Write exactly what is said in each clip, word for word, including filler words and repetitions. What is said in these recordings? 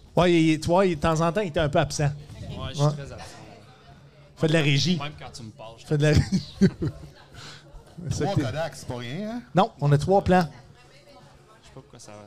Oui, tu vois, de temps en temps, il était un peu absent. Ouais, je suis Ouais. très absent. Fait de la régie. Même quand tu me parles. je- Fait de la régie. C'est Trois que t'es- Kodak, c'est pas rien, hein? Non, on a trois plans. Je sais pas pourquoi ça va.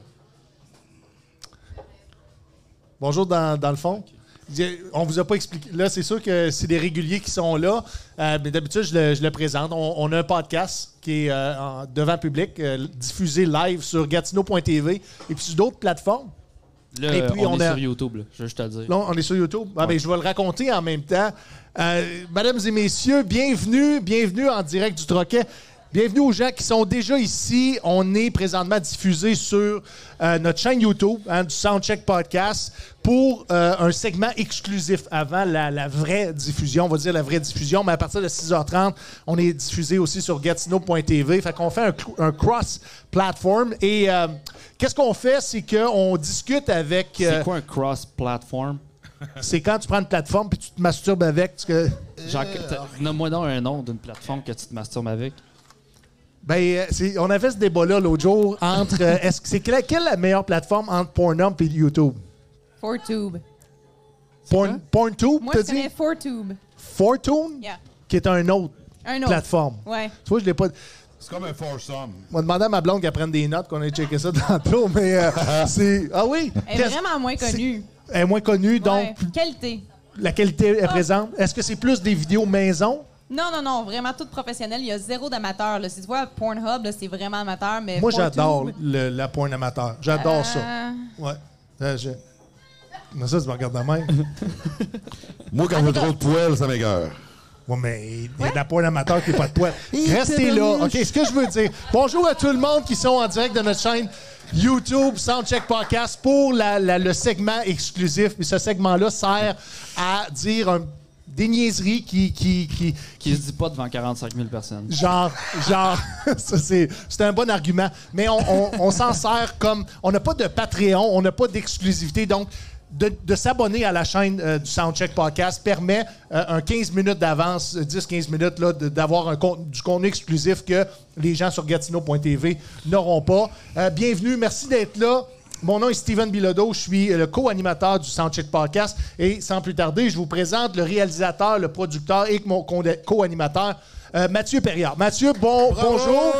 Bonjour dans, dans le fond. J'ai- On vous a pas expliqué. Là, c'est sûr que c'est des réguliers qui sont là. Euh, mais d'habitude, je le, je le présente. On, on a un podcast qui est euh, en- devant public, euh, diffusé live sur gatineau point t v et puis sur d'autres plateformes. Là, Et puis, on, on est a- sur YouTube, là. Je veux juste te le dire. Là, on est sur YouTube. Ah, ben, je vais le raconter en même temps. Euh, mesdames et messieurs, bienvenue, bienvenue en direct du Troquet. Bienvenue aux gens qui sont déjà ici. On est présentement diffusé sur euh, notre chaîne YouTube hein, du Soundcheck Podcast pour euh, un segment exclusif avant la, la vraie diffusion. On va dire la vraie diffusion, mais à partir de six heures trente, on est diffusé aussi sur gatineau point t v. Fait qu'on fait un, cl- un cross-platform. Et euh, qu'est-ce qu'on fait? C'est qu'on discute avec... euh, C'est quoi un cross-platform? c'est quand tu prends une plateforme puis tu te masturbes avec. Tu que... Genre, t'as- nomme-moi donc un nom d'une plateforme que tu te masturbes avec. Ben, euh, c'est- on avait ce débat-là l'autre jour entre. euh, est-ce que c'est quelle, quelle est la meilleure plateforme entre Pornhub et YouTube? Fourtube. Porn, PornTube, Moi, t'as je dit? connais Fourtube. Fortune, Yeah. qui est un autre Un autre. plateforme. Ouais. Tu vois, je l'ai pas. C'est comme un foursome. On m'a demandé à ma blonde qu'elle prenne des notes, qu'on ait checké ça tantôt, mais euh, c'est. Ah oui? Elle est Qu'est-ce- vraiment moins connue. Elle est moins connue, donc Ouais. Qualité. la qualité est Ah. présente. Est-ce que c'est plus des vidéos maison? Non, non, non, vraiment tout professionnel. Il y a zéro d'amateur. là. Si tu vois Pornhub, là, c'est vraiment amateur, mais Moi, Fourtube, j'adore le- la porn amateur. J'adore ça. euh, Ouais. Euh, je- Mais ça, tu me regardes de même. Moi, quand je veux trop de poêle, ça m'écoeure. Ouais, mais il y a de la poêle amateur qui n'est pas de poêle. Restez là. OK, ce que je veux dire. Bonjour à tout le monde qui sont en direct de notre chaîne YouTube Soundcheck Podcast pour la- la- le segment exclusif. Puis ce segment-là sert à dire un- des niaiseries qui... qui, qui, Qui se dit pas devant quarante-cinq mille personnes. Genre, genre, ça c'est, c'est un bon argument. Mais on, on- on s'en sert comme, on n'a pas de Patreon, on n'a pas d'exclusivité, donc de, de s'abonner à la chaîne euh, du Soundcheck Podcast permet euh, un quinze minutes d'avance, dix à quinze minutes là, de- d'avoir un con- du contenu exclusif que les gens sur gatineau point t v n'auront pas. Euh, bienvenue, merci d'être là. Mon nom est Steven Bilodeau, je suis le co-animateur du Soundcheck Podcast et sans plus tarder, je vous présente le réalisateur, le producteur et mon co- co-animateur, euh, Mathieu Perriard. Mathieu, bon, bonjour.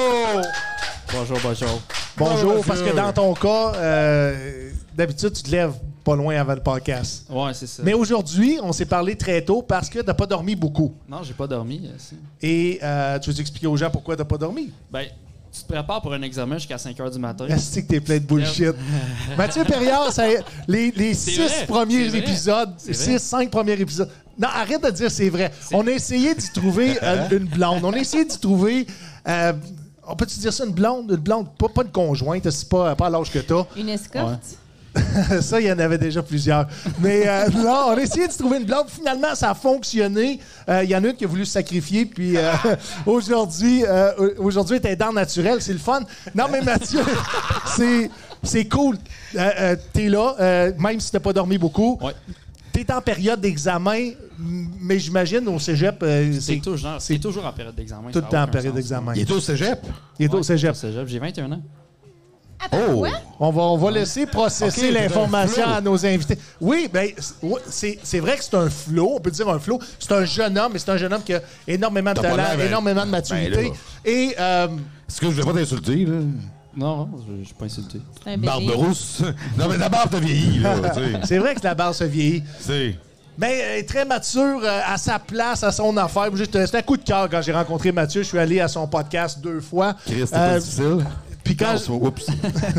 Bonjour, bonjour. Bonjour, Bonjour, parce que Mathieu. dans ton cas, euh, d'habitude, tu te lèves pas loin avant le podcast. Ouais, c'est ça. Mais aujourd'hui, on s'est parlé très tôt parce que tu n'as pas dormi beaucoup. Non, j'ai pas dormi. euh, c'est- Et euh, tu veux expliquer aux gens pourquoi tu n'as pas dormi? Ben, tu te prépares pour un examen jusqu'à cinq heures du matin. Est-ce que t'es plein de bullshit? Mathieu Perriard, ça, les, les C'est six vrai, premiers c'est vrai, épisodes, c'est six, vrai. cinq premiers épisodes. Non, arrête de dire c'est vrai. On a essayé d'y trouver euh, une blonde. On a essayé d'y trouver. euh, on peut-tu dire ça, une blonde? Une blonde, pas, pas une conjointe, c'est pas, pas à l'âge que t'as. Une escorte. Ça, il y en avait déjà plusieurs. Mais euh, non, on a essayé de se trouver une blonde. Finalement, ça a fonctionné. Euh, Il y en a une qui a voulu se sacrifier. Puis euh, aujourd'hui, euh, aujourd'hui, elle est dent naturelle. C'est le fun. Non, mais Mathieu, c'est, c'est cool. Euh, euh, t'es là, euh, même si t'as pas dormi beaucoup. Ouais. T'es en période d'examen, m- mais j'imagine au cégep, euh, C'est c'est toujours, c'est c'est toujours en période d'examen. tout ça le a temps en aucun période sens. d'examen. Il est au cégep. Il est au Ouais, cégep. au cégep. J'ai vingt et un ans. Attends, Oh! quoi? On va, on va laisser processer Ok, c'est l'information un flow. à nos invités. Oui, ben, c'est- ouais, c'est c'est vrai que c'est un flow, on peut dire un flow. C'est un jeune homme, mais c'est un jeune homme qui a énormément de T'as pas talent, l'air, ben, énormément de maturité. ben là. Et euh, Est-ce que je vais pas t'insulter, là? Non, non, je je suis pas insulté. C'est un bébé. Barbe rousse. Non, mais la barbe t'a vieilli, là. tu sais. c'est vrai que la barre se vieillit. C'est. Mais elle est très mature, euh, à sa place, à son affaire. Juste, euh, C'est un coup de cœur quand j'ai rencontré Mathieu. Je suis allé à son podcast deux fois. Chris, c'était Euh, pas difficile. Puis quand Non, c'est- Oups.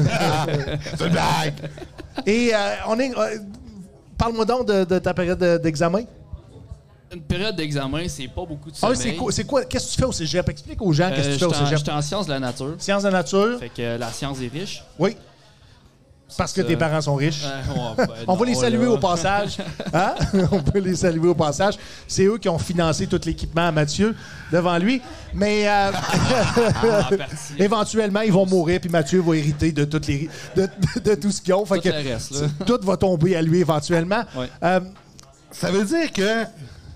C'est une blague. Et euh, on est. euh, parle-moi donc de, de ta période de- d'examen. Une période d'examen, c'est pas beaucoup de Ah oui, sommeil. c'est quoi, c'est quoi? Qu'est-ce que tu fais au cégep? Explique aux gens Euh, qu'est-ce que tu fais au j'étais en- cégep. J'étais en sciences de la nature. Sciences de nature. Fait que euh, la science est riche. Oui. Parce que ça. tes parents sont riches. Euh, ouais, ben, On va les non, saluer là. au passage. Hein? On peut les saluer au passage. C'est eux qui ont financé tout l'équipement à Mathieu devant lui. Mais euh, En partie. éventuellement, ils vont mourir, puis Mathieu va hériter de, toutes les, de, de- de tout ce qu'ils ont. Fait Tout que le reste, là. tout va tomber à lui éventuellement. Ouais. Euh, Ça veut dire que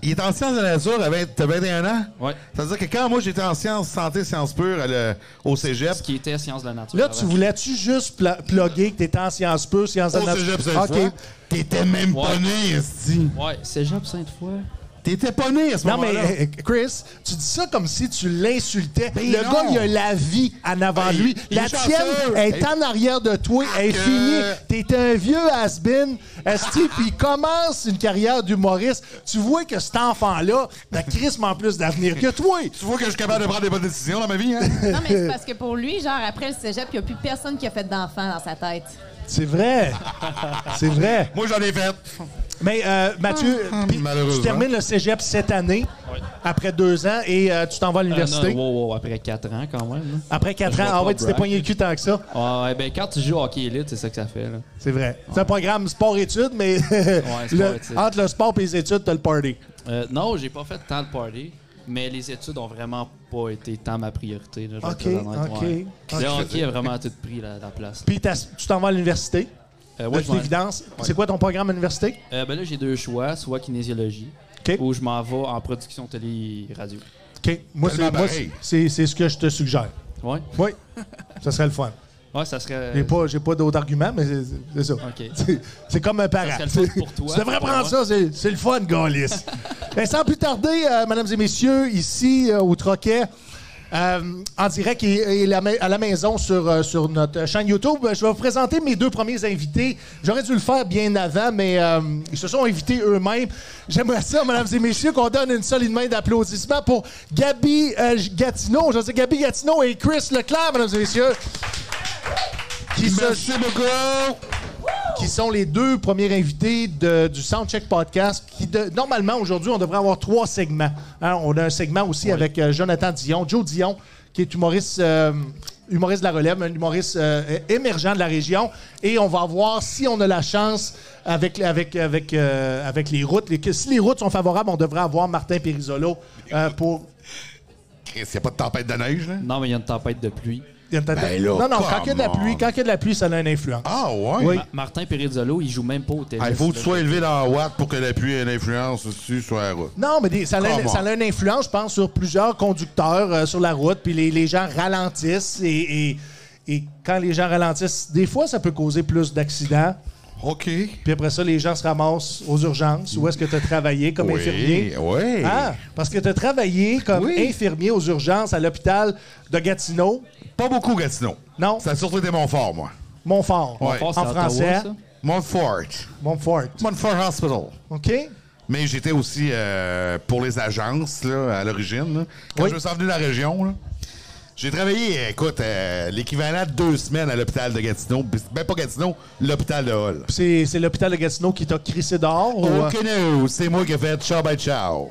il est en sciences de la nature, tu as vingt et un ans? Oui. C'est-à-dire que quand moi, j'étais en sciences santé, sciences pures à le- au cégep... Ce qui était sciences de la nature. Là, avant. tu voulais-tu juste pla- plugger que t'étais en sciences pures, sciences de Au la cégep nature? Sainte-Foy, OK. t'étais même Ouais. pas né, esti. Ouais, cégep Sainte-Foy. T'étais pas né à ce Non, mais moment-là. euh, Chris, tu dis ça comme si tu l'insultais. Ben le non. gars, il a la vie en avant de Ben, lui. il La est tienne chanceux. est Hey. en arrière de toi, elle est que- finie. T'es un vieux has-been, esti, puis il commence une carrière d'humoriste. Tu vois que cet enfant-là, t'as crissement plus d'avenir que toi. Tu vois que je suis capable de prendre des bonnes décisions dans ma vie, hein? Non, mais c'est parce que pour lui, genre, après le cégep, il n'y a plus personne qui a fait d'enfant dans sa tête. C'est vrai. C'est vrai. Moi, j'en ai fait. Mais euh, Mathieu, puis Malheureusement. tu termines le cégep cette année, après deux ans, et euh, tu t'en vas à Euh, l'université. non, wow, wow, après quatre ans, quand même. là. Après quatre Je ans, vais ah pas ouais, tu t'es brag. poigné le cul tant que ça. Ouais, ben quand tu joues au hockey élite, c'est ça que ça fait. Là. C'est vrai. C'est un programme sport-études, mais le- sport-études. entre le sport et les études, t'as le party. Euh, non, j'ai pas fait tant de party, mais les études ont vraiment pas été tant ma priorité. Là, je vais OK, être très honnête, OK. ouais. OK. Le hockey a vraiment tout pris la, la place. Puis t'as- tu t'en vas à l'université, Euh, de ouais, je toute m'en- évidence. C'est quoi ton programme à l'université? Euh, ben là, j'ai deux choix, soit kinésiologie, OK. ou je m'en vais en production télé et radio. OK. Moi, c'est, Tellement moi, pareil. c'est, c'est ce que je te suggère. Ouais, Oui. Ça serait le fun. ouais, ça serait. J'ai pas, j'ai pas d'autres arguments, mais c'est, c'est ça. OK. C'est, c'est comme un parent. Ça serait le fun pour toi. Tu devrais Pour prendre ça, moi. c'est, c'est le fun, Gaulis. Ben, sans plus tarder, euh, mesdames et messieurs, ici euh, au Troquet, euh, en direct et, et la ma- à la maison sur, euh, sur notre chaîne YouTube, je vais vous présenter mes deux premiers invités. J'aurais dû le faire bien avant, mais euh, ils se sont invités eux-mêmes. J'aimerais ça, mesdames et messieurs, qu'on donne une solide main d'applaudissements pour Gabi euh, Gatineau. Je veux dire Gabi Gatineau et Chris Leclerc, mesdames et messieurs. Qui se- Merci beaucoup! qui sont les deux premiers invités de- du Soundcheck Podcast. Qui de- normalement, aujourd'hui, on devrait avoir trois segments. Hein, on a un segment aussi avec euh, Jonathan Dion, Joe Dion, qui est humoriste, euh, humoriste de la relève, un humoriste euh, émergent de la région. Et on va voir si on a la chance avec, avec, avec, euh, avec les routes. Les- que si les routes sont favorables, on devrait avoir Martin Périsolo euh, pour... Chris, y a pas de tempête de neige, là? Non, mais il y a une tempête de pluie. Ben là, non, non, quand il y a de la come pluie, on. quand il y a de la pluie, ça a une influence. Ah, ouais? Oui. Ma- Martin Perizzolo, il joue même pas au tennis. Ah, il faut que tu là. sois élevé dans la watt pour que la pluie ait une influence dessus sur la route. Non, mais des- ça, a, Come ça on. a une influence, je pense, sur plusieurs conducteurs euh, sur la route, puis les, les gens ralentissent et, et, et quand les gens ralentissent, des fois, ça peut causer plus d'accidents. OK. Puis après ça, les gens se ramassent aux urgences. Où est-ce que tu as travaillé comme Oui, infirmier? oui. Ah, parce que tu as travaillé comme Oui. infirmier aux urgences à l'hôpital de Gatineau. Pas beaucoup, Gatineau. Non, Ça a surtout été Montfort, moi. Montfort. Ouais. Fort, c'est En Ottawa, français, ça? Montfort. Montfort. Montfort Hospital. OK? Mais j'étais aussi euh, pour les agences, là, à l'origine. là. Quand Oui. je me suis revenu de la région, là, j'ai travaillé, écoute, euh, l'équivalent de deux semaines à l'hôpital de Gatineau. Ben, pas Gatineau, l'hôpital de Hull. C'est, c'est l'hôpital de Gatineau qui t'a crissé dehors? ou, euh? OK, no, c'est moi qui ai fait ciao by ciao.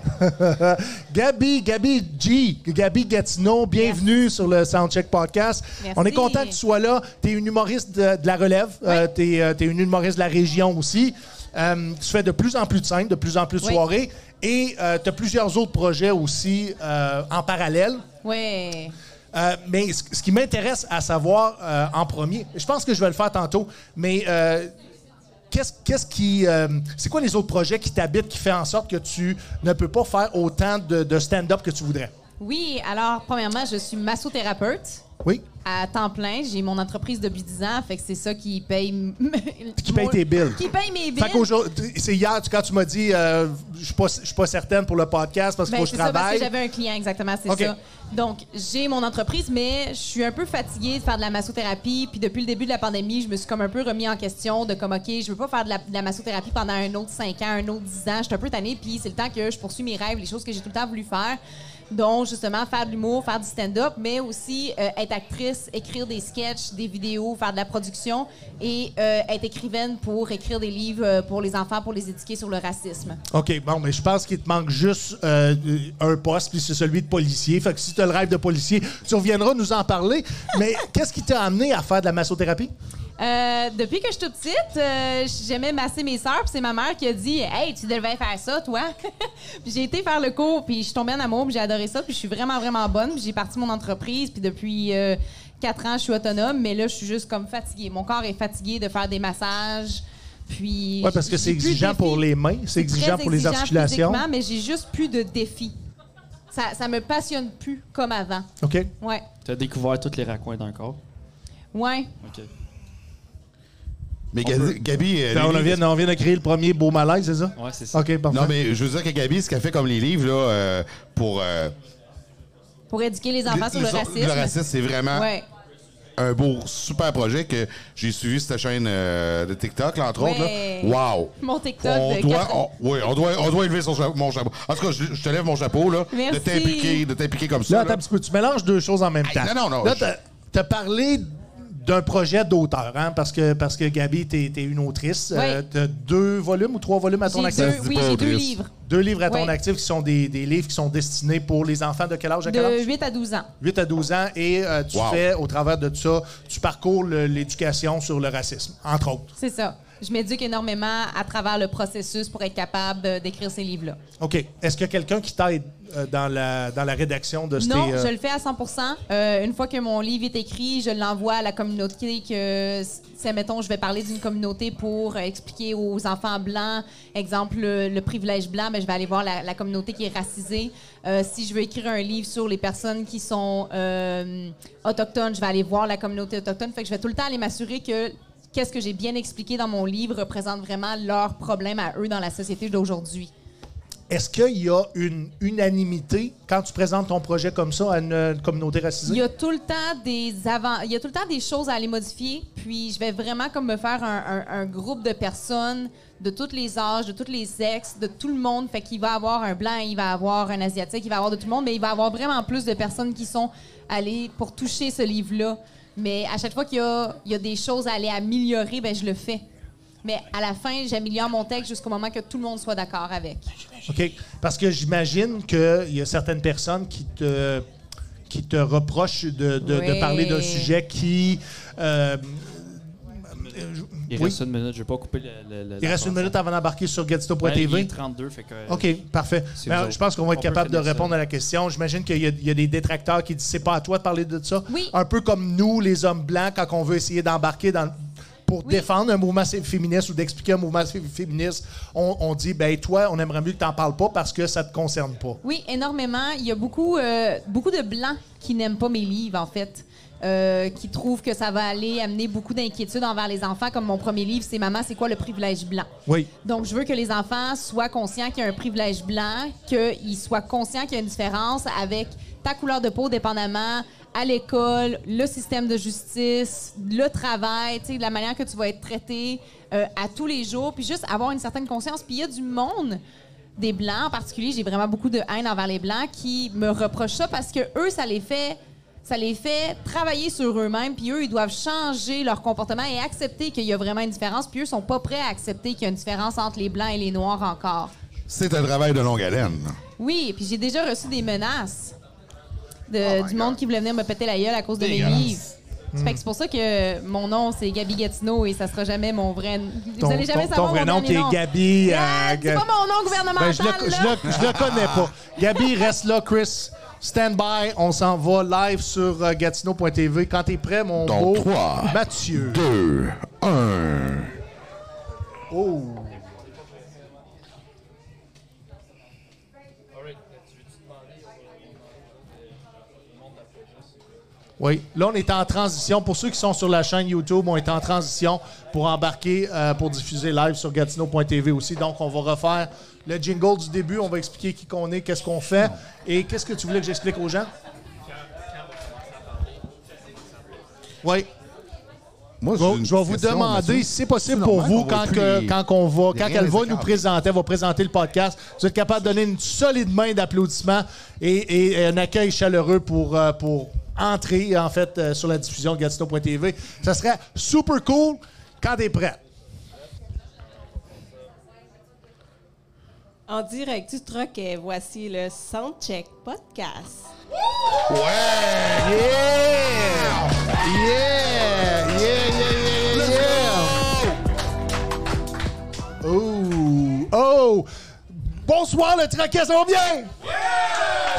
Gabi, Gabi G, Gabi Gatineau, bienvenue sur le Soundcheck Podcast. Merci. On est content que tu sois là. Tu es une humoriste de, de la relève. tu es une humoriste de la région aussi. Euh, tu fais de plus en plus de scènes, de plus en plus de Oui. soirées. Et tu as plusieurs autres projets aussi euh, en parallèle. Ouais. Euh, mais ce, ce qui m'intéresse à savoir euh, en premier, je pense que je vais le faire tantôt, mais euh, qu'est-ce, qu'est-ce qui, euh, c'est quoi les autres projets qui t'habitent, qui fait en sorte que tu ne peux pas faire autant de, de stand-up que tu voudrais? Oui, alors, premièrement, je suis massothérapeute Oui? à temps plein. J'ai mon entreprise depuis dix ans, fait que c'est ça qui paye... m- Qui paye mon- tes billes. Qui paye mes billes. Fait qu'aujourd'hui, c'est hier, tu- quand tu m'as dit, euh, je suis pas, je suis pas certaine pour le podcast parce qu'il Ben, faut que c'est je ça, parce travaille. que j'avais un client, exactement, c'est OK. ça. Donc, j'ai mon entreprise, mais je suis un peu fatiguée de faire de la massothérapie. Puis depuis le début de la pandémie, je me suis comme un peu remis en question de comme, OK, je veux pas faire de la, de la massothérapie pendant un autre cinq ans, un autre dix ans. Je suis un peu tannée, puis c'est le temps que je poursuis mes rêves, les choses que j'ai tout le temps voulu faire. Donc, justement, faire de l'humour, faire du stand-up, mais aussi euh, être actrice, écrire des sketchs, des vidéos, faire de la production et euh, être écrivaine pour écrire des livres euh, pour les enfants, pour les éduquer sur le racisme. OK, bon, mais je pense qu'il te manque juste euh, un poste, puis c'est celui de policier. Fait que si tu as le rêve de policier, tu reviendras nous en parler. Mais qu'est-ce qui t'a amené à faire de la massothérapie? Euh, depuis que je suis toute petite, euh, j'aimais masser mes sœurs, puis c'est ma mère qui a dit « Hey, tu devrais faire ça, toi! » Puis j'ai été faire le cours, puis je suis tombée en amour, puis j'ai adoré ça, puis je suis vraiment, vraiment bonne. Puis j'ai parti mon entreprise, puis depuis euh, quatre ans, je suis autonome, mais là, je suis juste comme fatiguée. Mon corps est fatigué de faire des massages, Puis, Oui, parce que c'est j'ai plus de exigeant défis. pour les mains, c'est exigeant très pour les exigeant articulations. physiquement, mais j'ai juste plus de défis. Ça, ça me passionne plus comme avant. OK. Ouais. Tu as découvert tous les raccoins d'un corps. Ouais. OK. Mais Gabi... Gabi euh, Là, on, les livres- vient, on vient de créer le premier beau malaise, c'est ça? Ouais, c'est ça. OK, parfait. Non, mais je veux dire que Gabi, ce qu'elle fait comme les livres, là, euh, pour... euh, Pour éduquer les enfants les- sur le les- racisme. Le racisme, c'est vraiment Ouais. un beau, super projet que j'ai suivi cette chaîne euh, de TikTok, là, entre Ouais. autres. Là. Wow! Mon TikTok On de doit, quatre- on, oui, on doit, on doit élever son cha- mon chapeau. En tout cas, je, je te lève mon chapeau, là, Merci. de t'impliquer, de t'impliquer comme Là, ça. attends là. un petit peu. Tu mélanges deux choses en même Hey, temps. non, non, non, Là, je- t'as- t'as parlé d'un projet d'auteur, hein? Parce que, parce que Gabi, t'es es une autrice. Oui. Euh, t'as deux volumes ou trois volumes à ton J'ai actif? deux, Ça se dit oui, pas j'ai deux autrice. livres. Deux livres à ton Oui. actif actif qui sont des, des livres qui sont destinés pour les enfants de quel âge à quel De âge? huit à douze ans. huit à douze ans. Et euh, tu Wow. fais, au travers de ça, tu parcours le- l'éducation sur le racisme, entre autres. C'est ça. Je m'éduque énormément à travers le processus pour être capable euh, d'écrire ces livres-là. OK. Est-ce qu'il y a quelqu'un qui t'aide euh, dans, la, dans la rédaction de ces... Non, euh, je le fais à cent pour cent. Euh, une fois que mon livre est écrit, je l'envoie à la communauté que, c'est, mettons, je vais parler d'une communauté pour euh, expliquer aux enfants blancs, exemple, le, le privilège blanc, mais je vais aller voir la, la communauté qui est racisée. Euh, si je veux écrire un livre sur les personnes qui sont euh, autochtones, je vais aller voir la communauté autochtone. Fait que je vais tout le temps aller m'assurer que qu'est-ce que j'ai bien expliqué dans mon livre représente vraiment leurs problèmes à eux dans la société d'aujourd'hui. Est-ce qu'il y a une unanimité quand tu présentes ton projet comme ça à une communauté racisée? Il y a tout le temps des avant... il y a tout le temps des choses à aller modifier, puis je vais vraiment comme me faire un, un- un groupe de personnes de tous les âges, de tous les sexes, de tout le monde. Fait qu'il va y avoir un blanc, il va y avoir un asiatique, il va y avoir de tout le monde, mais il va y avoir vraiment plus de personnes qui sont allées pour toucher ce livre-là. Mais à chaque fois qu'il y a, il y a des choses à aller améliorer, ben je le fais. Mais à la fin, j'améliore mon texte jusqu'au moment que tout le monde soit d'accord avec. OK. Parce que j'imagine qu'il y a certaines personnes qui te, qui te reprochent de, de- de Oui. parler d'un sujet qui... euh, Il oui. reste une minute, je vais pas couper le. le- le- Il la reste une chanson. minute avant d'embarquer sur Gatineau point Ben, T il V. est trente-deux, fait que. OK, parfait. C'est Ben, vous je autres. pense qu'on va être On peut capable de finir ça. répondre à la question. J'imagine qu'il y, a- il y a des détracteurs qui disent c'est pas à toi de parler de ça. Oui. Un peu comme nous, les hommes blancs, quand on veut essayer d'embarquer dans pour Oui. défendre un mouvement féministe ou d'expliquer un mouvement fé- féministe, on, on dit ben toi, on aimerait mieux que tu n'en parles pas parce que ça te concerne pas. Oui, énormément. Il y a beaucoup, euh, beaucoup de blancs qui n'aiment pas mes livres, en fait. Euh, qui trouvent que ça va aller amener beaucoup d'inquiétudes envers les enfants. Comme mon premier livre, c'est « Maman, c'est quoi le privilège blanc? » Oui. Donc, je veux que les enfants soient conscients qu'il y a un privilège blanc, qu'ils soient conscients qu'il y a une différence avec ta couleur de peau, dépendamment à l'école, le système de justice, le travail, tu sais, la manière que tu vas être traité euh, à tous les jours, puis juste avoir une certaine conscience. Puis il y a du monde, des Blancs en particulier, j'ai vraiment beaucoup de haine envers les Blancs, qui me reprochent ça parce que eux, ça les fait... Ça les fait travailler sur eux-mêmes, puis eux, ils doivent changer leur comportement et accepter qu'il y a vraiment une différence, puis eux sont pas prêts à accepter qu'il y a une différence entre les Blancs et les Noirs encore. C'est un travail de longue haleine. Oui, et puis j'ai déjà reçu des menaces de, Oh my du God. monde qui voulait venir me péter la gueule à cause de mes Dégueulasse. livres. Ça fait que c'est pour ça que mon nom, c'est Gabi Gatineau et ça sera jamais mon vrai... Ton, Vous allez jamais ton- ton savoir vrai mon nom dernier qui est nom. Gabi. Ah, euh, c'est Ga- pas mon nom gouvernemental, Ben, je, le, je, là. le, je le connais pas. Gabi, reste là, Chris. Stand by. On s'en va live sur euh, Gatineau point T V. Quand t'es prêt, mon Dans beau trois. Mathieu. Deux, un. Oh. Oui, là, on est en transition. Pour ceux qui sont sur la chaîne YouTube, on est en transition pour embarquer, euh, pour diffuser live sur Gatineau point T V aussi. Donc, on va refaire le jingle du début. On va expliquer qui qu'on est, qu'est-ce qu'on fait. Et qu'est-ce que tu voulais que j'explique aux gens? Oui. Moi, Je vais, j'ai une je vais vous question, demander Mathieu. si c'est possible C'est pour normal vous, qu'on voit quand, plus que- les- quand, on va, les quand rires elle des va nous écrans. présenter, elle va présenter le podcast, vous êtes capable de donner une solide main d'applaudissements et, et un accueil chaleureux pour, euh, pour entrer, en fait, euh, sur la diffusion de Gatineau point T V. Ça serait super cool quand t'es prêt. En direct du troquet, voici le Soundcheck Podcast. Ouais! Yeah! Yeah! Yeah, yeah, yeah, yeah! Oh! Oh! Bonsoir, le troquet, ça va bien?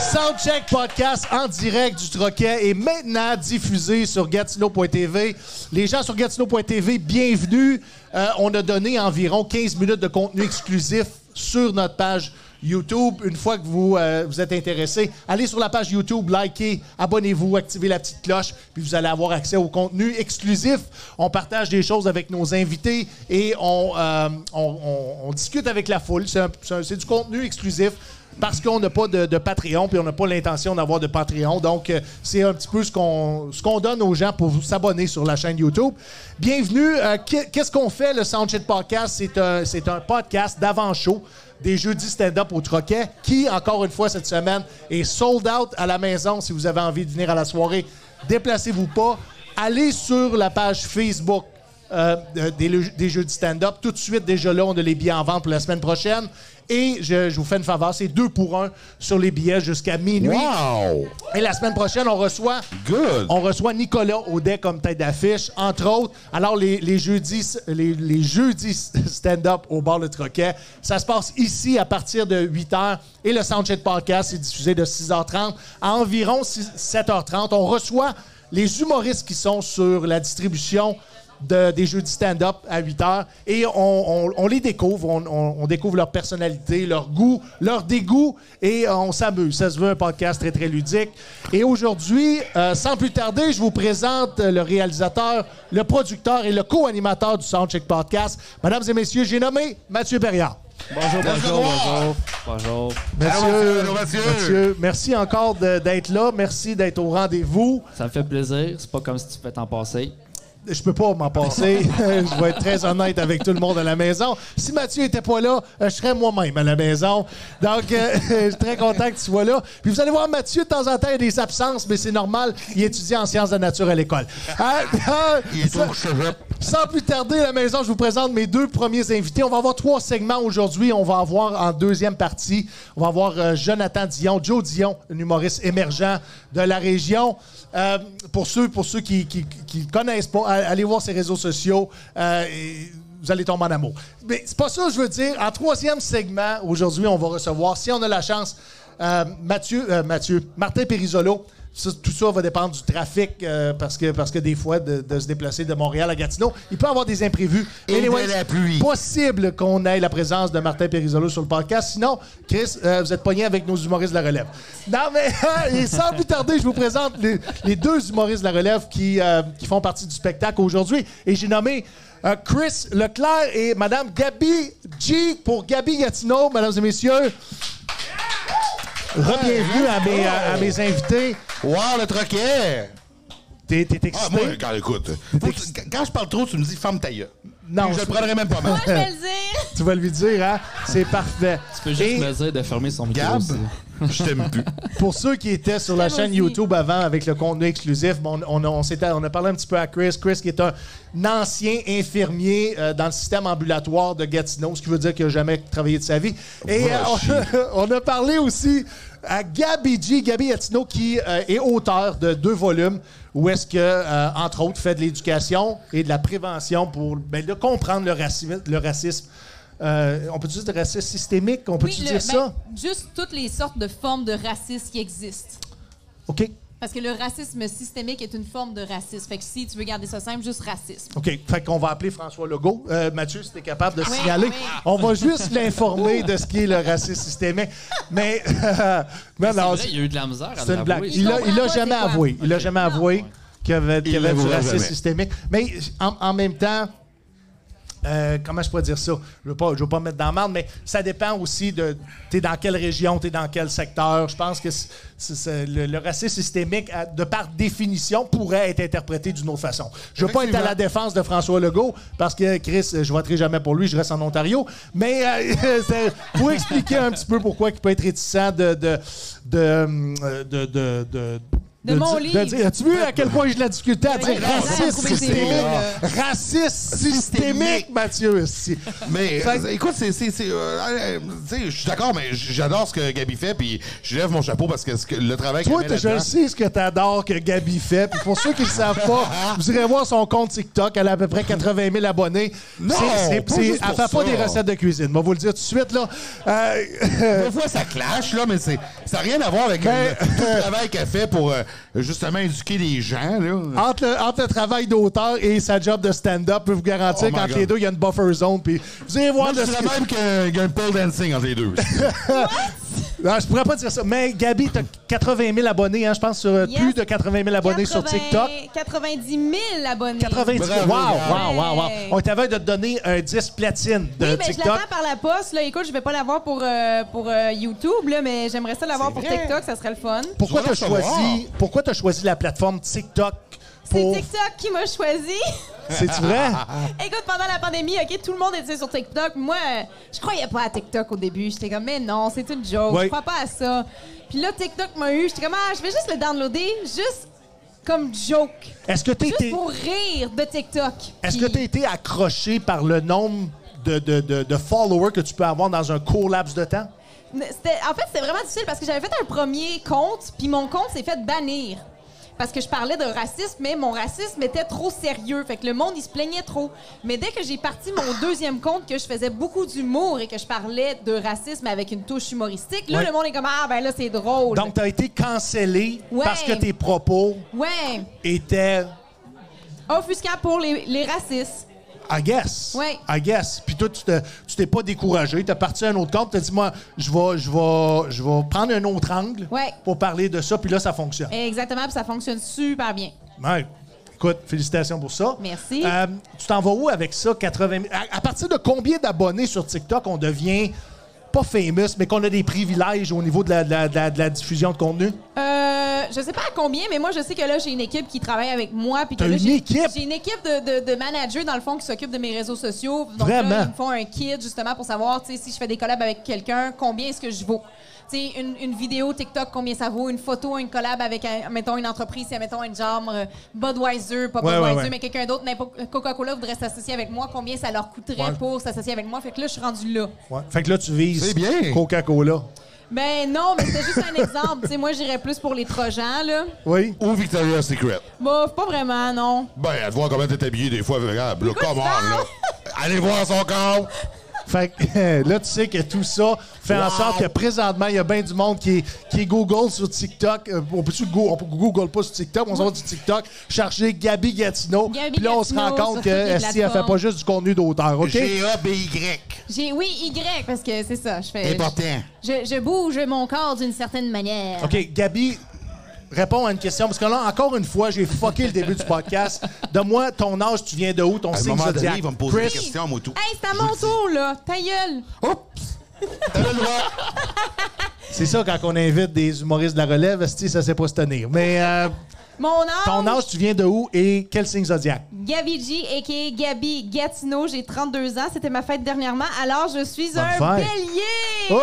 Soundcheck Podcast en direct du Troquet est maintenant diffusé sur Gatineau point T V. Les gens sur Gatineau point T V, bienvenue. Euh, on a donné environ quinze minutes de contenu exclusif sur notre page YouTube. Une fois que vous, euh, vous êtes intéressé, allez sur la page YouTube, likez, abonnez-vous, activez la petite cloche, puis vous allez avoir accès au contenu exclusif. On partage des choses avec nos invités et on, euh, on, on, on discute avec la foule. C'est, un, c'est, un, c'est du contenu exclusif. Parce qu'on n'a pas de, de Patreon, puis on n'a pas l'intention d'avoir de Patreon. Donc, euh, c'est un petit peu ce qu'on, ce qu'on donne aux gens pour s'abonner sur la chaîne YouTube. Bienvenue. Euh, qu'est-ce qu'on fait, le Soundcheck Podcast? C'est un, c'est un podcast d'avant-show des jeudis stand-up au Troquet, qui, encore une fois, cette semaine, est sold out à la maison. Si vous avez envie de venir à la soirée, déplacez-vous pas. Allez sur la page Facebook euh, des, des jeudis stand-up. Tout de suite, déjà là, on a les billets en vente pour la semaine prochaine. Et je, je vous fais une faveur, c'est deux pour un sur les billets jusqu'à minuit. Wow! Et la semaine prochaine, on reçoit Good. on reçoit Nicolas Audet comme tête d'affiche, entre autres. Alors, les, les jeudis les, les jeudis stand-up au bar Le Troquet, ça se passe ici à partir de huit heures. Et le Soundcheck Podcast est diffusé de six heures trente à environ sept heures trente. On reçoit les humoristes qui sont sur la distribution De, des jeudis stand-up à huit heures et on, on, on les découvre, on, on, on découvre leur personnalité, leur goût, leur dégoût et on s'amuse. Ça se veut un podcast très, très ludique. Et aujourd'hui, euh, sans plus tarder, je vous présente le réalisateur, le producteur et le co-animateur du Soundcheck Podcast. Mesdames et messieurs, j'ai nommé Mathieu Berriard. Bonjour, bonjour, bonjour. Bonjour. Monsieur, Allô, Mathieu. Mathieu, merci encore de, d'être là. Merci d'être au rendez-vous. Ça me fait plaisir. C'est pas comme si tu pouvais t'en passer. Je peux pas m'en passer. Je vais être très honnête avec tout le monde à la maison. Si Mathieu était pas là, je serais moi-même à la maison. Donc, euh, je suis très content que tu sois là. Puis vous allez voir, Mathieu, de temps en temps, il y a des absences, mais c'est normal. Il étudie en sciences de la nature à l'école. Hein? Il est au cégep. Sans plus tarder, à la maison, je vous présente mes deux premiers invités. On va avoir trois segments aujourd'hui. On va avoir en deuxième partie, on va avoir euh, Jonathan Dion, Joe Dion, un humoriste émergent de la région. Euh, pour ceux, pour ceux qui ne connaissent pas, allez voir ses réseaux sociaux. Euh, et vous allez tomber en amour. Mais c'est pas ça que je veux dire. En troisième segment, aujourd'hui, on va recevoir, si on a la chance, euh, Mathieu, euh, Mathieu, Martin Périsolo. Ça, tout ça va dépendre du trafic euh, parce, que, parce que des fois, de, de se déplacer de Montréal à Gatineau, il peut y avoir des imprévus. Et Anyway, de la pluie. Possible qu'on ait la présence de Martin Périsolo sur le podcast. Sinon, Chris, euh, vous êtes pogné avec nos humoristes de la relève. Non, mais et sans plus tarder, je vous présente les, les deux humoristes de la relève qui, euh, qui font partie du spectacle aujourd'hui. Et j'ai nommé euh, Chris Leclerc et Mme Gabi G pour Gabi Gatineau, mesdames et messieurs. Re-bienvenue à mes, à, à mes invités. Wow, le Troquet! T'es, t'es Ah, excité? moi, quand, écoute, faut que tu- quand je parle trop, tu me dis « ferme ta gueule ». Non, Je je- le prendrais même pas mal. Moi, je vais le dire. Tu vas lui dire, hein? C'est parfait. Tu peux juste Et me dire de fermer son micro Gab, aussi. je t'aime plus. pour ceux qui étaient sur la Moi chaîne aussi. YouTube avant avec le contenu exclusif, bon, on, a, on, s'était, on a parlé un petit peu à Chris. Chris qui est un ancien infirmier euh, dans le système ambulatoire de Gatineau, ce qui veut dire qu'il n'a jamais travaillé de sa vie. Et euh, on, on a parlé aussi à Gabi G, Gabi Gatineau, qui euh, est auteur de deux volumes où est-ce que, euh, entre autres, fait de l'éducation et de la prévention pour ben, de comprendre le racisme. Le racisme. Euh, on peut dire de racisme systémique? On peut Oui, dire le- ça? ben, juste toutes les sortes de formes de racisme qui existent. OK. Parce que le racisme systémique est une forme de racisme. Fait que si tu veux garder ça simple, juste racisme. OK. Fait qu'on va appeler François Legault. Euh, Mathieu, si t'es capable de Oui, signaler. oui. On va juste l'informer de ce qui est le racisme systémique. Mais, euh, mais C'est non, vrai, il y a eu de la misère à c'est une blague. l'avouer. Il l'a Je il l'a comprends pas jamais c'est quoi. avoué. Il l'a jamais Non. avoué qu'il y avait, qu'il y Il avait du l'avouera racisme jamais. systémique. Mais en, en même temps, euh, comment je pourrais dire ça? Je veux pas, je veux pas me mettre dans la merde, mais ça dépend aussi de t'es dans quelle région, t'es dans quel secteur. Je pense que c'est- c'est- c'est- le, le racisme systémique, à- de par définition, pourrait être interprété d'une autre façon. Je veux pas être à la défense de François Legault, parce que Chris, je voterai jamais pour lui, je reste en Ontario. Mais euh, c'est pour expliquer un petit peu pourquoi il peut être réticent de, de, de, euh, de, de, de De mon di- livre. de dire, as-tu vu à quel point j'ai de la difficulté à dire Ouais, raciste trouver ses systémique? mots, Raciste systémique, Mathieu. ici. Mais Fait- euh, écoute, c'est, c'est, c'est, euh, euh, tu sais, je suis d'accord, mais j'adore ce que Gabi fait, puis je lève mon chapeau parce que, ce que le travail qu'elle Toi, met t'as- je là-dedans- sais ce que t'adores que Gabi fait. Puis pour ceux qui ne le savent pas, vous irez voir son compte TikTok. Elle a à peu près quatre-vingt mille abonnés. Non, C'est- c'est- pas c'est- juste elle pour fait pas ça. des recettes de cuisine. Je vais vous le dire tout de suite. Là. Euh, Des fois, ça clash, là, mais c'est, ça n'a rien à voir avec Mais- euh, tout le travail qu'elle fait pour euh, justement éduquer les gens. Là. entre, le, entre le travail d'auteur et sa job de stand-up, je peux vous garantir Oh my qu'entre God. les deux, il y a une buffer zone. Puis vous allez voir Moi, de je ce dirais que- même qu'il y a un pole dancing entre les deux. Non, je pourrais pas dire ça. Mais Gabi, t'as quatre-vingt mille abonnés, hein, je pense, sur euh, Yes. plus de quatre-vingt mille abonnés sur quatre-vingts TikTok. quatre-vingt-dix mille abonnés. quatre-vingt-dix mille. Bravo, Wow, gars. wow, wow, wow. Ouais. On t'avait de te donner un disque platine de Oui, mais je TikTok. l'attends par la poste. Là. Écoute, je vais pas l'avoir pour, euh, pour euh, YouTube, là, mais j'aimerais ça l'avoir C'est pour vrai. TikTok. Ça serait le fun. Pourquoi Tu t'as vas le savoir. choisi, pourquoi t'as choisi la plateforme TikTok C'est pour... TikTok qui m'a choisi. C'est-tu vrai? Écoute, pendant la pandémie, OK, tout le monde était sur TikTok. Moi, euh, je croyais pas à TikTok au début. J'étais comme, mais non, c'est une joke. Ouais. Je crois pas à ça. Puis là, TikTok m'a eu. J'étais comme, ah, je vais juste le downloader, juste comme joke. Est-ce que t'as Juste été, pour rire de TikTok. est-ce Puis- que t'as été accroché par le nombre de, de, de, de followers que tu peux avoir dans un court laps de temps? C'était- En fait, c'était vraiment difficile parce que j'avais fait un premier compte, puis mon compte s'est fait bannir. Parce que je parlais de racisme, mais mon racisme était trop sérieux. Fait que le monde, il se plaignait trop. Mais dès que j'ai parti mon deuxième compte, que je faisais beaucoup d'humour et que je parlais de racisme avec une touche humoristique, là, Ouais. le monde est comme, ah, ben là, c'est drôle. Donc, t'as été cancellé Ouais. parce que tes propos Ouais. étaient... Offusquant pour les, les racistes. I guess. Ouais. I guess. Puis toi, tu te- tu t'es pas découragé. Tu as parti à un autre compte. Tu as dit, moi, je vais, je, vais, je vais prendre un autre angle Ouais. pour parler de ça. Puis là, ça fonctionne. Exactement, puis ça fonctionne super bien. Ouais. Écoute, félicitations pour ça. Merci. Euh, tu t'en vas où avec ça, quatre-vingt mille? À, à partir de combien d'abonnés sur TikTok on devient, pas famous, mais qu'on a des privilèges au niveau de la, de la- de la- de la diffusion de contenu? Euh, je sais pas à combien, mais moi, je sais que là, j'ai une équipe qui travaille avec moi. Puis que T'as là, une j'ai- équipe? J'ai une équipe de, de, de managers, dans le fond, qui s'occupent de mes réseaux sociaux. Donc Vraiment? là, ils me font un kit, justement, pour savoir, tu sais, si je fais des collabs avec quelqu'un, combien est-ce que je vaux. Tu sais, une, une vidéo TikTok, combien ça vaut. Une photo, une collab avec, un- mettons, une entreprise, c'est, mettons, une genre euh, Budweiser, pas Ouais, Budweiser, ouais, ouais. mais quelqu'un d'autre, n'importe Coca-Cola voudrait s'associer avec moi, combien ça leur coûterait Ouais. pour s'associer avec moi. Fait que là, je suis rendu là. Ouais. Fait que là, tu vises C'est bien. Coca-Cola. Ben non, mais c'était juste un exemple. Tu sais, moi, j'irais plus pour les Trojans, là. Oui? Ou Victoria's Secret. Bon, pas vraiment, non. Ben, à te voir comment t'es habillé des fois, regarde, là, Pourquoi come tu on, là. Allez voir son corps. Fait que là, tu sais que tout ça fait en Wow. sorte que présentement, il y a bien du monde qui est, qui est Google sur TikTok. Euh, on peut-tu go- on peut Google pas sur TikTok, on s'en va sur TikTok, chercher Gabi Gatineau. Gabi Puis là, on se rend Gatineau compte sur que toutes les Esti, elle fait plateformes. pas juste du contenu d'auteur, OK? G A B Y. J'ai oui Y parce que c'est ça, je fais Important. je, je bouge mon corps d'une certaine manière. OK, Gabi, réponds à une question. Parce que là, encore une fois, j'ai fucké le début du podcast. Donne-moi ton âge, tu viens de où, ton À un signe moment donné, zodiac. il va me poser Chris, des questions, moi, tout. Hey, c'est à Je mon vous le dis. tour là, ta gueule. Oups! T'as le droit. c'est ça, quand on invite des humoristes de la relève, Esti, ça sait pas se tenir. Mais euh, Mon âge. ton âge, tu viens de où et quel signe zodiac? Gabi G, a.k.a. Gabi Gatineau, j'ai trente-deux ans, c'était ma fête dernièrement, alors je suis Bonne un fête. bélier!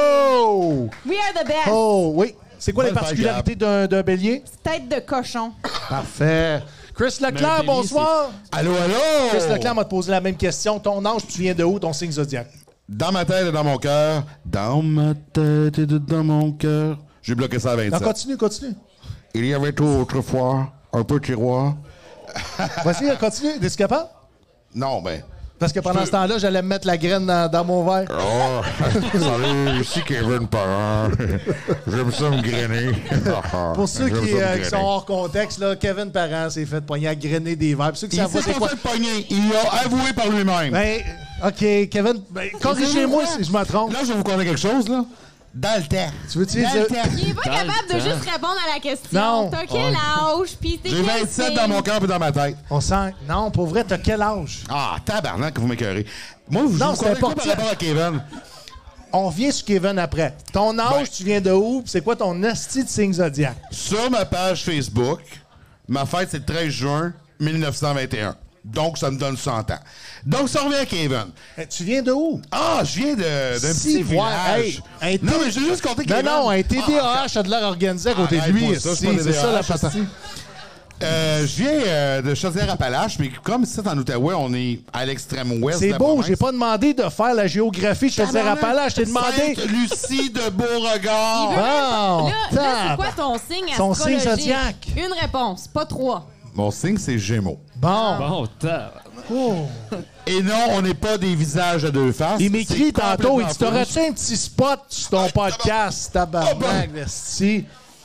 Oh! We are the best! Oh, oui. C'est quoi les Bonne particularités d'un d'un bélier? Tête de cochon. Parfait. Chris Mais un Leclerc, bélier, bonsoir. Allô, allô? Chris Leclerc m'a posé la même question. Ton âge, tu viens de où, ton signe zodiac? Dans ma tête et dans mon cœur. Dans ma tête et dans mon cœur. J'ai bloqué ça à Non, vingt-sept. continue, continue. Il y avait autrefois un peu de tiroir. Vas-y, continue. Es-tu capable? Non, ben. Parce que pendant Je- ce temps-là, j'allais me mettre la graine dans, dans mon verre. Oh, salut, ici Kevin Parent. J'aime ça me grainer. Pour ceux J'aime qui, ça me euh, qui grainer. sont hors contexte, là, Kevin Parent s'est fait pogner à grainer des verres. Pour ceux qui Il savent pas s'est c'est quoi... pas fait pogner. Il a avoué par lui-même. Ben, OK, Kevin, ben, corrigez-moi si je me trompe. Là, je vais vous conter quelque chose, là. Dans le temps. Tu veux-tu Dans dire... le temps. Il est pas Dans capable le de temps. juste répondre à la question. Non. T'as quel âge? Puis t'es J'ai quel vingt-sept signe? dans mon cœur et dans ma tête. On sent... Non, pour vrai, t'as quel âge? Ah, tabarnak que vous m'écœurez. Moi, je Non, vous c'est contais quoi important. par rapport à Kevin? On revient sur Kevin après. Ton âge, Ouais. tu viens de où? Puis c'est quoi ton asti de signe zodiac? Sur ma page Facebook, ma fête, c'est le treize juin mille neuf cent vingt et un. Donc, ça me donne cent ans. Donc, ça revient à Kevin. Eh, tu viens de où? Ah, je viens de- d'un Si, petit voir, village. hey, un non, T- mais j'ai juste compté Non, Kevin. non, un T D A H Ah, a de l'air organisé à côté de lui. arrête-moi ça, je Si, suis pas c'est ça la T D A H, patente. esti. Euh, je viens euh, de Chaudière-Appalaches, mais comme ici, en Outaouais, on est à l'extrême ouest de C'est la beau, province. j'ai pas demandé de faire la géographie de Chaudière-Appalaches. Je t'ai demandé. Sainte-Lucie de Il Beauregard. veut Bon, même pas- Là, là, tab. c'est quoi ton signe Son signe astrologique? zodiaque. Une réponse, pas trois. Mon signe, c'est Gémeaux. Bon. Bon, t'as. Oh. Et non, on n'est pas des visages à deux faces. Il m'écrit C'est tantôt, il dit, complètement t'aurais-tu un petit spot sur ton podcast, tabarnak, si.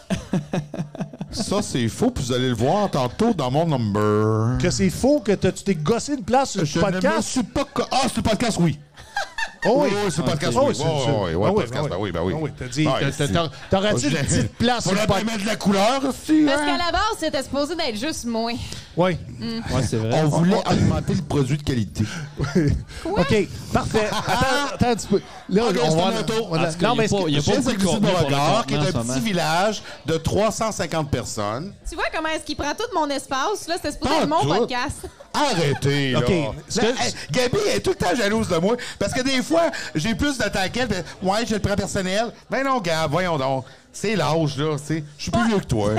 Ça, c'est faux, puis vous allez le voir tantôt dans mon number. Que c'est faux que t'as- tu t'es gossé une place sur Je le ne me podcast? suis pas... co- Ah, c'est le podcast, oui. Oh Oui, oui, c'est le podcast, Oh, oui. c'est- Oui, c'est- oui, oui, Ah ouais, oui, podcast, ah ben oui, ben oui. Ah oui, t'as dit, Ah, t'as- c'est- t'as- t'aurais-tu une J'ai- petite place sur le Faudrait bien podcast? mettre de la couleur aussi, Parce hein? qu'à la base, c'était supposé d'être juste moi. Oui. Ouais, c'est vrai. On voulait alimenter le produit de qualité. OK, parfait. Attends, attends un petit peu. Là, Ok, on c'est va... à mon tour. on a- En tout cas, Non, il y a mais pas- est-ce que- il y a Je viens de beaucoup de Sainte-Lucie de contenu pour le Beauregard, qui est contenu en un ce petit moment. village de trois cent cinquante personnes. Tu vois comment est-ce qu'il prend tout mon espace? Là, c'était supposé Pas être mon tout. podcast. Arrêtez, là. OK. Ce Là, que- hey, Gabi est tout le temps jalouse de moi. Parce que des fois, j'ai plus de temps qu'elle. puis, Ouais, je le prends personnel. Ben non, Gab, voyons donc. C'est l'âge, là. tu sais. Je suis plus vieux que toi.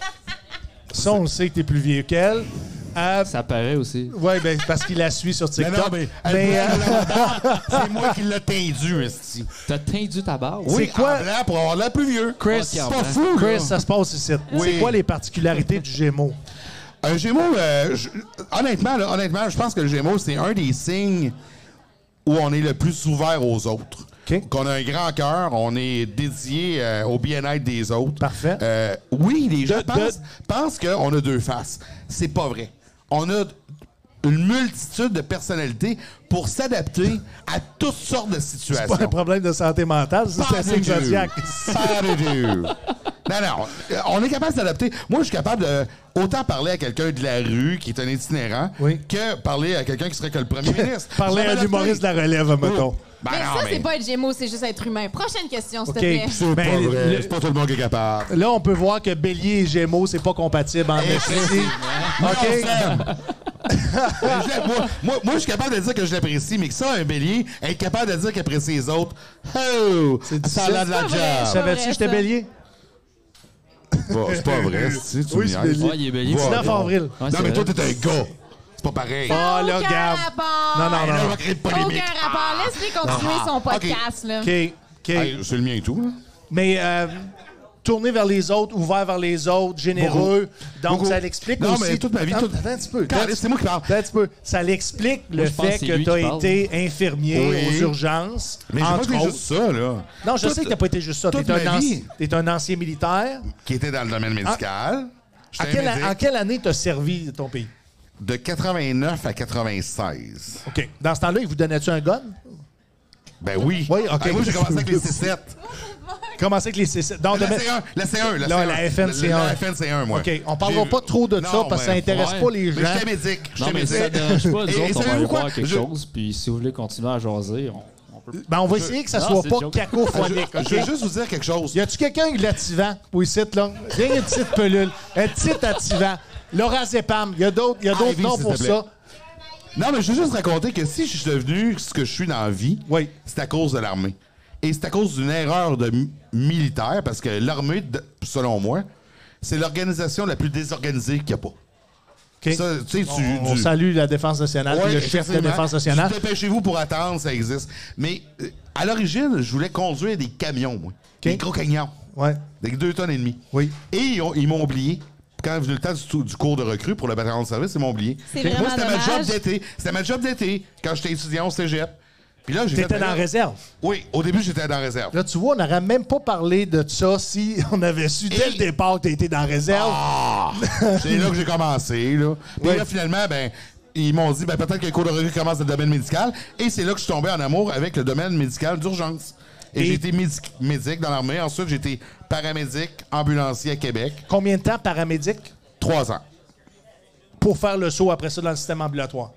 Ça, on le sait que t'es plus vieux qu'elle. Euh, Ça paraît aussi. Oui, ben, parce qu'il la suit sur Mais TikTok. non, mais, elle Mais, voulait euh, de la madame. C'est moi qui l'ai tendu, esti. T'as tendu ta barbe? Oui, C'est quoi- en blanc pour avoir l'air plus vieux. Chris, Ok, C'est en pas blanc. fou, là. Chris, ça se passe ici. Oui. C'est quoi les particularités du Gémeaux? Un Gémeaux, euh, je- honnêtement, là, honnêtement, je pense que le Gémeaux, c'est un des signes où on est le plus ouvert aux autres. OK. Qu'on a un grand cœur, on est dédié euh, au bien-être des autres. Parfait. Euh, oui, les gens De- pensent, pensent qu'on a deux faces. C'est pas vrai. On a une multitude de personnalités pour s'adapter à toutes sortes de situations. Pas un problème de santé mentale, ça, c'est Pas un signe du tout. zodiac. Pas du tout. Non, non. euh, On est capable de s'adapter. Moi, je suis capable de autant parler à quelqu'un de la rue qui est un itinérant Oui. que parler à quelqu'un qui serait que le premier ministre. Parler Je vais à un humoriste de la relève, mettons. Ben mais non, ça, mais c'est pas être Gémeaux, c'est juste être humain. Prochaine question, s'il OK. te plaît. c'est Ben, pas vrai. le- C'est pas tout le monde qui est capable. Là, on peut voir que Bélier et Gémeaux, c'est pas compatible en effet. Non, OK? Sam. Je l'aime- moi, moi, moi, je suis capable de dire que je l'apprécie, mais que ça, un bélier, être capable de dire qu'il apprécie les autres, oh, ça a l'air de la C'est pas vrai. job. Savais-tu que j'étais ça. Bélier? Bon, c'est pas vrai, si tu Oui, me c'est niaises. Bélier. Ouais, il est bélier. Ouais. dix-neuf avril. Ouais, Non, c'est mais toi, vrai. t'es un gars. C'est pas pareil. Ah, là, Aucun regarde. rapport. Non, non, Hey, là, non. on va créer de polémique. Aucun rapport. Laisse-les continuer Ah, son ok. podcast, là. OK. OK. Hey, c'est le mien et tout. Là. Mais euh, tourner vers les autres, ouvert vers les autres, généreux. Donc, Beaucoup. ça l'explique Non, aussi. mais toute ma vie, Attends, toute- attends un petit peu. Car- Attends, c'est moi qui parle. attends un petit peu. Ça l'explique le Moi, je pense fait que c'est que lui tu as qui parle. été infirmier Oui. aux urgences. Mais j'ai pas entre été autres. juste ça, là. Non, je Toute- sais que t'as pas été juste ça. toute T'es un, ma anci- vie. t'es un ancien militaire. Qui était dans le domaine médical. À J'étais quelle, un médic. en quelle année t'as servi ton pays? De quatre-vingt-neuf à quatre-vingt-seize. OK. Dans ce temps-là, ils vous donnaient-tu un gun? Ben oui. Oui, OK. Ah, moi, j'ai commencé avec les C sept. Commencez avec les C sept. Donc, La de- C un. La C un. La, Là, C un. la F N C un. La, la F N C un, moi. OK. On parlera J'ai- pas trop de ça Non, parce que ça mais- intéresse ouais. pas les Mais gens. j'étais médic. Non, J'étais mais ça médic. ne dérange pas. Nous Et- autres, et on va savez-vous aller quoi? voir quelque Je- chose. Puis si vous voulez continuer à jaser, on, on peut. Ben, on va essayer que ça Non, soit c'est pas joke. cacophonique. Je OK? veux juste vous dire quelque chose. Y a-tu quelqu'un qui l'activant pour ici, là? Viens une petite pelule. Un petit activant. Lorazepam. Y a d'autres, y a d'autres Ivy, noms s'il pour te plaît. ça. Non, mais je veux juste raconter que si je suis devenu ce que je suis dans la vie, Oui. c'est à cause de l'armée. Et c'est à cause d'une erreur de mi- militaire, parce que l'armée, de- selon moi, c'est l'organisation la plus désorganisée qu'il n'y a pas. OK. Ça, tu sais, tu- on, on du- salue la Défense nationale, puis Ouais, le chef de la effectivement. Défense nationale. Dépêchez-vous pour attendre, ça existe. Mais euh, à l'origine, je voulais conduire des camions, moi. Des gros camions. Ouais. Avec deux tonnes et demie. Oui. Et ils, ont- ils m'ont oublié. Quand est venu le temps du, du cours de recrue pour le bataillon de service, ils m'ont oublié. C'est Moi, vraiment c'était ma job dommage. d'été. C'était ma job d'été quand j'étais étudiant au cégep. Puis là, j'ai T'étais fait- dans la réserve. Oui, au début, j'étais dans la réserve. Là, tu vois, on n'aurait même pas parlé de ça si on avait su dès Et- le départ que tu été dans la réserve. Ah! C'est là que j'ai commencé, là. Puis Ouais. là, finalement, ben, ils m'ont dit, ben, peut-être que le cours de recrue commence dans le domaine médical. Et c'est là que je suis tombé en amour avec le domaine médical d'urgence. Et, Et- j'ai été médic, médic dans l'armée. Ensuite, j'ai été paramédic, ambulancier à Québec. Combien de temps paramédic Trois ans. pour faire le saut après ça dans le système ambulatoire?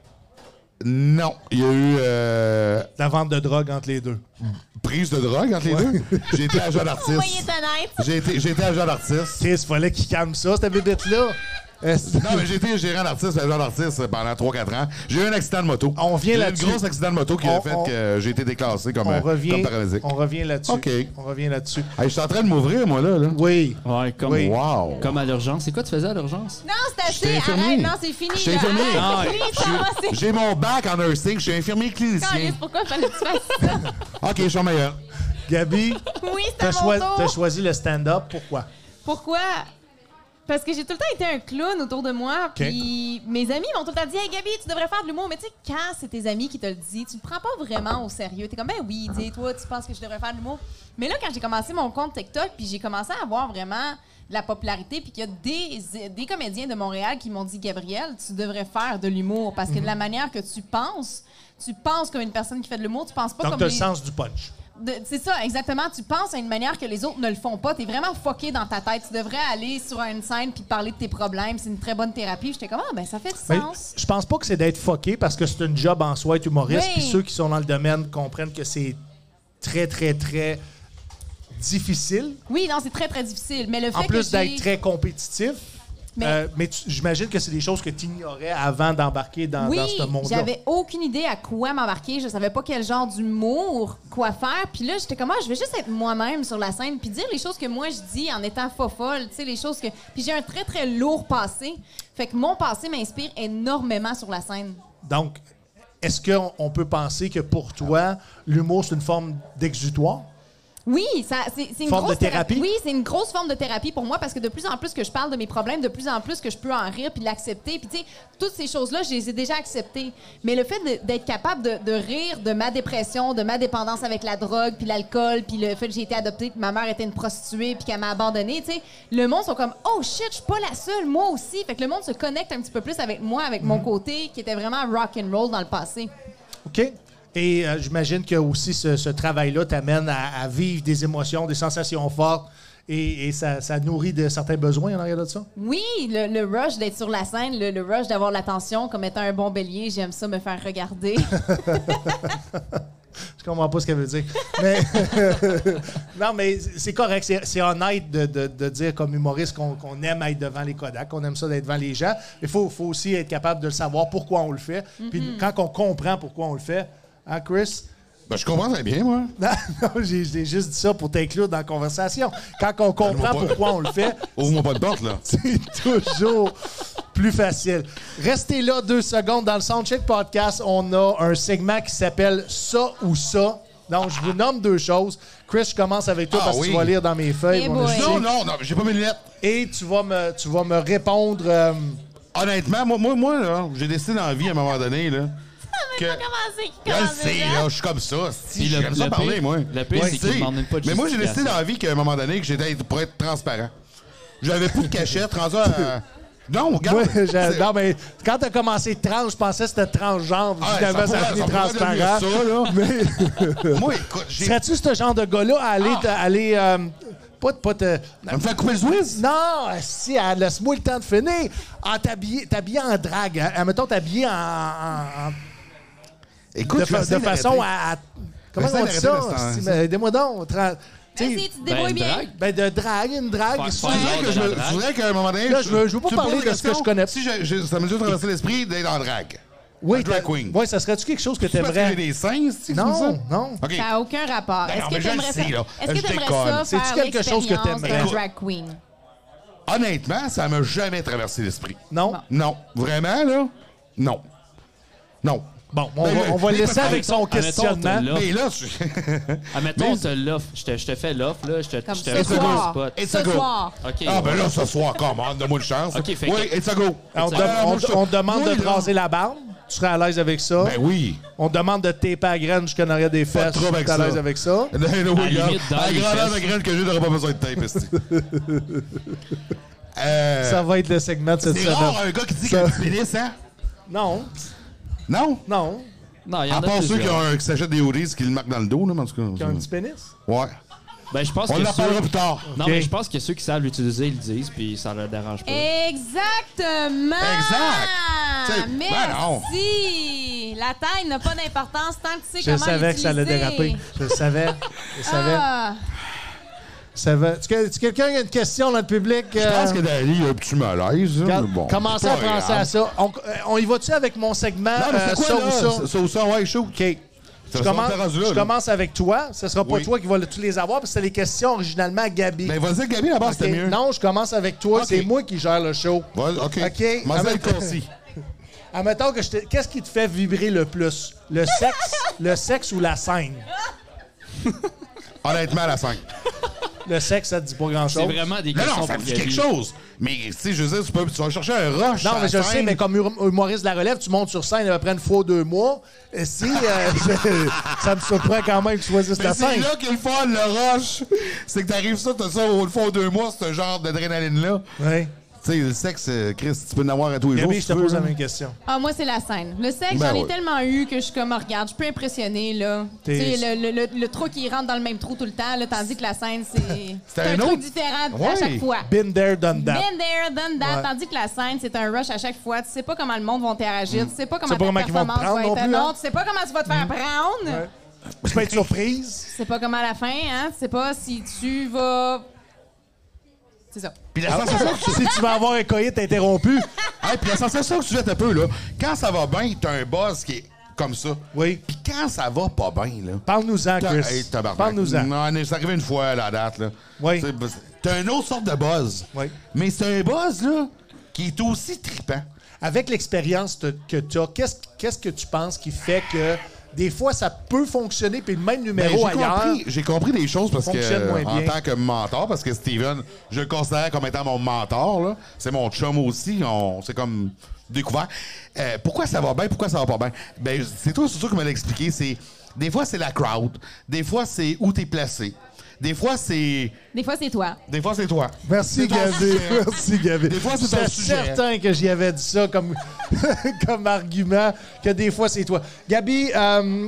Non, il y a eu euh, La vente de drogue entre les deux. prise de drogue entre les deux. J'ai été agent Au moins, il d'artiste. est honnête. J'ai été, j'ai été agent d'artiste. Chris, fallait qu'il calme ça, cette bébête-là. Est-ce- Non, mais j'ai été gérant d'artiste, agent d'artiste pendant trois quatre ans. J'ai eu un accident de moto. On vient J'ai eu là-dessus. un gros accident de moto qui On- a fait on- que j'ai été déclassé comme, On euh, revient, comme paramédic. on revient là-dessus. OK. On revient là-dessus. Hey, je suis en train de m'ouvrir, moi, là. là. Oui. Ouais, comme, Oui. Wow! comme à l'urgence. C'est quoi tu faisais à l'urgence? Non, c'est J'étais assez. infirmier. Arrête, non, c'est fini. J'étais là. infirmier. Arrête, Ah, c'est fini, ça va, c'est- J'ai mon bac en nursing, je suis infirmier clinicien. Calisse, pourquoi fallait que tu fasses ça? OK, je suis meilleur. Gabi, Oui, t'as c'était mon choi- tour. t'as choisi le stand-up. Pourquoi? Pourquoi? Parce que j'ai tout le temps été un clown autour de moi, puis mes amis m'ont tout le temps dit « Hey Gabi, tu devrais faire de l'humour. » Mais tu sais, quand c'est tes amis qui te le disent, tu le prends pas vraiment au sérieux. T'es comme « Ben oui, tu sais, toi, tu penses que je devrais faire de l'humour. » Mais là, quand j'ai commencé mon compte TikTok, puis j'ai commencé à avoir vraiment de la popularité, puis qu'il y a des, des comédiens de Montréal qui m'ont dit « Gabrielle, tu devrais faire de l'humour. » Parce que de la manière que tu penses, tu penses comme une personne qui fait de l'humour, tu penses pas Donc, comme t'as le les... sens du punch. De- C'est ça, exactement. Tu penses à une manière que les autres ne le font pas. T'es vraiment fucké dans ta tête. Tu devrais aller sur une scène puis parler de tes problèmes. C'est une très bonne thérapie. J'étais comme, ah, ben ça fait du Mais sens. je pense pas que c'est d'être fucké parce que c'est une job en soi être humoriste. Oui. Puis ceux qui sont dans le domaine comprennent que c'est très, très, très difficile. Oui, non, c'est très, très difficile. Mais le fait En plus que j'ai- d'être très compétitif. Mais- Euh, mais tu- j'imagine que c'est des choses que tu ignorais avant d'embarquer dans, Oui, dans ce monde-là. j'avais aucune idée à quoi m'embarquer. Je savais pas quel genre d'humour, quoi faire. Puis là, j'étais comme, ah, je vais juste être moi-même sur la scène puis dire les choses que moi je dis en étant fofolle, tu sais, les choses que... Puis j'ai un très, très lourd passé. Fait que mon passé m'inspire énormément sur la scène. Donc, est-ce qu'on on peut penser que pour toi, l'humour, c'est une forme d'exutoire? Oui, ça, c'est, c'est une Forme grosse de thérapie? Oui, c'est une grosse forme de thérapie pour moi parce que de plus en plus que je parle de mes problèmes, de plus en plus que je peux en rire puis l'accepter. Puis tu sais, toutes ces choses-là, je les ai déjà acceptées. Mais le fait de- d'être capable de, de rire de ma dépression, de ma dépendance avec la drogue puis l'alcool, puis le fait que j'ai été adoptée, puis ma mère était une prostituée puis qu'elle m'a abandonnée, tu sais, le monde sont comme oh shit, je suis pas la seule, moi aussi. Fait que le monde se connecte un petit peu plus avec moi, avec mon côté qui était vraiment rock and roll dans le passé. OK? Et euh, j'imagine que aussi ce, ce travail-là t'amène à, à vivre des émotions, des sensations fortes et, et ça, ça nourrit de certains besoins en arrière de ça. Oui, le, le rush d'être sur la scène, le, le rush d'avoir l'attention comme étant un bon bélier, j'aime ça me faire regarder. Je comprends pas ce qu'elle veut dire. Mais non, mais c'est correct. C'est, c'est honnête de, de- de dire comme humoriste qu'on, qu'on aime être devant les Kodak, qu'on aime ça d'être devant les gens. Il faut, faut aussi être capable de le savoir pourquoi on le fait. Puis quand on comprend pourquoi on le fait, hein, Chris? Ben, je comprends très bien, moi. Non, non, j'ai, j'ai juste dit ça pour t'inclure dans la conversation. Quand on comprend pas. pourquoi on le fait, Ouvre-moi pas de porte, là. c'est toujours plus facile. Restez là deux secondes. Dans le Soundcheck Podcast, on a un segment qui s'appelle « Ça ou ça ». Donc, je vous nomme deux choses. Chris, je commence avec toi Ah parce que oui. tu vas lire dans mes feuilles. Eh mon boy. esti. Non, non, non, j'ai pas mes lunettes. Et tu vas me, tu vas me répondre... euh, Honnêtement, moi, moi, moi là, j'ai décidé dans la vie, à un moment donné, là, que... Commencez, Je le sais, là, je suis comme ça. Si, Puis le- j'aime ça le parler, pire- moi. le pire, Ouais, c'est je qu'il sais. demande même pas de Mais moi, j'ai décidé justification. dans la vie qu'à un moment donné, que j'étais pour être transparent. J'avais plus de cachette, rendu à... Non, regarde. moi, j'ai- c'est- non, mais quand tu as commencé trans, je pensais que c'était transgenre. Ah, Finalement, ça ça a pourrait- fini ça pourrait devenir transparent. ça, là. Moi, écoute, j'ai... Serais-tu ce genre de gars-là à aller... Ah. te- aller euh, pas, pas te... Elle me fait couper le Swiss? Non, si, elle- laisse-moi le temps de finir. En t'habiller, t'habiller en drague. Hein. Admettons, t'habiller en... en- en- Écoute, de, je vais fa- essayer de façon d'arrêter. à... à- comment Je vais on dit essayer ça? d'arrêter Si, l'instant, mais Aidez-moi donc. Tra- tu sais, Vas-y, tu te Ben, débrouilles une bien. drague. ben, de drague, une drague. Faire- si faire tu- Tu voudrais que je me- de la tu voudrais qu'à un moment donné... Là, je veux- je veux pas tu me parler poses de la ce que question, je connais. Si je- je- ça m'a juste traversé l'esprit d'être en drague. Oui, un drag t'as- queen. Ouais, ça serait-tu quelque chose que C'est parce que j'ai t'aimerais? des seins, c'est Non, ça? non. OK. Ça n'a aucun rapport. Ben Est-ce non, que mais je le t'aimerais sais, ça? là. Est-ce que Je t'aimerais déconne. ça C'est-tu faire quelque chose que l'expérience t'aimerais? d'un drag queen? Honnêtement, ça m'a jamais traversé l'esprit. Non? Bon. Non. Vraiment, là? Non. Non. Bon, on, Ben, va, on va mais laisser peut-être- avec son Admettons, questionnement. t'as l'offre. Mais là, je... Admettons, Mais- on te l'offre. Je te, je te fais l'offre, là. Je te, Comme je te ce je te soir. spot. It's a Ce go. soir. OK. Ah, ben là, ce soir, comment? Donne-moi une chance. OK, fait oui, que- it's a go. On, Ça de- va, on- moi, je- on te demande oui, de te là. raser la barbe. Tu serais à l'aise avec ça. Ben oui. On te demande de te taper à la graine jusqu'en arrière des Pas de fesses. trouble Tu avec es à ça. l'aise avec ça. Non, non, À la regarde. limite, dans À la les grandeur de fesses. graine que j'ai, j'aurais pas besoin de tape, esti. euh, Ça va être le segment de cette C'est semaine. rare, un gars qui dit qu'il a un petit pénis, hein? Non, Non? non. Non, il y en À a part ceux qui, plusieurs. ont un- qui s'achètent des hoodies qui le marquent dans le dos, là, mais en tout cas. Qui a un petit pénis. Ouais. Ben, je pense On que en parlera ceux... plus tard. Non, Ok. mais je pense que ceux qui savent l'utiliser, ils le disent, puis ça leur dérange pas. Exactement! Exact. T'sais, ben non. Merci! La taille n'a pas d'importance tant que tu sais Je comment savais que ça allait l'utiliser. déraper. Je le savais. Je le savais. Ah, Ça va. Est-ce que, est-ce que quelqu'un a une question dans le public? Je pense que Dali a un petit malaise. Là, Regarde, mais bon, commencez c'est à pas penser grave. à ça. On, on y va-tu avec mon segment? Non, mais euh, c'est quoi, ça là? ou ça? Ça ou ça, ouais, chaud. OK. Je Ça commence, sort rendu là, je là. commence avec toi. Ce sera pas Oui. toi qui va le- tous les avoir, parce que c'est les questions originalement à Gabi. Ben, vas-y, Gabi, là-bas, OK. c'était mieux. Non, je commence avec toi. OK. C'est moi qui gère le show. Ouais, OK. OK. Moi, c'est Admettons- concis. Admettons que je te... Qu'est-ce qui te fait vibrer le plus? Le sexe, le sexe ou la scène? Honnêtement, à la cinq. Le sexe, ça te dit pas grand-chose. C'est vraiment des Non, questions non, ça pour me dit Gabi. quelque chose. Mais, tu sais, je veux dire, tu, peux, tu vas chercher un rush. Non, à mais la je le sais, scène. mais comme hum- humoriste de la relève, tu montes sur scène à peu près une fois deux mois. Et si, euh, je- ça me surprend quand même que tu choisisses Mais la c'est scène. là qu'il faut le rush. C'est que t'arrives ça, t'as ça au fond deux mois, ce genre d'adrénaline-là. Oui. Tu sais, le sexe, euh, Chris, tu peux en avoir à tous les jours. Gabi, si je te tu veux, pose la là. même question. Ah, moi, c'est la scène. Le sexe, Ben j'en ai ouais. tellement eu que je suis comme, oh, regarde, je peux impressionner, là. Tu T'es- sais, le, le, le, le trou qui rentre dans le même trou tout le temps, là, tandis que la scène, c'est c'est un un, truc autre- différent Ouais. à chaque fois. Been there, done that. Been there, done that. Ouais. Tandis que la scène, c'est un rush à chaque fois. Tu sais pas comment le monde va interagir. Tu sais pas comment sais pas ta comment ils vont te performance prendre va non être. plus, hein? Non, tu sais pas comment tu vas te faire prendre. Ouais. Tu peux être surprise. Tu sais pas comment à la fin, hein. Tu sais pas si tu vas... C'est ça. Puis la sensation que tu Si tu vas avoir un coït interrompu. Hey, puis la sensation que tu jettes un peu, là, quand ça va bien, t'as un buzz qui est comme ça. Oui. Puis quand ça va pas bien, là. Parle-nous-en, t'as- Chris. Hey, tabarnak. Parle-nous-en. Non, c'est arrivé une fois à la date, là. Oui. T'sais, T'as une autre sorte de buzz. Oui. Mais c'est un buzz, là, qui est aussi trippant. Avec l'expérience te- que tu as, qu'est-ce qu'est-ce que tu penses qui fait que des fois, ça peut fonctionner, puis le même Ben, numéro j'ai ailleurs... compris, j'ai compris des choses parce que fonctionne moins euh, en bien. tant que mentor, parce que Steven, je le considère comme étant mon mentor, là. C'est mon chum aussi, on s'est comme découvert. Euh, pourquoi ça va bien, pourquoi ça va pas bien? Ben, c'est toi, c'est sûr que me l'a expliqué, c'est des fois c'est la crowd, des fois c'est où t'es placé, des fois c'est Des fois, c'est toi. des fois c'est toi. Merci, C'est ton Gabi. sujet. Merci, Gabi. Des fois, c'est ton J'étais sujet. certain que j'y avais dit ça comme, comme argument, que des fois, c'est toi. Gabi, euh,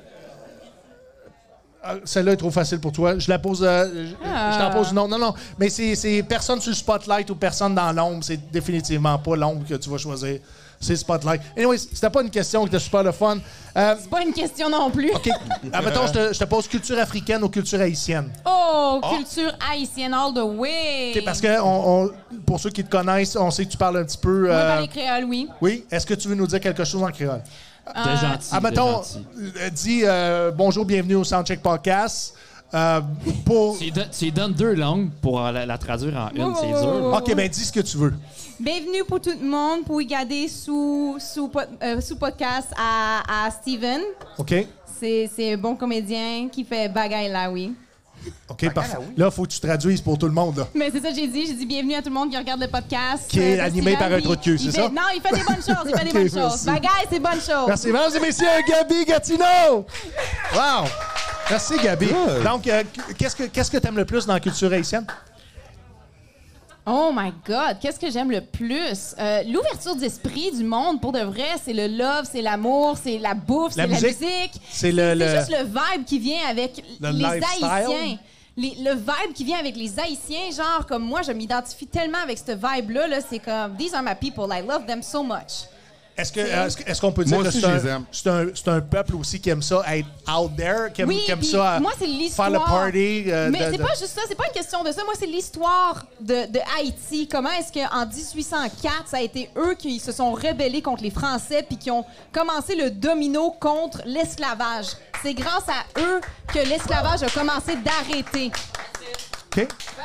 euh, celle-là est trop facile pour toi. Je la pose. euh, je, je t'en pose une autre. Non, non. Mais c'est, c'est personne sur le spotlight ou personne dans l'ombre. C'est définitivement pas l'ombre que tu vas choisir. C'est spotlight. Anyway, c'était pas une question qui était super le fun. Euh, C'est pas une question non plus. OK. Admettons, je te, je te pose culture africaine ou culture haïtienne. Oh, culture haïtienne all the way. OK, parce que on, on- pour ceux qui te connaissent, on sait que tu parles un petit peu. Moi, euh, parler créole, oui. oui. Est-ce que tu veux nous dire quelque chose en créole? T'es gentil. t'es Admettons, gentil. euh, dis euh, bonjour, bienvenue au Soundcheck Podcast. Euh, pour... Tu lui don- tu lui donnes deux langues pour euh, la, la traduire en une, Ouais, c'est ouais, dur. ouais, ouais. OK, ben dis ce que tu veux. Bienvenue pour tout le monde pour regarder sous, sous, pod- euh, sous podcast à, à Steven. OK? C'est c'est un bon comédien qui fait bagaille là, oui. OK, parfait. Là, il faut que tu traduises pour tout le monde. Là. Mais c'est ça que j'ai dit. J'ai dit bienvenue à tout le monde qui regarde le podcast. Qui est de animé Steven, par un puis trou de cul, il c'est fait- ça? Non, il fait des bonnes choses. Il fait OK, des bonnes merci. choses. Bagaille, c'est bonnes choses. Merci, mesdames et messieurs, Gabi Gatineau! Wow! Merci, Gabi. Good. Donc, euh, qu'est-ce que qu'est-ce que tu aimes le plus dans la culture haïtienne? Oh my God, qu'est-ce que j'aime le plus? Euh, L'ouverture d'esprit du monde, pour de vrai, c'est le love, c'est l'amour, c'est la bouffe, La c'est la musique. musique. C'est le- C'est le- juste le vibe qui vient avec Le les lifestyle. Haïtiens. Les- le vibe qui vient avec les Haïtiens, genre comme moi, je m'identifie tellement avec ce vibe-là. Là, c'est comme, these are my people, I love them so much. Est-ce que est-ce que- est-ce qu'on peut dire Moi que aussi, c'est je les un, aime. c'est un, c'est un peuple aussi qui aime ça, être out there, qui aime, Oui, qui aime puis ça, moi, c'est l'histoire. faire le party. euh, Mais de- c'est de- pas juste ça, c'est pas une question de ça. Moi, c'est l'histoire de, de Haïti. Comment est-ce qu'en dix-huit cent quatre, ça a été eux qui se sont rebellés contre les Français puis qui ont commencé le domino contre l'esclavage. C'est grâce à eux que l'esclavage a commencé d'arrêter. OK.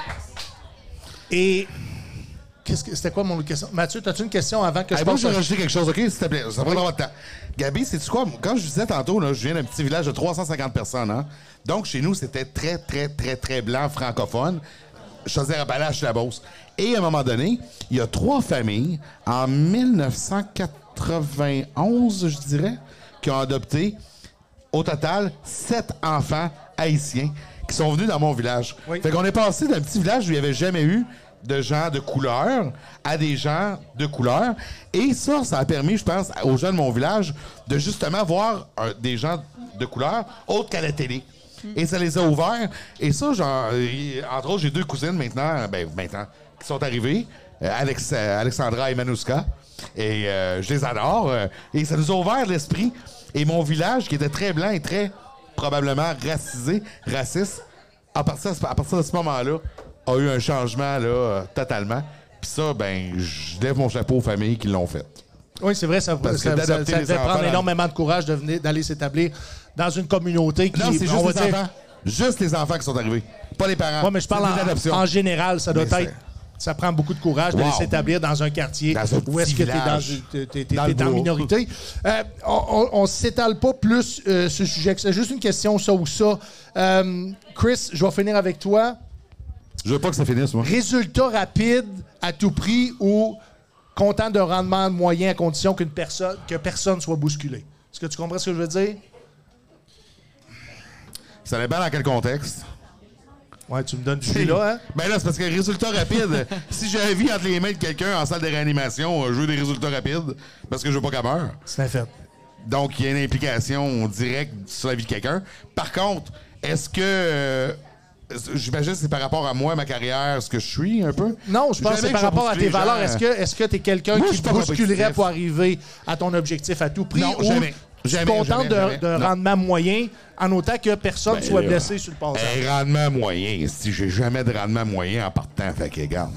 Et qu'est-ce que c'était quoi mon question? Mathieu, as-tu une question avant que je Hey, moi, passe je vais à- rajouter quelque chose, OK, s'il te plaît? Ça prendra votre temps. Gabi, c'est-tu quoi? Quand je disais tantôt, là, je viens d'un petit village de trois cent cinquante personnes, hein? Donc, chez nous, c'était très, très, très, très blanc, francophone. Chaudière-Appalaches-la-Beauce. Et à un moment donné, il y a trois familles, en mille neuf cent quatre-vingt-onze, je dirais, qui ont adopté, au total, sept enfants haïtiens qui sont venus dans mon village. Oui. Fait qu'on est passé d'un petit village où il n'y avait jamais eu de gens de couleur à des gens de couleur. Et ça, ça a permis, je pense, aux gens de mon village de justement voir euh, des gens de couleur autres qu'à la télé. Et ça les a ouverts. Et ça, genre, euh, entre autres, j'ai deux cousines maintenant, ben maintenant, qui sont arrivées, euh, Alex, euh, Alexandra et Manouska. Et euh, je les adore. euh, et ça nous a ouvert l'esprit. Et mon village, qui était très blanc et très probablement racisé, raciste, à partir, à partir de ce moment-là, a eu un changement là, euh, totalement. Puis ça, ben, je lève mon chapeau aux familles qui l'ont fait. Oui, c'est vrai, ça, Parce ça, que ça, d'adopter ça les devait enfants prendre dans- énormément de courage de venir- d'aller s'établir dans une communauté qui... Non, c'est on juste va les dire- enfants. Juste les enfants qui sont arrivés. Pas les parents. Ouais, mais je parle C'est des adoptions. en, en général, ça doit Mais être... Ça prend beaucoup de courage d'aller Wow. s'établir dans un quartier Dans un où est-ce petit que tu es dans, village. t'es- t'es- t'es Dans le en bois. minorité. Euh, on ne s'étale pas plus euh, ce sujet que ça. Juste une question, ça ou ça. Euh, Chris, je vais finir avec toi. Je veux pas que ça finisse, moi. Résultat rapide à tout prix ou content d'un rendement moyen à condition qu'une personne, que personne soit bousculé. Est-ce que tu comprends ce que je veux dire? Ça dépend dans quel contexte. Ouais, tu me donnes du jus là, hein? Ben là, c'est parce que résultat rapide, si j'ai la vie entre les mains de quelqu'un en salle de réanimation, euh, je veux des résultats rapides parce que je veux pas qu'elle meure. C'est un fait. Donc, il y a une implication directe sur la vie de quelqu'un. Par contre, est-ce que... euh, j'imagine que c'est par rapport à moi, ma carrière, ce que je suis, un peu? Non, je pense que c'est Jamais par je vais rapport à bousculer tes les valeurs. gens. Est-ce que est-ce que tu es quelqu'un Moi, je qui suis te pas bousculerait compétitif. pour arriver à ton objectif à tout prix? Non, ou jamais. tu es Jamais, content jamais, d'un jamais. d'un Non. rendement moyen en autant que personne Ben, soit là, blessé sur le passage? Un rendement moyen. Si j'ai jamais de rendement moyen en partant, fait que regarde.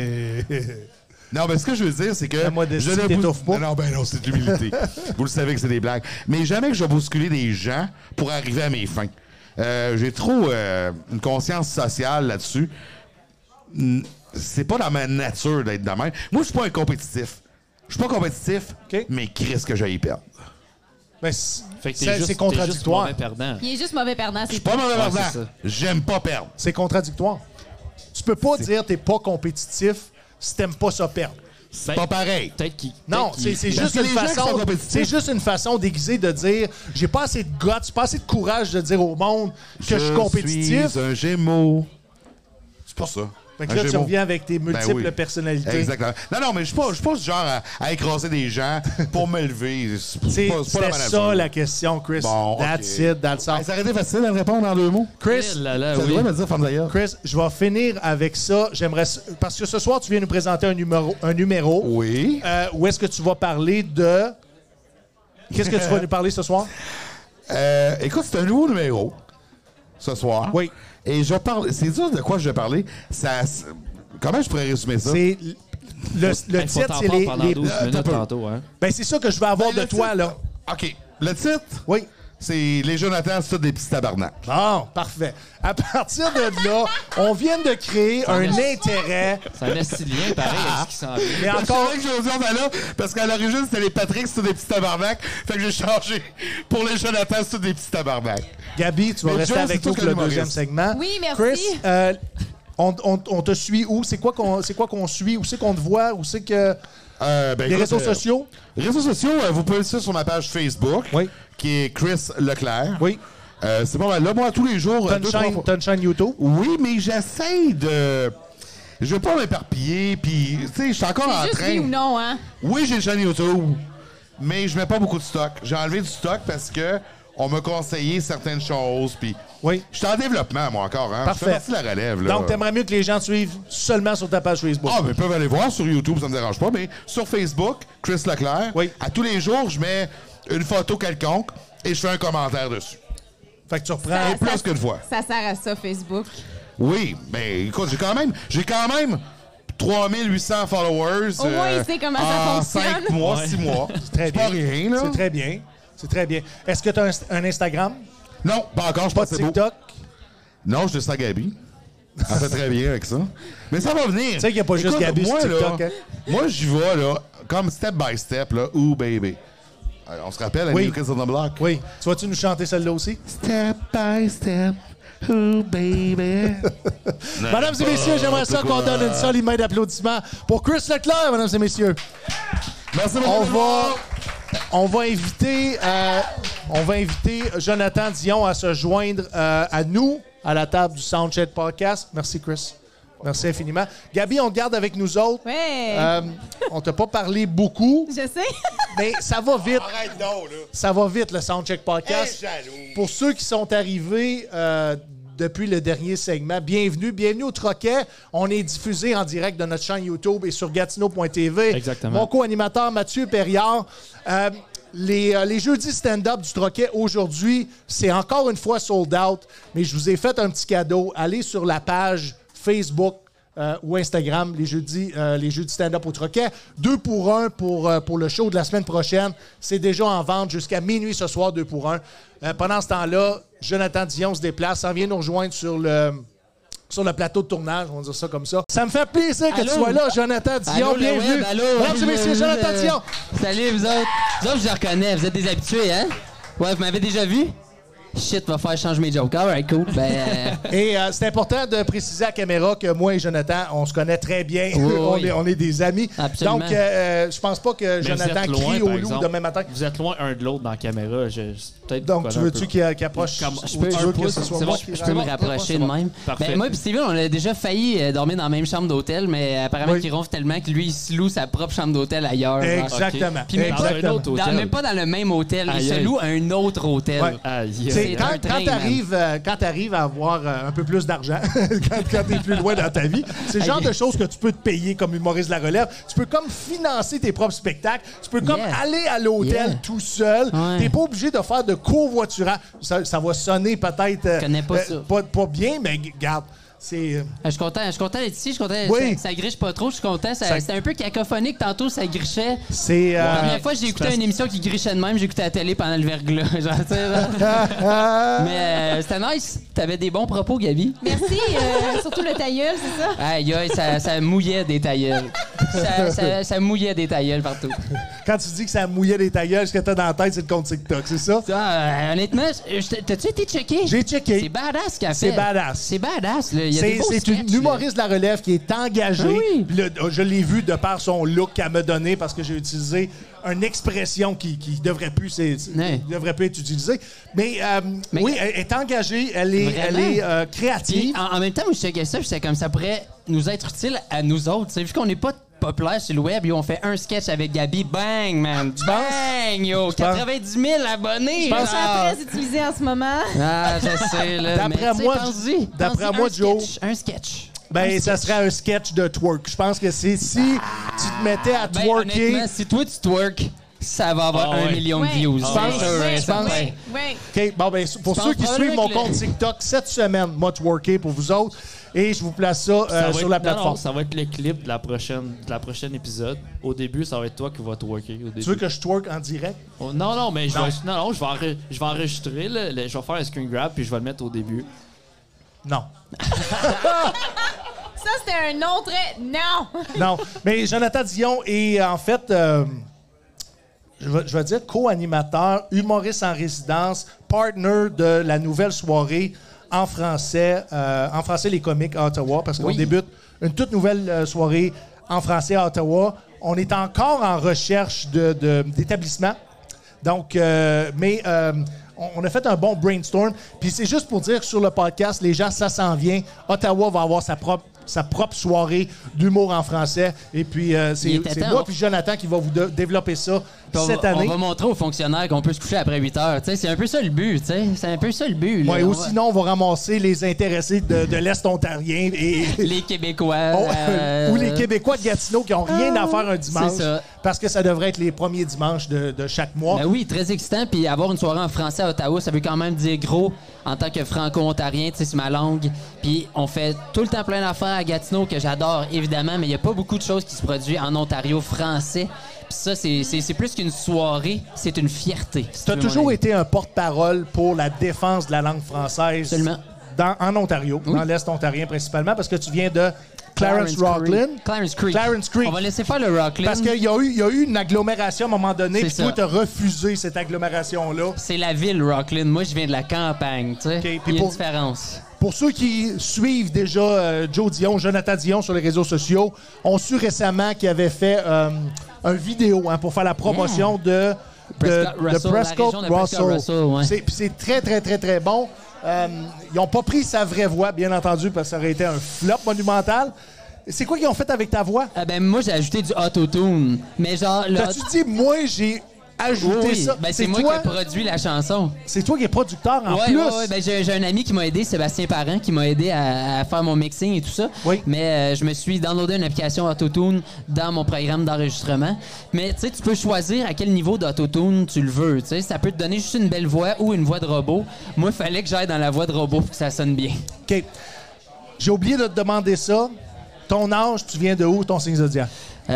Non, mais ce que je veux dire, c'est que... La modestie je ne t'étouffe bous- pas. Non, ben non, c'est de l'humilité. Vous le savez que c'est des blagues. Mais jamais que je vais bousculer des gens pour arriver à mes fins. Euh, j'ai trop euh, une conscience sociale là-dessus. Mm, C'est pas dans ma nature d'être de même. Moi, je suis pas un compétitif. Je suis pas compétitif, OK. mais Chris que j'aille perdre. Ben, c'est Fait que t'es c'est- juste, c'est t'es contradictoire. juste mauvais perdant. Il est juste mauvais perdant. Je C'est suis pas mauvais Ouais, perdant. c'est ça. J'aime pas perdre. C'est contradictoire. Tu peux pas dire que t'es pas compétitif si t'aimes pas ça perdre. C'est pas pareil. Peut-être qu'il. Non, peut-être c'est qu'il- c'est Parce juste que une les gens qui sont façon. compétitifs- C'est juste une façon déguisée de dire j'ai pas assez de guts, pas assez de courage de dire au monde que je, suis compétitif. suis un gémeau. C'est pas ça. Fait que Un là, tu gémeau. reviens avec tes multiples Ben oui. personnalités. Exactement. Non, non, mais je suis pas, je suis pas ce genre à, à écraser des gens pour me lever. C'est pas, C'est c'est pas c'était dans ma ça nature. la question, Chris. Bon, That's ok. it, that's all. Hey, ça aurait été facile de répondre en deux mots. Chris, Eh là là, Ça oui. devrait me dire, femme d'ailleurs. Chris, je vais finir avec ça. J'aimerais parce que ce soir tu viens nous présenter un numéro, un numéro. Oui. Euh, où est-ce que tu vas parler de Qu'est-ce que tu vas nous parler ce soir? Euh, écoute, c'est un nouveau numéro ce soir. Oui. Et je parle. C'est dur de quoi je vais parler. Ça. Comment je pourrais résumer ça? C'est le, le Hey, faut titre, t'en c'est parler les, pendant les- douze euh, minutes t'as peu. tantôt, hein. Ben c'est ça que je veux avoir Ben, de le toi titre- là. OK. Le titre, Oui. c'est Les Jonathan, c'est tous des petits tabarnak. Bon, parfait. À partir de là, on vient de créer un intérêt. C'est un estilien, pareil, avec ce qui s'en vient. Mais C'est encore, vrai que j'ai osé en là, parce qu'à l'origine, c'était les Patrick, c'était des petits tabarnak. Fait que j'ai changé. Pour les Jonathan, c'est des petits tabarnak. Gabi, tu vas Mais rester Joe, avec c'est nous tout pour le ce que deuxième l'humoriste. segment. Oui, merci. Chris, euh, on, on- on te suit où? C'est quoi qu'on c'est quoi qu'on suit? Où c'est qu'on te voit? Où c'est que... Euh, ben, Les écoute, réseaux euh, sociaux? Réseaux sociaux, euh, vous pouvez le suivre sur ma page Facebook, Oui. qui est Chris Leclerc. Oui. Euh, c'est pas mal. Là, moi, tous les jours. T'as euh, une, deux, trois chaîne, fois- t'as une chaîne YouTube? Oui, mais j'essaie de. Je veux pas m'éparpiller, puis, tu sais, je suis encore en juste train. oui ou non, hein? Oui, j'ai une chaîne YouTube, mais je mets pas beaucoup de stock. J'ai enlevé du stock parce que on m'a conseillé certaines choses, puis Oui. je suis en développement, moi, encore. Hein? Parfait. Je fais partie de la relève, là. Donc, t'aimerais mieux que les gens te suivent seulement sur ta page Facebook? Ah, mais ils peuvent aller voir sur YouTube, ça me dérange pas, mais sur Facebook, Chris Leclerc, Oui. à tous les jours, je mets une photo quelconque et je fais un commentaire dessus. Fait que tu reprends... Et plus qu'une fois. Ça sert à ça, Facebook. Oui, mais écoute, j'ai quand même, j'ai quand même trois mille huit cents followers. Au moins, il sait comment ça en fonctionne. cinq mois, Ouais. six mois. C'est très C'est bien. pas rien, là. C'est très bien. C'est très bien. Est-ce que tu as un, un Instagram? Non, pas encore, je Pas pense de que c'est beau. TikTok? Non, je dis ça à Gabi. Elle fait très bien avec ça. Mais ça va venir. Tu sais qu'il n'y a pas juste Écoute, Gabi sur moi, TikTok, là, hein? moi, j'y vais, là, comme step by step, là. Ooh, baby. Euh, On se rappelle, Oui. New Kids on the Block? Oui. Tu vas-tu nous chanter celle-là aussi? Step by step. Ooh, baby. Mesdames et messieurs, j'aimerais ça qu'on donne une solide main d'applaudissement pour Chris Leclerc, mesdames et messieurs. Merci beaucoup. On tout le va, monde. on va inviter, euh, on va inviter Jonathan Dion à se joindre euh, à nous à la table du Soundcheck Podcast. Merci, Chris. Merci infiniment. Gabi, on te garde avec nous autres. Ouais. Euh, on t'a pas parlé beaucoup, Je sais. mais ça va vite. Arrête donc, là. Ça va vite, le Soundcheck Podcast. Hey, jaloux. Pour ceux qui sont arrivés euh, depuis le dernier segment, bienvenue. Bienvenue au Troquet. On est diffusé en direct de notre chaîne YouTube et sur gatineau point t v. Exactement. Mon co-animateur Mathieu Perriard. Euh, Les, euh, les jeudis stand-up du Troquet aujourd'hui, c'est encore une fois sold out, mais je vous ai fait un petit cadeau. Allez sur la page Facebook euh, ou Instagram, les jeudis, euh, les jeudis stand-up au Troquet. Deux pour un pour, euh, pour le show de la semaine prochaine. C'est déjà en vente jusqu'à minuit ce soir, deux pour un. Euh, pendant ce temps-là, Jonathan Dion se déplace, s'en vient nous rejoindre sur le... sur le plateau de tournage, on va dire ça comme ça. Ça me fait plaisir que Allô? tu sois là, Jonathan Dion. Allô, Bienvenue. le web, allô? Mesdames et messieurs, Je- Jonathan je- Dion. Salut, vous autres. Vous autres, je vous reconnais. Vous êtes des habitués, hein? Ouais, vous m'avez déjà vu? Shit, va faire changer mes jokes. Alright, cool. Ben, euh, Et euh, c'est important de préciser à la caméra que moi et Jonathan, on se connaît très bien. Oui, on, oui. est, on est des amis. Absolument. Donc, euh, euh, je pense pas que Mais vous Jonathan êtes loin, crie par au loup exemple. demain matin. Vous êtes loin un de l'autre dans la caméra. Je, je- peut-être Donc, qu'on tu connaît un veux-tu peu. qu'il qu'il approche Comme- ou je peux- tu un veux que pouce, ce soit c'est moi bon, qui je peux me rentre? rapprocher c'est de bon. même. Parfait. Ben, moi et Steven, on a déjà failli euh, dormir dans la même chambre d'hôtel, mais apparemment Oui. qu'il ronfle tellement que lui, il se loue sa propre chambre d'hôtel ailleurs. genre. Exactement. Puis même Dans un Exactement. autre Dans- hôtel. même pas dans le même hôtel. Il Aïe, se aïe. loue un autre hôtel. Ouais. Aïe, Tu sais, aïe, quand un train, quand t'arrives euh, quand t'arrives à avoir euh, un peu plus d'argent, quand, quand t'es plus loin dans ta vie, c'est le genre Aïe. de choses que tu peux te payer comme humoriste de la relève. Tu peux comme financer tes propres spectacles. Tu peux comme Yeah. aller à l'hôtel Yeah. tout seul. Ouais. T'es pas obligé de faire de covoiturage. Ça, ça va sonner peut-être euh, Je connais pas ça. pas, pas bien, mais g- garde, c'est... euh, Je suis content, je suis content d'être ici, je suis content. Oui. Ça, ça griche pas trop, je suis content. Ça- Ça- C'était un peu cacophonique tantôt, ça grichait. c'est euh, La première fois que j'ai écouté c'est une émission qui grichait de même, j'ai écouté la télé pendant le verglas. Genre, tu sais, genre. Mais euh, c'était nice. T'avais des bons propos, Gabi. Merci, euh, surtout le tailleul, c'est ça? Aïe, aïe, ça, ça mouillait des tailleuls. Ça, ça, ça mouillait des tailleuls partout. quand tu dis que ça mouillait les tailleures, ce que t'as dans la tête, c'est le compte TikTok, c'est ça? Ah, euh, honnêtement, je- je- t'as-tu été checké? J'ai checké. C'est badass ce qu'elle fait. C'est badass. C'est badass, là. Il y a des C'est beaux c'est une sketchs, là. humoriste de la relève qui est engagée. Ah oui. Puis là, je l'ai vu de par son look qu'elle m'a donné parce que j'ai utilisé une expression qui, qui devrait plus c'est- c'est- Ouais. devrait plus être utilisée. Mais, euh, Mais- oui, elle est engagée, elle est, Vraiment? elle est euh, Puis, créative. en, en même temps, moi, je checkais ça, puis c'était comme ça pourrait nous être utile à nous autres. Tu sais, vu qu'on n'est pas populaire sur le web, yo, on fait un sketch avec Gabi, bang, man. Tu penses? Bang, yo, quatre-vingt-dix mille abonnés. Je pense- genre. C'est très utilisé en ce moment. Ah, je sais, là. D'après mais, tu sais, moi, pense-y, d'après pense-y, moi, un Joe- sketch, Un sketch. Ben, Un ça sketch. serait un sketch de twerk. Je pense que c'est si tu te mettais à Ben, twerker. honnêtement, si toi, tu twerk, ça va avoir Ah un ouais. million de Ouais. views. Ah C'est ouais. sûr, Ouais, je pense. ouais, ouais. OK, bon, ben, pour Tu ceux penses qui suivent mon probablement que compte le- TikTok, cette semaine, moi, twerker pour vous autres. Et je vous place ça, euh, Ça va sur être- la non, plateforme. non, ça va être le clip de la prochaine, de la prochaine épisode. Au début, ça va être toi qui vas twerker. Au début. Tu veux que je twerk en direct? Oh, non, non, mais je Non. vais, non, non, je vais, enre- je vais enregistrer. Là, le- je vais faire un screen grab puis je vais le mettre au début. Non. Ça, c'était un autre... Non! Non. Mais Jonathan Dion est en fait, euh, je, vais, je vais dire co-animateur, humoriste en résidence, partner de la nouvelle soirée en français, euh, en français les comiques à Ottawa, parce qu'on Oui. débute une toute nouvelle euh, soirée en français à Ottawa. On est encore en recherche de- de- d'établissement. Donc, euh, mais euh, on, on a fait un bon brainstorm. Puis c'est juste pour dire que sur le podcast, les gens, ça s'en vient. Ottawa va avoir sa propre sa propre soirée d'humour en français. Et puis, euh, c'est Il était c'est temps. moi puis Jonathan qui va vous de- développer ça Puis on cette va- année. On va montrer aux fonctionnaires qu'on peut se coucher après huit heures. Tu sais, c'est un peu ça le but. tu sais. C'est un peu ça le but. là. Ouais, On ou va- sinon, on va ramasser les intéressés de, de l'Est ontarien et, Les Québécois. Oh, euh, ou les Québécois de Gatineau qui n'ont rien à faire un dimanche. c'est ça. Parce que ça devrait être les premiers dimanches de, de chaque mois. Ben oui, très excitant. Puis avoir une soirée en français à Ottawa, ça veut quand même dire gros en tant que franco-ontarien. Tu sais, c'est ma langue. Puis on fait tout le temps plein d'affaires à Gatineau que j'adore, évidemment, mais il n'y a pas beaucoup de choses qui se produisent en Ontario français. Puis ça, c'est, c'est, c'est plus qu'une soirée, c'est une fierté. si Tu as tu veux mon toujours avis. été un porte-parole pour la défense de la langue française Absolument. dans, en Ontario, Oui. dans l'Est ontarien principalement, parce que tu viens de Clarence, Rockland. Creek. Clarence Creek. Clarence Creek. On va laisser faire le Rockland. Parce qu'il y, a eu- il y a eu une agglomération à un moment donné, C'est puis ça. toi, tu as refusé cette agglomération-là. C'est la ville Rockland. Moi, je viens de la campagne, tu sais. OK, puis Il y a pour- une différence. Pour ceux qui suivent déjà euh, Joe Dion, Jonathan Dion sur les réseaux sociaux, ont su récemment qu'il avait fait euh, un vidéo hein, pour faire la promotion de, de, Prescott de Russell, la région de Prescott Russell, ouais. C'est- puis c'est très, très, très, très bon. Euh, ils n'ont pas pris sa vraie voix, bien entendu, parce que ça aurait été un flop monumental. C'est quoi qu'ils ont fait avec ta voix? Ah ben, moi, j'ai ajouté du auto-tune. Mais genre, le T'as-tu dit, moi, j'ai ajouté Oui, ça. ben, c'est c'est moi toi, qui ai produit la chanson. c'est toi qui es producteur en Ouais, plus. ouais, ouais. Ben, j'ai, j'ai un ami qui m'a aidé, Sébastien Parent, qui m'a aidé à, à faire mon mixing et tout ça. Oui. Mais euh, je me suis downloadé une application Autotune dans mon programme d'enregistrement. Mais tu sais, tu peux choisir à quel niveau d'Autotune tu le veux. Tu sais, ça peut te donner juste une belle voix ou une voix de robot. Moi, il fallait que j'aille dans la voix de robot pour que ça sonne bien. OK. J'ai oublié de te demander ça. Ton âge, tu viens de où, ton signe zodiac?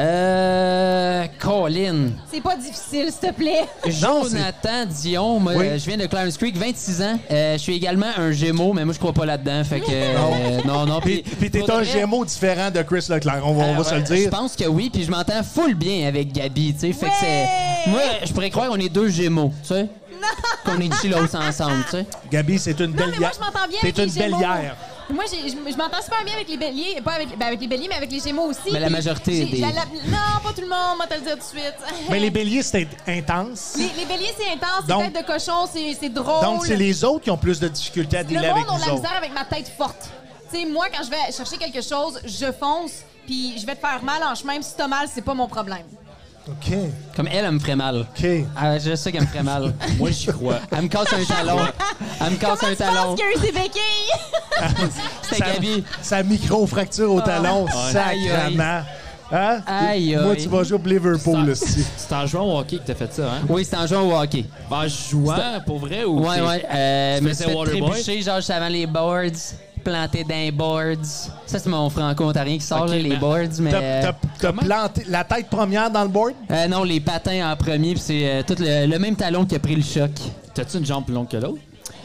Euh. Colin. C'est pas difficile, s'il te plaît. Non, Jonathan Dion, moi, Oui. euh, je viens de Clarence Creek, vingt-six ans. Euh, je suis également un Gémeaux, mais moi, je crois pas là-dedans. Fait que. euh, non, non. Puis, puis t'es pour un de vrai, Gémeaux différent de Chris Leclerc, on va, on va euh, se le Je dire. pense que oui, puis je m'entends full bien avec Gabi, tu sais. Fait que Ouais! c'est. Moi, je pourrais croire qu'on est deux Gémeaux, tu sais. Qu'on est chillos ensemble, tu sais. Gabi, c'est une Non, belle mais moi, je m'entends bien avec T'es les une Gémeaux. bellière. Moi, j'ai- je, je m'entends super bien avec les béliers. Pas avec, ben, avec les béliers, mais avec les gémeaux aussi. Mais la Puis majorité j'ai- des- j'ai la- Non, pas tout le monde, moi, te le dire tout de suite. Mais les béliers, c'est intense. Les, les béliers, c'est intense, c'est Donc- tête de cochon, c'est c'est drôle. Donc, c'est les autres qui ont plus de difficultés à Le dealer monde avec a de nous la autres. misère avec ma tête forte. Tu sais, moi, quand je vais chercher quelque chose, je fonce, puis je vais te faire mal en chemin. Puis si t'as mal, c'est pas mon problème. OK. Comme elle, elle me ferait mal. OK. Ah, je sais qu'elle me ferait mal. Moi, j'y crois. Elle me casse un talon. Elle me casse Comment un tu talon. penses qu'il y a eu ces béquilles? C'était Gabi. Sa micro-fracture au talon, Aïe, aïe. sacrement. Hein? Aïe, Moi, aïe. tu vas jouer pour Liverpool, C'est aussi. c'est en jouant au hockey que t'as fait ça, hein? Oui, c'est en jouant au hockey. En jouant, pour vrai, ou Ouais, t'es- ouais. Euh, tu me suis faisais fait Waterboy? trébucher, genre, juste avant les boards, planté dans les boards. Ça, c'est mon franco-ontarien qui sort, Ok, là, les mais- boards, mais... T'as euh, t'as- t'as planté la tête première dans le board? euh, non, les patins en premier, puis c'est euh, tout le, le même talon qui a pris le choc. T'as-tu une jambe plus longue que l'autre?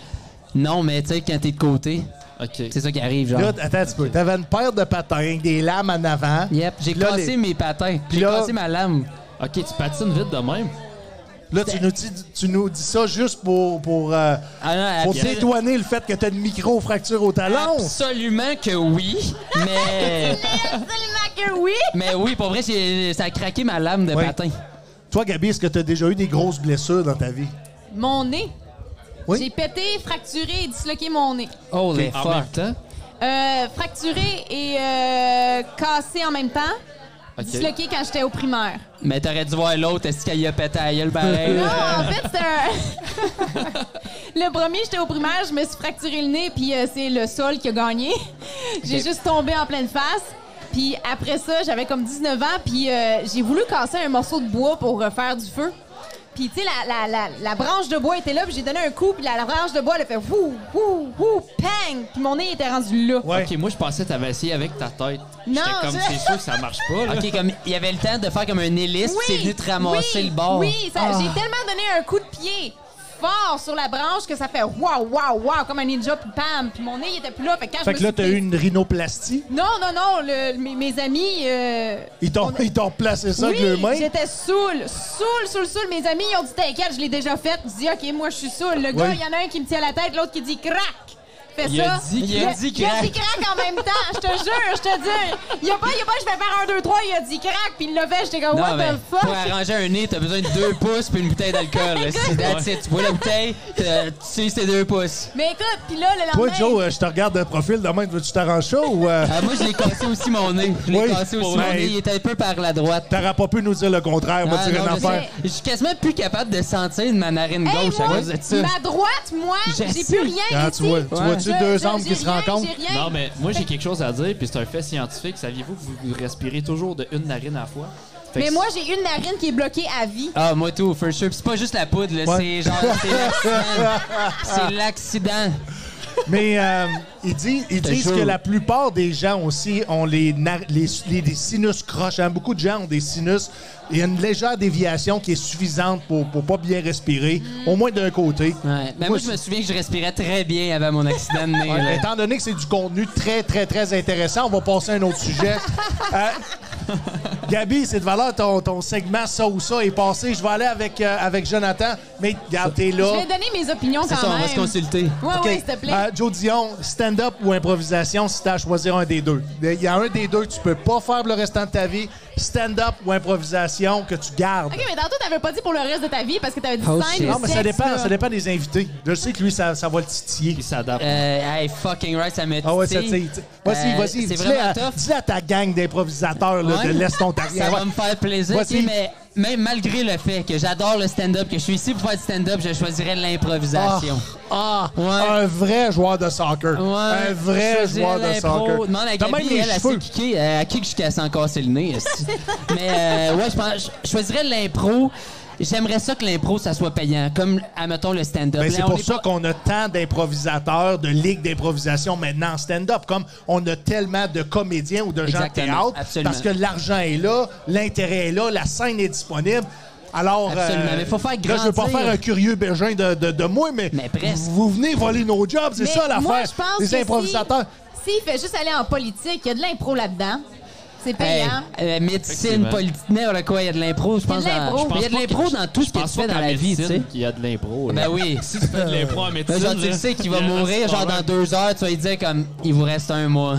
Non, mais tu sais, quand t'es de côté, OK. c'est ça qui arrive, genre. Là, attends un petit peu. T'avais une paire de patins avec des lames en avant. Yep, j'ai Là, cassé les- mes patins. J'ai là- cassé ma lame. OK, tu patines vite de même? Là, tu nous dis, tu nous dis ça juste pour, pour, euh, Ah non, pour absolu- dédouaner le fait que t'as une micro-fracture au talon. Absolument que oui, mais... Absolument que oui! mais oui, pour vrai, j'ai- ça a craqué ma lame de Oui. patin. Toi, Gabi, est-ce que t'as déjà eu des grosses blessures dans ta vie? Mon nez. Oui? J'ai pété, fracturé et disloqué mon nez. Holy En même fuck. temps? Euh, fracturé et euh, cassé en même temps. OK. Disloqué quand j'étais au primaire. Mais t'aurais dû voir l'autre, est-ce qu'il a pété à la gueule pareil? Non, en fait, c'est un... Le premier, j'étais au primaire, je me suis fracturé le nez, puis euh, c'est le sol qui a gagné. J'ai juste tombé en pleine face. Puis après ça, j'avais comme dix-neuf ans, puis euh, j'ai voulu casser un morceau de bois pour euh, faire du feu. Puis, tu sais, la, la, la, la branche de bois était là, puis j'ai donné un coup, puis la, la branche de bois, elle a fait wouh, wouh, wouh, pang! Puis mon nez était rendu là. Ouais. OK, moi, je pensais que t'avais essayé avec ta tête. Non, J'étais comme, je- c'est sûr que ça marche pas, là. OK, comme il y avait le temps de faire comme un hélice, puis c'est venu te ramasser oui, le bord. Oui, ça- j'ai tellement donné un coup de pied fort sur la branche que ça fait waouh, waouh, waouh, comme un ninja, puis bam! Puis mon nez, il était plus là. Fait que quand Fait je que me là, suis t'as eu fait- une rhinoplastie. Non, non, non, le- mes, mes amis... euh, Ils t'ont on a- ils t'ont placé ça avec oui, leurs mains. j'étais saoul, saoul, saoul, saoul. Mes amis, ils ont dit t'inquiète, je l'ai déjà fait. Je dis OK, moi je suis saoul. Le gars, Oui. il y en a un qui me tient la tête, l'autre qui dit crac. Fait Il ça. a dit- il a dit Il a crac. dit crac en même temps, je te jure, je te dis. Il a pas, il a pas, je vais faire un, deux, trois, il a dit crac, puis il l'a fait, j'étais comme Non, what mais the fuck. pour arranger un nez, t'as besoin de deux pouces puis une bouteille d'alcool. là. C'est that's it. Tu bois la bouteille, t'as- tu sais c'est deux pouces. Mais écoute, puis là, le Toi, lendemain. Joe, euh, je te regarde de profil demain, veux-tu t'arranger ça ou euh, Ah, moi, je l'ai cassé aussi mon nez. Je l'ai Oui. cassé aussi Ouais. mon nez. Il était un peu par la droite. t'aurais pas pu nous dire le contraire? Moi, Ah, tu non, rien à je faire. sais. Je suis quasiment plus capable de sentir de ma narine Hey, gauche à moi, cause de ça. ma droite, moi, Je j'ai sais. plus rien Ah, ici. tu vois, tu Ouais. vois-tu Je- deux je- hommes j'ai qui se rien, rencontrent? j'ai rien. Non, mais moi, j'ai quelque chose à dire, puis c'est un fait scientifique. Saviez-vous que vous, vous respirez toujours de une narine à la fois? Fait Mais que moi, j'ai une narine qui est bloquée à vie. Ah, moi tout, for sure. Puis c'est pas juste la poudre, là. Ouais. C'est genre, c'est l'accident. C'est l'accident. Mais euh, ils disent, ils te disent jure. que la plupart des gens aussi ont les, nar- les, les- les sinus croches. Hein. Beaucoup de gens ont des sinus. Il y a une légère déviation qui est suffisante pour, pour pas bien respirer, au moins d'un côté. Ouais. Mais moi, je me souviens que je respirais très bien avant mon accident de nez. Ouais, là. étant donné que c'est du contenu très, très, très intéressant, on va passer à un autre sujet. Euh, Gabi, c'est de valeur, ton, ton segment ça ou ça est passé. Je vais aller avec, euh, avec Jonathan. Mais regarde, t'es là. Je vais donner mes opinions C'est quand ça, on même. va se consulter. Ouais, OK. ouais, s'il te plaît. Euh, Joe Dion, stand-up ou improvisation si t'as à choisir un des deux. Il y a un des deux que tu peux pas faire pour le restant de ta vie. Stand-up ou improvisation que tu gardes. OK, mais tantôt, t'avais pas dit pour le reste de ta vie parce que t'avais dit Oh, scène shit. ou Non, mais ça sexe, dépend, là. ça dépend des invités. Je sais que lui, ça, ça va le titiller. il s'adapte. Euh, hey, fucking right, ça me Ah ouais, ça titille. tire. Vas-y, Euh, vas-y. c'est Dis-le vraiment à, tough. dis-le à ta gang d'improvisateurs là, Ouais. de l'Est Ça ontarien. va Ouais. me faire plaisir. Vas-y. ok, mais même malgré le fait que j'adore le stand-up, que je suis ici pour faire du stand-up, je choisirais l'improvisation. Ah, Ouais. un vrai joueur de soccer. Ouais, un vrai je choisirais joueur de l'impro. soccer. Demande à T'as Gabi, même les elle, elle cheveux. sait kicker. Elle a kick jusqu'à s'en casser le nez. esti. Mais euh, ouais, je pense, je choisirais l'impro. J'aimerais ça que l'impro, ça soit payant, comme, admettons, le stand-up. Ben, Là, c'est on pour est ça pas- qu'on a tant d'improvisateurs, de ligues d'improvisation maintenant en stand-up. Comme on a tellement de comédiens ou de gens de Exactement, théâtre. absolument. Parce que l'argent est là, l'intérêt est là, la scène est disponible. Alors, Absolument, mais faut faire là, je veux pas grandir. faire un curieux Bégin de, de, de moi, mais, Mais presque. vous venez voler nos jobs, c'est Mais ça l'affaire. moi, je pense Les que improvisateurs. Si- S'il fait juste aller en politique, il y a de l'impro là-dedans. C'est Hey, payant. euh, médecine, Effectivement. politique, n'importe quoi, il y a de l'impro, je pense. de l'impro. dans- Je Il y a de l'impro dans tout ce que tu fais dans la vie, tu sais. qu'il y a de l'impro. là. Ben oui. Si tu fais de l'impro en médecine, Là, genre, tu là, le sais qu'il il va y a un mourir, genre restaurant. dans deux heures, tu vas lui dire comme, il vous reste un mois.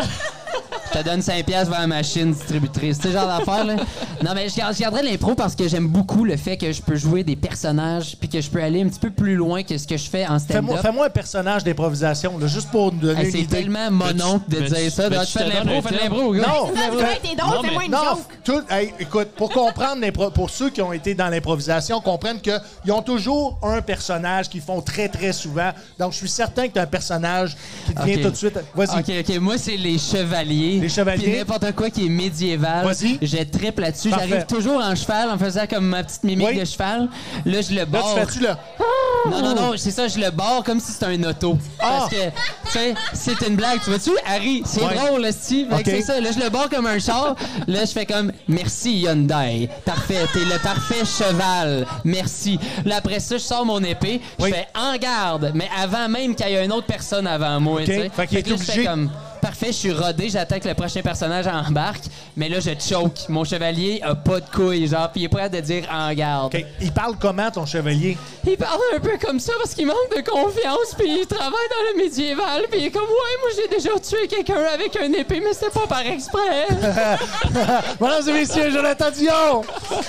Je te donne cinq piastres vers la machine distributrice. Tu sais, genre d'affaire, là. Non, mais je garde- je garderais l'impro parce que j'aime beaucoup le fait que je peux jouer des personnages puis que je peux aller un petit peu plus loin que ce que je fais en Fais-moi stand-up. fais-moi un personnage d'improvisation, là, juste pour nous donner Hey, une c'est idée. tellement mononcle de Mais tu- dire ça. mais Donc, tu tu fais de te donnes l'impro, un fais de thème. l'impro, gars. Non, Ça, tu vas être drôle, Non, fais-moi mais- une Non, joke. tout, hey, écoute, pour comprendre, l'impro- pour ceux qui ont été dans l'improvisation, comprennent qu'ils ont toujours un personnage qu'ils font très, très souvent. Donc, je suis certain que tu as un personnage qui te vient Ok. tout de suite. Vas-y. OK, OK. Moi, c'est les chevaliers. Les chevaliers. Puis n'importe quoi qui est médiéval. Vas-y. Je triple là-dessus. Parfait. J'arrive toujours en cheval en faisant comme ma petite mimique Oui. de cheval. Là, je le Là, barre. tu fais-tu là? Non, non, non, c'est ça, je le barre comme si c'était un auto. Ah! Parce que, tu sais, c'est une blague. Tu vois-tu, Harry? C'est Ouais. drôle, là, Steve. Fait que Ok. c'est ça. Là, je le barre comme un char. Là, je fais comme merci, Hyundai. Parfait. T'es le parfait cheval. Merci. Là, après ça, je sors mon épée. Je Oui. fais en garde. Mais avant même qu'il y ait une autre personne avant moi, tu sais. Fait qu'il est que là, je fais obligé- comme parfait, je suis rodé, j'attends que le prochain personnage embarque. Mais là, je choke. Mon chevalier a pas de couilles, genre, puis il est prêt à dire en garde. OK. Il parle comment, ton chevalier? Il parle un peu comme ça parce qu'il manque de confiance, puis il travaille dans le médiéval, puis il est comme ouais, moi j'ai déjà tué quelqu'un avec un épée, mais c'était pas par exprès. Mesdames et messieurs, Jonathan Dion!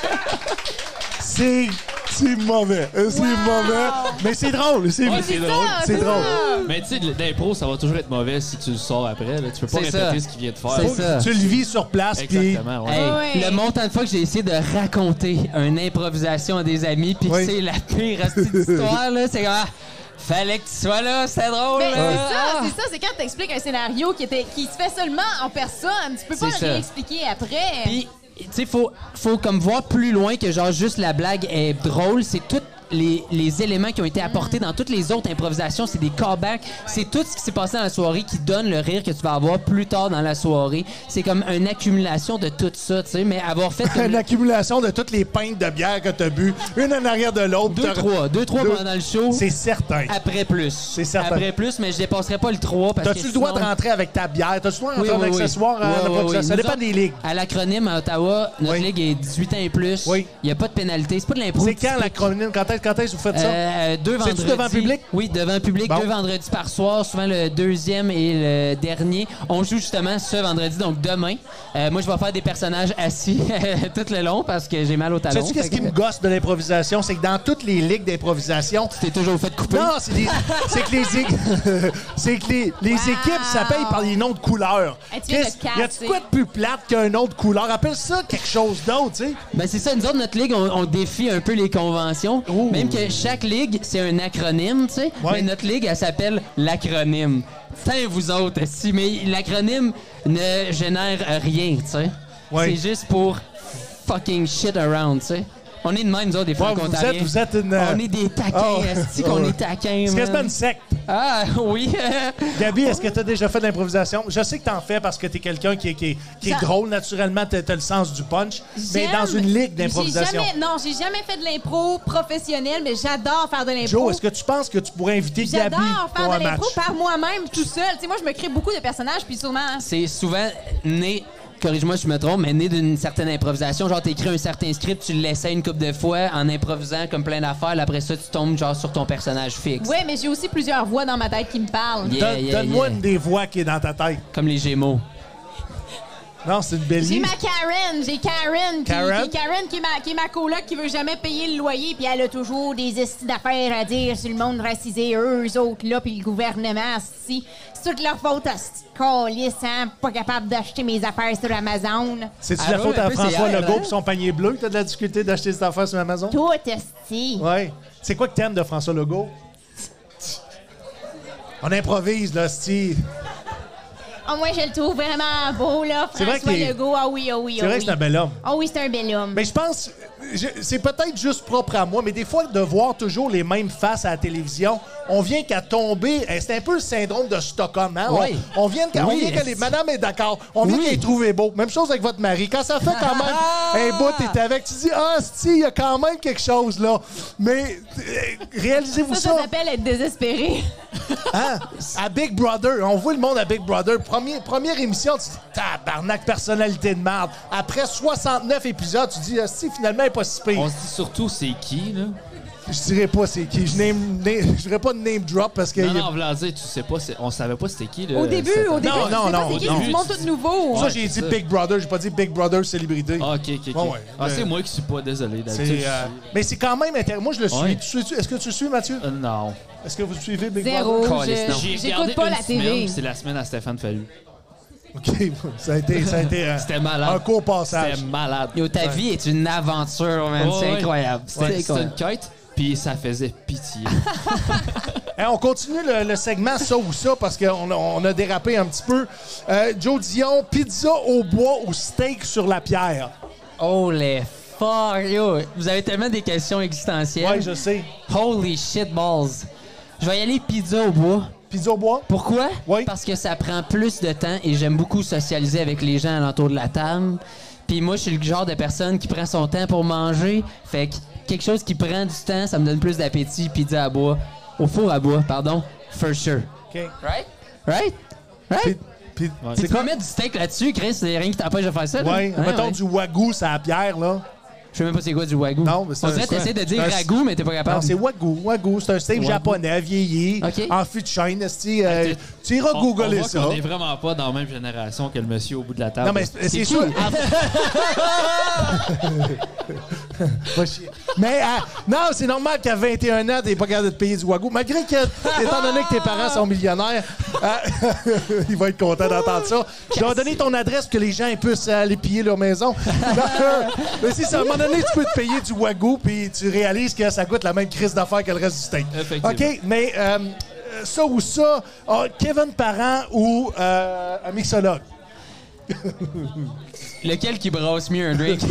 C'est... C'est mauvais. C'est mauvais. Mais c'est drôle. C'est Ouais, c'est drôle. C'est drôle. Mais tu sais, de l'impro, ça va toujours être mauvais si tu le sors après. Là. Tu peux pas C'est répéter ça. ce qu'il vient de faire. C'est Faut- ça. Tu le vis sur place, puis... Exactement, ouais. Hey, Ouais. le montant de fois que j'ai essayé de raconter une improvisation à des amis, puis que Oui. c'est la pire hostie d'histoire, là, c'est comme ah, fallait que tu sois là, c'est drôle. Mais là. c'est ça, Ah. c'est ça, c'est quand t'expliques un scénario qui, était, qui se fait seulement en personne. Tu peux pas C'est le ça. réexpliquer après. Puis, tu sais, faut, faut comme voir plus loin que genre juste la blague est drôle. C'est tous les, les éléments qui ont été apportés dans toutes les autres improvisations. C'est des callbacks. C'est tout ce qui s'est passé dans la soirée qui donne le rire que tu vas avoir plus tard dans la soirée. C'est comme une accumulation de tout ça, tu sais. Mais avoir fait comme Une accumulation de toutes les pintes de bière que t'as bu, une en arrière de l'autre. deux, T'as- trois, deux, trois Deux. pendant le show. C'est certain. Après plus. C'est certain. Après plus, mais je dépasserai pas le trois parce que T'as-tu le droit de sinon- rentrer avec ta bière? T'as-tu le droit de Oui, rentrer oui, en oui. accessoire? Ouais, en ouais, improvisation? oui. Ça Nous dépend autres, des ligues. À l'acronyme à Ottawa, notre Oui. ligue est dix-huit ans et plus. Oui. Il n'y a pas de pénalité. C'est pas de l'impro. C'est quand typique. l'acronyme? Quand est-ce quand est-ce que vous faites ça? Euh, deux C'est-tu vendredis. devant public? Oui, devant public, Bon. deux vendredis par soir, souvent le deuxième et le dernier. On joue justement ce vendredi, donc demain. Euh, moi, je vais faire des personnages assis tout le long parce que j'ai mal au talon. Sais-tu qu'est-ce Fait qui que- me gosse de l'improvisation? C'est que dans toutes les ligues d'improvisation, T'es toujours fait couper. non, c'est des- c'est que les, é- c'est que les, les équipes s'appellent par les noms de couleurs. Hey, tu viens de Qu'est-ce- y a-tu casser. quoi de plus plate qu'un autre couleur? Appelle ça quelque chose d'autre, tu sais. Ben c'est ça, nous autres, notre ligue, on, on défie un peu les conventions. Ouh. Même que chaque ligue, c'est un acronyme, tu sais. Ouais. Mais notre ligue, elle s'appelle l'acronyme. Tiens, vous autres, si, mais l'acronyme ne génère rien, tu sais. Ouais. C'est juste pour fucking shit around, tu sais. On est de même, nous autres, des Ouais, vous franco-ontariens. êtes- vous êtes une, euh, On est des taquins, Oh. esti qu'on Oh. est taquins, C'est man. quasiment une secte. Ah, oui. Gabi, est-ce que tu as déjà fait de l'improvisation? Je sais que tu en fais parce que tu es quelqu'un qui, est- qui est- qui est Ça- drôle naturellement, tu as le sens du punch, mais J'aime- dans une ligue j'ai d'improvisation. jamais- Non, j'ai jamais fait de l'impro professionnelle, mais j'adore faire de l'impro. Joe, est-ce que tu penses que tu pourrais inviter Gabi J'adore pour faire un de match? l'impro par moi-même, tout seul. Tu sais, moi, je me crée beaucoup de personnages, puis souvent... C'est souvent né, corrige-moi si je me trompe, mais né d'une certaine improvisation. Genre, t'écris un certain script, tu l'essaies une couple de fois en improvisant comme plein d'affaires. là, Après ça, tu tombes genre sur ton personnage fixe. Ouais, mais j'ai aussi plusieurs voix dans ma tête qui me parlent. Yeah, Donne- yeah, Donne-moi yeah. une des voix qui est dans ta tête. Comme les Gémeaux. Non, c'est une J'ai Bélier. ma Karen, j'ai Karen, qui- Karen? Qui, Karen qui est, ma, qui est ma coloc qui veut jamais payer le loyer, puis elle a toujours des estis d'affaires à dire sur le monde racisé, eux, eux autres là, puis le gouvernement, si c'est toute leur faute à ce calice, hein, pas capable d'acheter mes affaires sur Amazon. C'est-tu Ah la ouais, faute un à peu, François c'est elle, Legault hein? et son panier bleu que t'as de la difficulté d'acheter ses affaires sur Amazon? Tout esti. Ouais. C'est quoi que t'aimes de François Legault? On improvise, là, Steve. Oh, moi, je le trouve vraiment beau, là, C'est vrai François qu'il est- Legault. Ah oui, ah oui, C'est ah vrai oui. que c'est un bel homme. Ah oui, c'est un bel homme. Mais je pense, je- c'est peut-être juste propre à moi, mais des fois, de voir toujours les mêmes faces à la télévision, on vient qu'à tomber. eh, C'est un peu le syndrome de Stockholm, hein? Oui. On, on vient qu'à- on Oui. vient que les. Madame est d'accord. On vient Oui. qu'à les trouver beaux. Même chose avec votre mari. Quand ça fait quand même un bout, t'es avec, tu dis, ah, si, il y a quand même quelque chose, là. Mais euh, réalisez-vous Ça, ça s'appelle être désespéré. Hein? À Big Brother, on voit le monde à Big Brother. Premier, première émission, tu dis tabarnak, personnalité de merde. Après soixante-neuf épisodes, tu dis si finalement, elle est pas si pire. On se dit surtout c'est qui, là? Je dirais pas c'est qui. Je name, name- je dirais pas de name drop parce que. Non, il y a- non, voulant dire, tu sais pas, c'est- on savait pas c'était qui, là. Au début, cette au année. début, Non, tu non, sais pas non, c'est qui, non. c'est du monde tout nouveau. Ça, Ouais, j'ai c'est dit ça. Big Brother, j'ai pas dit Big Brother célébrité. Ah, ok, ok, ok. Ouais, ouais. Ah, c'est Euh, moi qui suis pas désolé C'est, d'habitude. euh, mais c'est quand même intéressant. Moi, je le suis. Ouais. Tu suis- Est-ce que tu le suis, Mathieu? Euh, non. Est-ce que vous suivez Big Zéro. Brother? Caliste, non. je- J'ai J'écoute regardé pas une la T V. semaine, puis c'est la semaine à Stéphane Fallu. OK. Ça a été, ça a été euh, C'était malade. un court passage. C'était malade. Yo, ta vie est une aventure, man. Ouais, c'est ouais. incroyable. C'est C'était c'était une incroyable. quête, puis ça faisait pitié. Hein, on continue le, le segment ça ou ça parce qu'on a, on a dérapé un petit peu. Euh, Joe Dion, pizza au bois ou steak sur la pierre? Holy fuck, yo. Vous avez tellement des questions existentielles. Oui, je sais. Holy shit balls. Je vais y aller pizza au bois. Pizza au bois? Pourquoi? Oui. Parce que ça prend plus de temps et j'aime beaucoup socialiser avec les gens alentour de la table. Puis moi, je suis le genre de personne qui prend son temps pour manger. Fait que quelque chose qui prend du temps, ça me donne plus d'appétit. Pizza à bois. Au four à bois, pardon. For sure. OK. Right? Right? Right? Puis- puis- Tu c'est peux quoi? mettre du steak là-dessus, Chris? Il n'y a rien qui t'empêche de faire ça. là? Oui, Ouais, mettons ouais. du wagyu, c'est à la pierre, là. Je sais même pas c'est quoi du wagyu. Non, mais c'est On un- dirait que c'est un- t'essaies de dire c'est un- ragoût, mais t'es pas Non, capable. c'est wagyu. Wagyu, c'est un steak Wagyu. japonais vieilli, OK. en fût de chêne. esti, euh, Hey, tu iras On, on googler voit ça. qu'on est vraiment pas dans la même génération que le monsieur au bout de la table. Non, mais c'est c'est qui? sûr. Pas chier. Mais euh, non, c'est normal qu'à vingt et un ans, t'es pas capable de te payer du wagyu. Malgré que, étant donné que tes parents sont millionnaires, euh, il va être content d'entendre ça. Je vais donner ton adresse pour que les gens puissent aller piller leur maison. Donc, euh, mais si, ça, à un moment donné, tu peux te payer du wagyu puis tu réalises que ça coûte la même crise d'affaires que le reste du steak. Effectivement. OK, mais euh, ça ou ça, ah, Kevin Parent ou euh, un mixologue? Lequel qui brasse mieux un drink?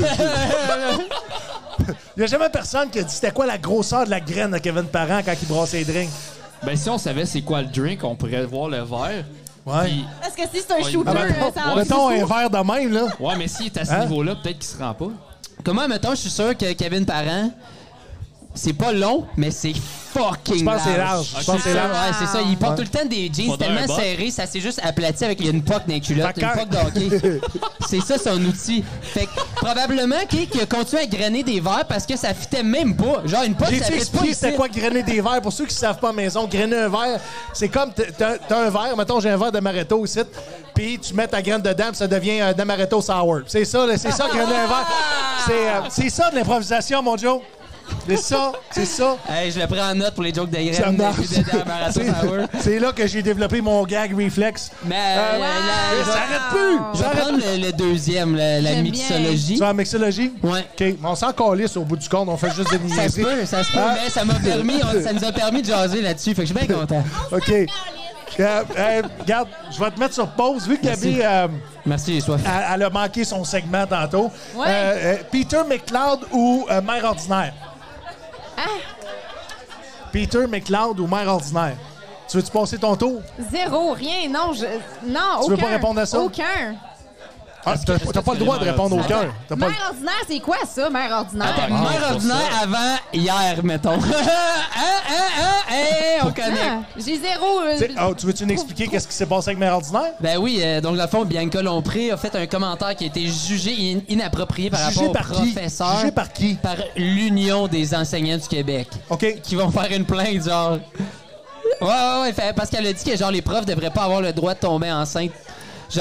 Il n'y a jamais personne qui a dit c'était quoi la grosseur de la graine de Kevin Parent quand il brassait les drinks. Ben, si on savait c'est quoi le drink, on pourrait voir le verre. Ouais. Puis- Parce que si c'est un Ouais, shooter, Ah, ben, euh, ça en mettons dit un beaucoup. verre de même, là. ouais, mais s'il est à ce Hein? niveau-là, peut-être qu'il se rend pas. Comment, mettons, je suis sûr que Kevin Parent, c'est pas long, mais c'est fucking Je pense que c'est large. large. Je Ok. pense que c'est large. Ouais, c'est ça. Il porte Ouais. tout le temps des jeans Faudrait tellement un bas. serrés, ça s'est juste aplati avec une poque dans les culottes, Fait une que- poque de hockey. C'est ça son outil. Fait que probablement qu'il qu'il a continué à grainer des verres parce que ça fitait même pas. Genre une poque, ça J'ai-tu fit pas expliqué ici. c'était quoi grainer des verres? Pour ceux qui ne savent pas à la maison, grainer un verre, c'est comme t- t'as t'as un verre, mettons j'ai un verre d'amaretto ici, puis tu mets ta graine dedans, puis ça devient un amaretto sour. C'est ça, là, c'est ça grainer un verre. C'est euh, c'est ça de l'improvisation, mon Joe. C'est ça, c'est ça. Hey, je le prends en note pour les jokes de Ça graines. marche. depuis dedans à Marathon C'est- Sour. C'est là que j'ai développé mon gag reflex. Mais Euh, euh, mais la- ça arrête plus! je Ça vais arrête prendre le, le deuxième, la, la J'aime bien. mixologie. Tu vas en mixologie? Ouais. OK. Mais on s'en calisse au bout du compte, on fait juste des Ça se niaiseries. peut, ça se peut, Ah. mais ça m'a permis, on- ça nous a permis de jaser là-dessus, fait que je suis bien content. OK. Euh, euh, regarde, je vais te mettre sur pause. Vu que Gabi, Merci. euh, Merci, j'ai soif. elle, elle a manqué son segment tantôt. Ouais. Euh, euh, Peter McLeod ou euh, Mère ordinaire? Ah, Peter McLeod ou Mère ordinaire? Tu veux-tu passer ton tour? zéro, rien, non, je, non, Tu aucun. veux pas répondre à ça? Aucun. Ah, t'as t'as pas le droit de répondre au cœur. T'as pas le- Mère ordinaire, c'est quoi ça, mère ordinaire? Attends, Ah, mère pour ordinaire ça. avant hier, mettons. hein, hein, hein, hey, on connaît. Ah, j'ai zéro. euh, T'sais, ah, tu veux-tu nous expliquer qu'est-ce qui s'est passé avec Mère ordinaire? Ben oui, euh, donc dans le fond, Bianca Lompré a fait un commentaire qui a été jugé in- inapproprié par Jugé rapport par au qui? professeur. Jugé par qui? Par l'Union des enseignants du Québec. OK. Qui vont faire une plainte, genre... Ouais, ouais, ouais, fait- parce qu'elle a dit que genre les profs devraient pas avoir le droit de tomber enceinte. Genre,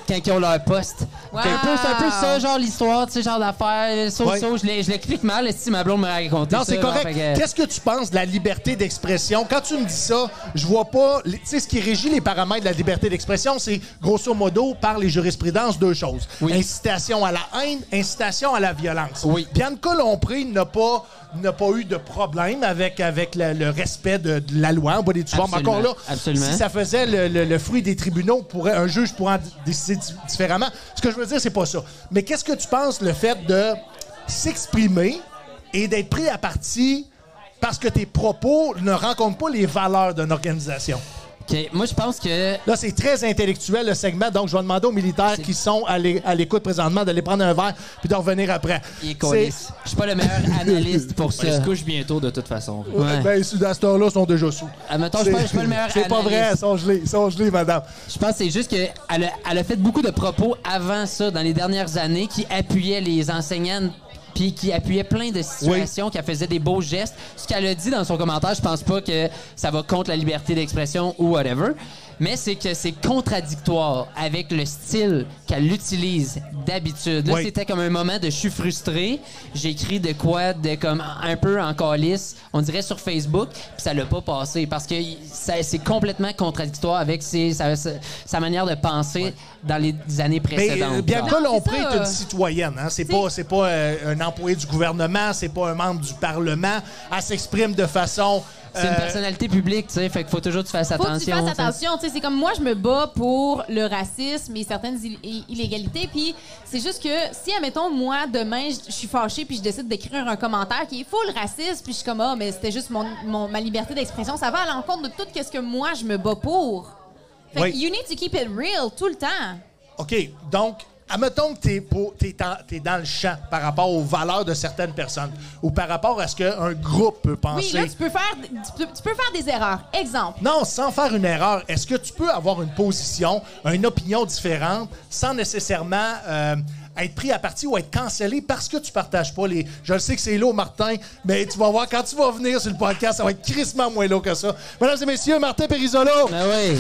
quand ils ont leur poste. Wow. C'est un peu, c'est un peu ça, genre l'histoire, tu sais, genre d'affaires. Ça, Ouais. ça, je l'ai- je l'explique mal, si ma blonde me raconté Non, ça. c'est genre, correct. fait que- Qu'est-ce que tu penses de la liberté d'expression? Quand tu me dis ça, je vois pas... les- Tu sais, ce qui régit les paramètres de la liberté d'expression, c'est grosso modo, par les jurisprudences, deux choses. Oui. Incitation à la haine, incitation à la violence. Oui. Bianca Lompré n'a pas... n'a pas eu de problème avec, avec le, le respect de, de la loi en bas des tubables. Mais Absolument. encore là, Absolument. si ça faisait le, le- le fruit des tribunaux, pourrait, un juge pourrait en décider di- différemment. Ce que je veux dire, c'est pas ça. Mais qu'est-ce que tu penses le fait de s'exprimer et d'être pris à partie parce que tes propos ne rencontrent pas les valeurs d'une organisation? OK. Moi, je pense que Là, c'est très intellectuel, le segment. Donc, je vais demander aux militaires qui sont à l'é- à l'écoute présentement d'aller prendre un verre puis de revenir après. il est C'est- colisse. Je suis pas le meilleur analyste pour ça. Il se couche bientôt, de toute façon. Ouais. Ben, ceux à cette heure-là, ils sont déjà sous. Admettons, je suis pas, je suis pas le meilleur C'est pas vrai, analyste. ils sont gelés, ils sont gelés, madame. Je pense que c'est juste qu'elle a, elle a fait beaucoup de propos avant ça, dans les dernières années, qui appuyaient les enseignants puis qui appuyaient plein de situations, qui faisaient des beaux gestes. Ce qu'elle a dit dans son commentaire, je pense pas que ça va contre la liberté d'expression ou whatever, mais c'est que c'est contradictoire avec le style qu'elle utilise d'habitude. Là, Oui. c'était comme un moment de je suis frustré, j'écris de quoi, de comme un peu en calice, on dirait sur Facebook, puis ça l'a pas passé parce que ça- c'est complètement contradictoire avec ses- sa, sa- sa manière de penser dans les années Mais précédentes. euh, Bianca Non, Lompré c'est ça. est une citoyenne. Hein? C'est pas, c'est pas euh, un employé du gouvernement, c'est pas un membre du Parlement. Elle s'exprime de façon... C'est une euh, personnalité publique, tu sais, fait qu'il faut toujours que tu fasses Faut attention. que tu fasses tu sais. attention. Tu sais, c'est comme moi, je me bats pour le racisme et certaines ill- i- illégalités. Puis c'est juste que si, admettons, moi, demain, je je suis fâchée puis je décide d'écrire un commentaire qui est full raciste, puis je suis comme, ah, mais c'était juste mon, mon- ma liberté d'expression, ça va à l'encontre de tout ce que moi, je me bats pour. Fait Oui. que you need to keep it real tout le temps. OK, donc, admettons que t'es, pour- t'es, en- t'es dans le champ par rapport aux valeurs de certaines personnes ou par rapport à ce qu'un groupe peut penser. Oui, là, tu peux faire, tu peux, tu peux faire des erreurs. Exemple. Non, sans faire une erreur, est-ce que tu peux avoir une position, une opinion différente sans nécessairement euh, être pris à partie ou être cancellé parce que tu partages pas les... Je le sais que c'est lourd, Martin, mais tu vas voir, quand tu vas venir sur le podcast, ça va être crissement moins lourd que ça. Mesdames et messieurs, Martin Périsolo! Ben oui.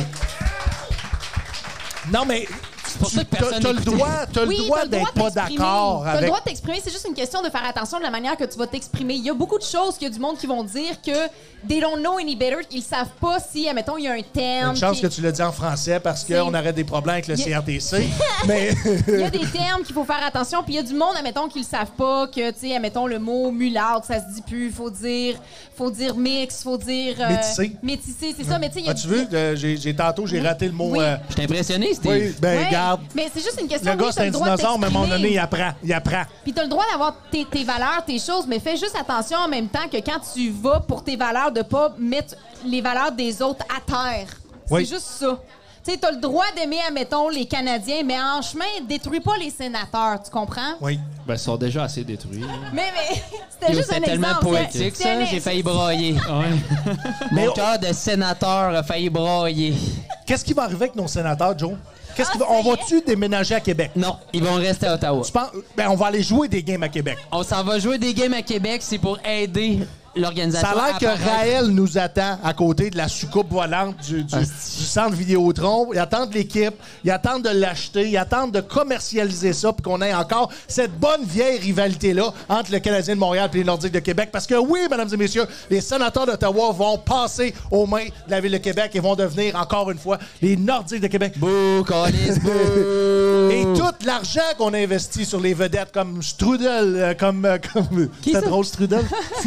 Non, mais... pour ça que personne T'as le n'écoutait. droit, t'as le Oui, droit t'as le d'être droit pas de t'exprimer. d'accord T'as le avec... droit de t'exprimer, c'est juste une question de faire attention de la manière que tu vas t'exprimer. Il y a beaucoup de choses qu'il y a du monde qui vont dire que they don't know any better, ils savent pas si, admettons, il y a un terme. Une chance qui- que tu l'as dit en français parce C'est- qu'on aurait des problèmes avec le Il y C a- R T C. Mais Il y a des termes qu'il faut faire attention, puis il y a du monde, admettons, qui le savent pas, que, tu sais, admettons, le mot mulâtre, ça se dit plus, faut dire, faut dire mix, faut dire... euh, Métissé. Métissé, c'est ça, mais tu sais, il y a... as-tu vu? euh, j'ai, j'ai- tantôt, j'ai raté le mot... Oui. euh, Je t'ai impressionné, Steve. oui, ben Ouais, garde. mais c'est juste une question Le oui, gars, t'as c'est un le droit de dinosaure, mais à un moment donné, t'exprimer. il apprend. Il apprend. Puis t'as le droit d'avoir tes, tes valeurs, tes choses, mais fais juste attention en même temps que quand tu vas pour tes valeurs, de pas mettre les valeurs des autres à terre. Oui. C'est juste ça. Tu sais, t'as le droit d'aimer, admettons, les Canadiens, mais en chemin, détruis pas les sénateurs, tu comprends? Oui. Ben, ils sont déjà assez détruits. là. Mais, mais, c'était juste un C'était tellement exemple. poétique, C'est un- ça. J'ai failli brailler. Ouais. Mais Mon on- cœur de sénateur a failli brailler. Qu'est-ce qui va arriver avec nos sénateurs, Joe? Qu'est-ce Ah, qui va- ça on y est. va-tu déménager à Québec? Non, ils vont rester à Ottawa. Tu penses- ben, on va aller jouer des games à Québec. On s'en va jouer des games à Québec, c'est pour aider l'organisation. Ça a l'air que apparaître. Raël nous attend à côté de la soucoupe volante du, du- Asti. du centre Vidéotron. Ils attendent l'équipe, ils attendent de l'acheter, ils attendent de commercialiser ça pour qu'on ait encore cette bonne vieille rivalité-là entre le Canadien de Montréal et les Nordiques de Québec. Parce que oui, mesdames et messieurs, les sénateurs d'Ottawa vont passer aux mains de la Ville de Québec et vont devenir encore une fois les Nordiques de Québec. Bouh, câlisse, bouh. Et tout l'argent qu'on a investi sur les vedettes comme Strudel, euh, comme... euh, comme Qui c'est ça? drôle, Strudel?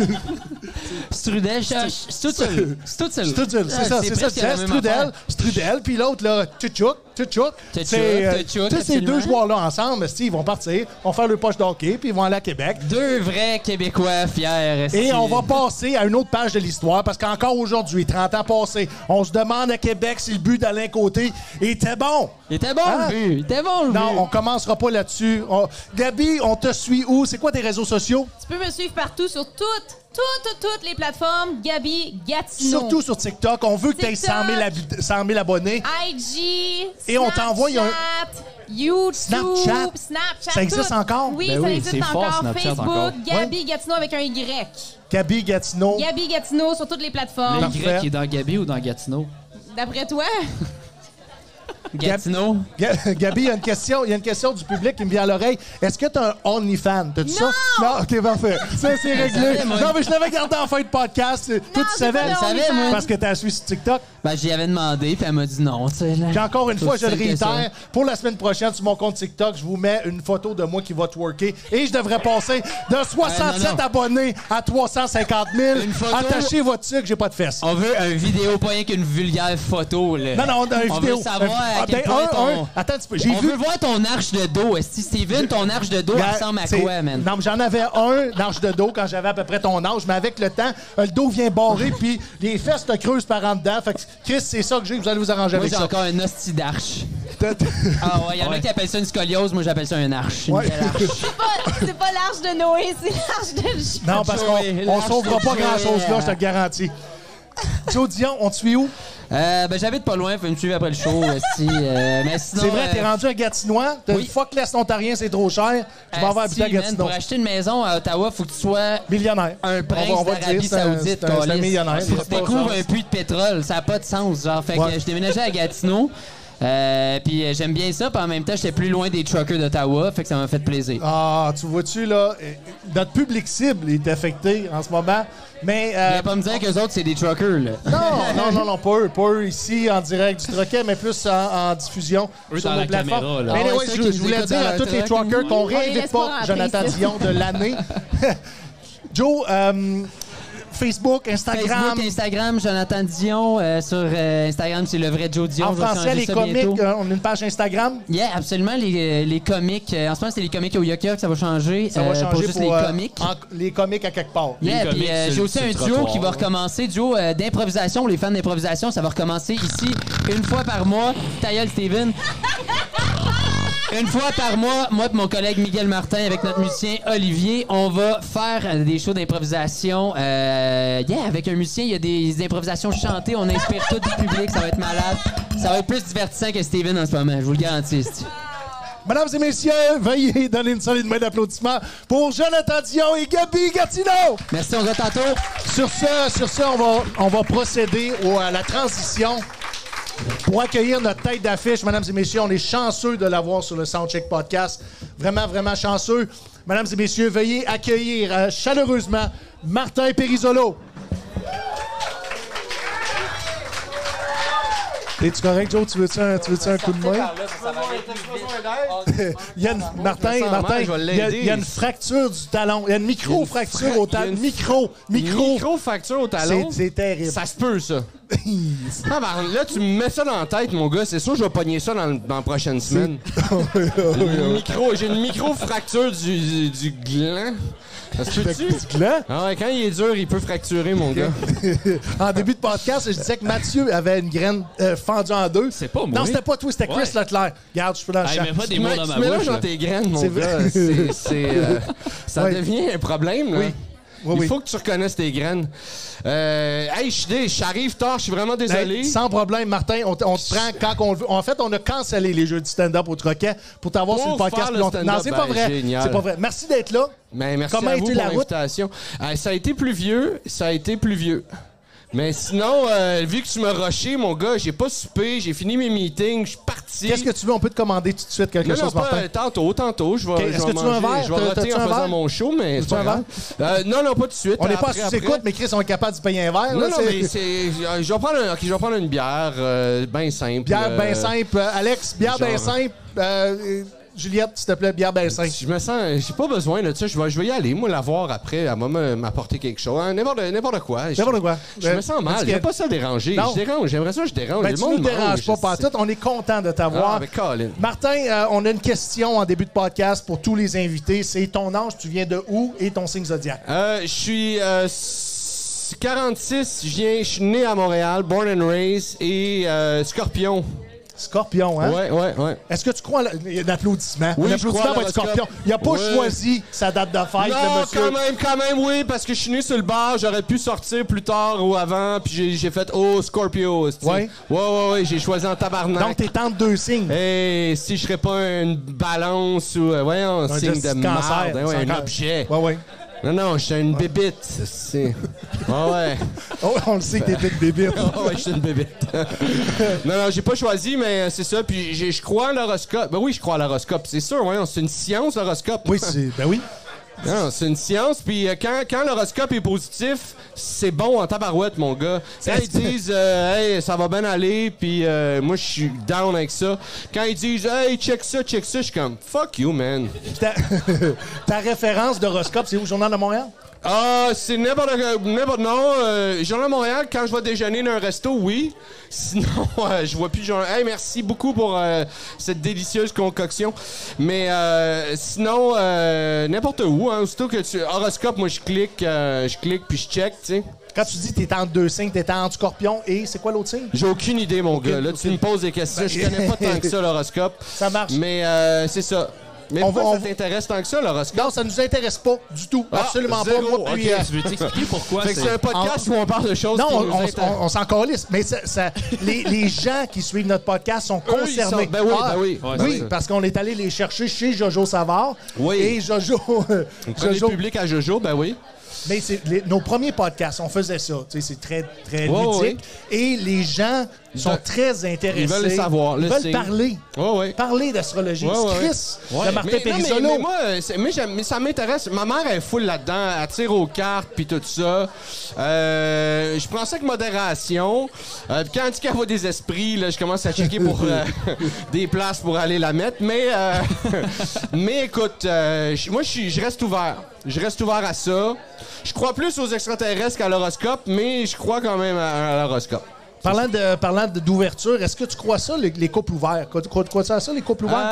Strudel, Stutzel. Stutzel. Strudel, c'est Ah, ça, c'est ça, presque la c'est même Strudel, affaire. Strudel, puis l'autre, là, Tchutchouk, Tchutchouk. Tchutchouk, C'est, euh, Tchutchouk, tu sais, ces deux absolument. joueurs-là ensemble, esti, ils vont partir, vont faire le poche d'hockey, puis ils vont aller à Québec. Deux vrais Québécois fiers. Et esti. on va passer à une autre page de l'histoire, parce qu'encore aujourd'hui, trente ans passés, on se demande à Québec si le but d'Alain Côté était bon. Il était bon Hein? le but. Il était bon le Non, but. on commencera pas là-dessus. On- Gabi, on te suit où? C'est quoi tes réseaux sociaux? Tu peux me suivre partout sur toutes, toutes, toutes les plateformes. Gabi Gatineau. Surtout sur TikTok. On veut que tu aies TikTok. cent mille, habi- cent mille abonnés. I G, Et on t'envoie, il y a un- Snapchat, YouTube, Snapchat. Snapchat, Ça existe tout. encore? Oui, Ben ça oui, existe c'est fort, encore. Snapchat Facebook, encore. Gabi Gatineau avec un Y. Gabi Gatineau. Gabi Gatineau sur toutes les plateformes. Le Parfait. Y qui est dans Gabi ou dans Gatineau? D'après toi? Gatineau. Ga- Gabi, il y a une question, il y a une question du public qui me vient à l'oreille. Est-ce que tu as un OnlyFans? T'as dit ça? Non! OK, parfait. Ça, c'est réglé. savais, moi. Non, mais je l'avais gardé en fin de podcast. Toi, tu j'ai savais? pas de Je savais, moi. Parce que tu as suivi sur TikTok. Ben, j'y avais demandé, puis elle m'a dit non, tu sais. là. Puis encore une fois, je le Aussi simple que ça. réitère, pour la semaine prochaine, sur mon compte TikTok, je vous mets une photo de moi qui va twerker. Et je devrais passer de soixante-sept Euh, non, non. abonnés à trois cent cinquante mille. Une photo- Attachez votre sucre, j'ai pas de fesses. On veut une vidéo, pas rien qu'une vulgaire photo, là. Non, non, on a une On vidéo. veut savoir Ah, à quel ben, point un, ton... un. Attends un petit peu. J'ai On vu. veut voir ton arche de dos. Est-ce que Steven, ton arche de dos, elle ressemble à C'est- quoi, man? Non, mais j'en avais un d'arche de dos quand j'avais à peu près ton âge, mais avec le temps, euh, le dos vient barrer, puis les fesses te creusent par en dedans. Fait que, Chris, c'est ça que j'ai, vous allez vous arranger Moi, avec j'ai ça. encore un hostie d'arche. T'as- t'as- Ah ouais, il y en a qui appellent ça une scoliose, moi j'appelle ça un arche. Une Ouais. belle arche. C'est pas, c'est pas l'arche de Noé, c'est l'arche de... Non, parce qu'on Joey, on lâche sauvera tes pas jouets. grand-chose là, je te le garantis. Joe Dion, on te suit où? Euh, ben j'habite pas loin, faut me suivre après le show aussi. Euh, mais sinon, C'est vrai, euh, t'es rendu à Gatinois. T'as oui. dit, fuck l'Est ontarien, c'est trop cher. Je m'en vais euh, habiter à si, man, Gatineau. pour acheter une maison à Ottawa, faut que tu sois Millionnaire. un prince On va- on va le d'Arabie dire, c'est un- Saoudite, c'est un- c'est un câlisse. millionnaire. Faut que C'est tu pas découvres ça. un puits de pétrole, ça a pas de sens, genre. Fait que Ouais. euh, je déménageais à Gatineau. Euh, puis euh, j'aime bien ça, puis en même temps, j'étais plus loin des truckers d'Ottawa, fait que ça m'a fait plaisir. Ah, tu vois-tu, là, euh, notre public cible est affecté en ce moment. Mais. euh, Viens pas me dire qu'eux autres, c'est des truckers, là. Non, non, non, non, pas eux. Pas eux ici en direct du troquet, mais plus en, en diffusion Eux sur dans nos la plateformes. caméra, là. Mais Ah ouais, anyway, ceux je, qui je nous voulais écoutent dire dans à le tous les truck. truckers qu'on les laisse réinvite pas pas rentrer Jonathan ici. Dion de l'année. Joe, euh, Facebook, Instagram. Facebook, Instagram, Jonathan Dion. Euh, sur euh, Instagram, c'est le vrai Joe Dion. En Je vais français, changer les ça comiques, bientôt. euh, on a une page Instagram. Yeah, absolument. Les, les comiques. euh, en ce moment, c'est les comiques au Yoka que ça va changer. Ça va euh, changer pour juste les euh, comiques. en- les comiques à quelque part. Yeah, Les puis comiques euh, sur j'ai le- aussi sur un le duo trottoir. qui va recommencer, duo euh, d'improvisation. Les fans d'improvisation, ça va recommencer ici une fois par mois. Ta gueule, Steven. Une fois par mois, moi et mon collègue Miguel Martin avec notre musicien Olivier, on va faire euh, des shows d'improvisation. Euh, yeah, avec un musicien, il y a des improvisations chantées. On inspire tout du public, ça va être malade. Ça va être plus divertissant que Steven en ce moment, je vous le garantis. c'est-tu. Mesdames et messieurs, veuillez donner une solide main d'applaudissement pour Jonathan Dion et Gabi Gatineau. Merci, on va tantôt. Sur ce, sur ce, on va, on va procéder au- à la transition pour accueillir notre tête d'affiche. Mesdames et messieurs, on est chanceux de l'avoir sur le Soundcheck Podcast. Vraiment, vraiment chanceux. Mesdames et messieurs, veuillez accueillir euh, chaleureusement Martin Périsolo. Es-tu correct, Joe? Tu veux-tu un, tu veux-tu un coup de main? Il y a une, Martin, Ça sent Martin, mal, je vais il y, a, l'aider. il y a une fracture du talon. Il y a une micro-fracture au Il y a talon. une- Micro, micro. Micro-fracture au C'est, talon. c'est terrible. Ça se peut, ça. Ah, ben, là, tu me mets ça dans la tête, mon gars. C'est sûr que je vais pogner ça dans, le- dans la prochaine semaine. Une micro, j'ai une micro-fracture du, du, du gland. Ça se peut-tu? Du gland? Ah ouais, quand il est dur, il peut fracturer, mon gars. En début de podcast, je disais que Mathieu avait une graine euh, fendue en deux. C'est pas moi. Non, c'était pas toi, c'était Chris Ouais. Leclerc. Regarde, je peux dans le Hey, champ. mets pas des Tu mots mets- dans tu ma mélanges bouche. dans là. tes graines, mon C'est gars. vrai. C'est, c'est, euh, ça Ouais. devient un problème, là. Oui. Oui, Il oui. faut que tu reconnaisses tes graines. Euh, hey, je suis dé- j'arrive tard, je suis vraiment désolé. Hey, sans problème, Martin, on, t- on te prend quand on le veut. En fait, on a cancellé les jeux du stand-up au Troquet pour t'avoir Pour sur le podcast. faire le plus longtemps. stand-up, Non, c'est pas ben, vrai. génial. C'est pas vrai. Merci d'être là. Ben, merci Comment à a vous été pour la route? l'invitation. Euh, ça a été pluvieux, ça a été pluvieux. Mais sinon, euh, vu que tu m'as rushé, mon gars, j'ai pas soupé, j'ai fini mes meetings, je suis parti. Qu'est-ce que tu veux? On peut te commander tout de suite quelque Non, non, chose, pas Martin. euh, tantôt, tantôt. Je vais, Ok, je est-ce vais que tu veux un manger, verre? Je vais T'as- roter t'as-tu en un faisant verre? mon show, mais c'est Veux-tu un pas grave. Euh, non, non, pas tout de suite. On n'est pas Après- sous après. écoute, mais Chris, on est capable de payer un verre. Non, là, non, c'est- mais c'est. Je vais prendre, un- ok, je vais prendre une bière, euh, bien simple. Bière euh, bien simple. Euh, Alex, bière genre- bien simple. Euh, euh, Juliette, s'il te plaît, bière bien simple. Je me sens. J'ai pas besoin de ça. Je vais, je vais y aller, moi, la voir après. Elle va me- m'apporter quelque chose. Hein, N'importe n'importe quoi. Je- N'importe quoi. Je me sens mal. Parce J'aime que- pas ça déranger. Non. Je dérange. J'aimerais ça que je dérange. Ben, Le tu monde nous déranges mange, pas c'est- pantoute. On est content de t'avoir. Ah, ben, Colin. Martin, euh, on a une question en début de podcast pour tous les invités. C'est ton âge, tu viens de où et ton signe zodiac? Euh, je suis euh, s- quarante-six, je viens, je suis né à Montréal, born and raised, et euh, Scorpion. Scorpion, hein? Ouais, ouais, ouais. Est-ce que tu crois... à la- Il y a un applaudissement. Oui, un je applaudissement crois à pour être l'horoscope. Scorpion. Il n'a pas Ouais. choisi sa date de fête, le Non, monsieur. quand même, quand même, oui, parce que je suis né sur le bar, j'aurais pu sortir plus tard ou avant, puis j'ai, j'ai fait « Oh, Scorpio! » tu sais. Ouais. Ouais, ouais, ouais, j'ai choisi en tabarnak. Donc, t'es entre deux signes. Hey, si je serais pas une balance ou, euh, voyons, un Un signe just de cancer, merde, hein, ouais, c'est un encore- objet. Ouais, ouais. Non, non, je suis une bébite. C'est... Ah ouais. Oh, on le sait que t'es une bébite. Ah ouais, je suis une bébête. non, non, j'ai pas choisi, mais c'est ça. Puis j'ai- je crois à l'horoscope. Ben oui, je crois à l'horoscope, c'est sûr. Ouais, c'est une science, l'horoscope. Oui, c'est. Ben oui. Non, c'est une science, puis euh, quand, quand l'horoscope est positif, c'est bon en tabarouette, mon gars. Quand ils disent euh, hey, ça va bien aller, puis euh, moi, je suis down avec ça. Quand ils disent hey, check ça, check ça, je suis comme fuck you, man. Ta, ta référence d'horoscope, c'est où, Journal de Montréal? Ah, c'est n'importe n'importe non. Euh, Journal de Montréal, quand je vais déjeuner dans un resto, oui. Sinon, euh, je vois plus genre. Hey, merci beaucoup pour euh, cette délicieuse concoction. Mais euh, sinon, euh, n'importe où. Hein, aussitôt que tu horoscope, moi je clique, euh, je clique puis je check, tu sais. Quand tu dis t'es en deux signes, t'es en scorpion et c'est quoi l'autre signe? J'ai aucune idée, mon gars. Là, tu me poses des questions. Je connais pas tant que ça l'horoscope. Ça marche. Mais euh, c'est ça. Mais On pourquoi va- on ça va- t'intéresse tant que ça, l'horoscope? Non, ça nous intéresse pas du tout. Ah, Absolument zéro. pas. Moi, puis, Ok, euh, Tu veux t'expliquer pourquoi Fait que c'est... c'est un podcast où on parle de choses non, qui on, nous on, intéressent. on- on s'en calisse. Mais ça, ça- les, les gens qui suivent notre podcast sont Eux, ils concernés. sont- ben oui, Ah, ben oui. Ouais, oui, c'est ça. parce qu'on est allé les chercher chez Jojo Savard. Oui. Et Jojo. Premier Jojo public à Jojo, ben oui. mais c'est les- nos premiers podcasts, on faisait ça. Tu sais, c'est très, très Ouais, ludique. Et les gens sont veulent- très intéressés. ils veulent le savoir, Ils le veulent signe. parler. Ouais, ouais. Parler d'astrologie. Ouais, ouais, Chris, ouais. de Martin mais, non, mais, Périsolo. mais moi, euh, c'est- mais, j'aime- mais ça m'intéresse. Ma mère est full là-dedans. Elle tire aux cartes puis tout ça. Euh, je prends ça avec modération. Euh, puis quand elle dit qu'elle voit des esprits, là, je commence à checker pour euh, des places pour aller la mettre. Mais, euh, mais écoute, euh, je- moi, je suis- je reste ouvert. Je reste ouvert à ça. Je crois plus aux extraterrestres qu'à l'horoscope, mais je crois quand même à, à l'horoscope. Parlant de parlant de- d'ouverture, est-ce que tu crois ça, les, les couples ouverts? Crois- crois- Crois-tu à ça, les couples ouverts?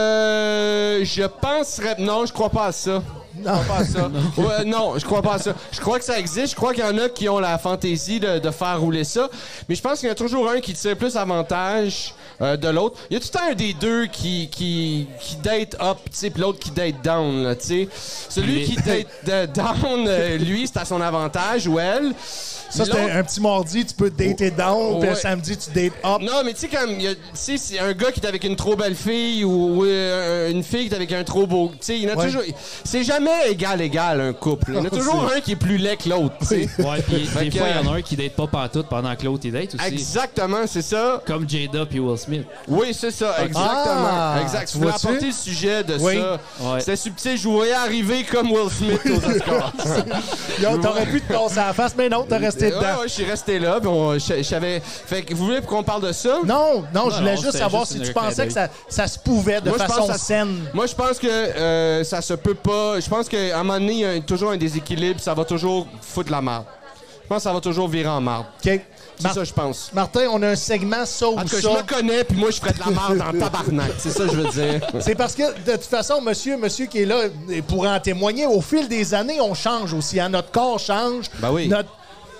Euh, je penserais. Non, je crois pas à ça. Non. Je crois pas à ça. Ouais, non, je crois pas à ça. Je crois que ça existe. Je crois qu'il y en a qui ont la fantaisie de, de faire rouler ça. Mais je pense qu'il y en a toujours un qui tire plus avantage euh, de l'autre. Il y a tout le temps un des deux qui, qui, qui date up, tu sais, puis l'autre qui date down, là, tu sais. Celui Les- qui date euh, down, euh, lui, c'est à son avantage, ou elle. Ça, c'est L'autre- un, un petit mardi, tu peux dater down, puis Ouais. le samedi, tu dates up. Non, mais tu sais, comme, il y a- tu sais, c'est un gars qui est avec une trop belle fille ou, ou, euh, une fille qui est avec un trop beau. Tu sais, il y en a Ouais. toujours. C'est jamais égal-égal, un couple. Il y en a toujours un qui est plus laid que l'autre, tu sais. Ouais, puis Fait des que, fois, il y en a un qui date pas pantoute pendant que l'autre, il date aussi. Exactement, c'est ça. Comme Jada puis Will Smith. Oui, c'est ça, exactement. Ah, exact. tu Tu voulais vois-tu? apporter le sujet de Oui. ça. Ouais. C'était subtil, je vous voyais arriver comme Will Smith aux Oscars. Yo, T'aurais pu te casser la face, mais non, t'as resté Ouais, dedans. ouais, je suis resté là, puis on- je je savais. Fait que vous voulez qu'on parle de ça? Non, non, je voulais non, juste c'était savoir juste si une tu clin pensais d'œil. que ça, ça se pouvait de Moi, je façon pense que ça- saine. Moi, je pense que euh, ça se peut pas. Je pense qu'à un moment donné, il y a toujours un déséquilibre, ça va toujours foutre la marde. Je pense que ça va toujours virer en marde. OK. C'est Mar- ça, je pense. Martin, on a un segment ça ou En tout cas, ça. je me connais, puis moi, je ferais de la marde en tabarnak. C'est ça que je veux dire. C'est parce que, de toute façon, monsieur, monsieur qui est là et pourra en témoigner, au fil des années, on change aussi. Hein? Notre corps change. Ben oui. Notre-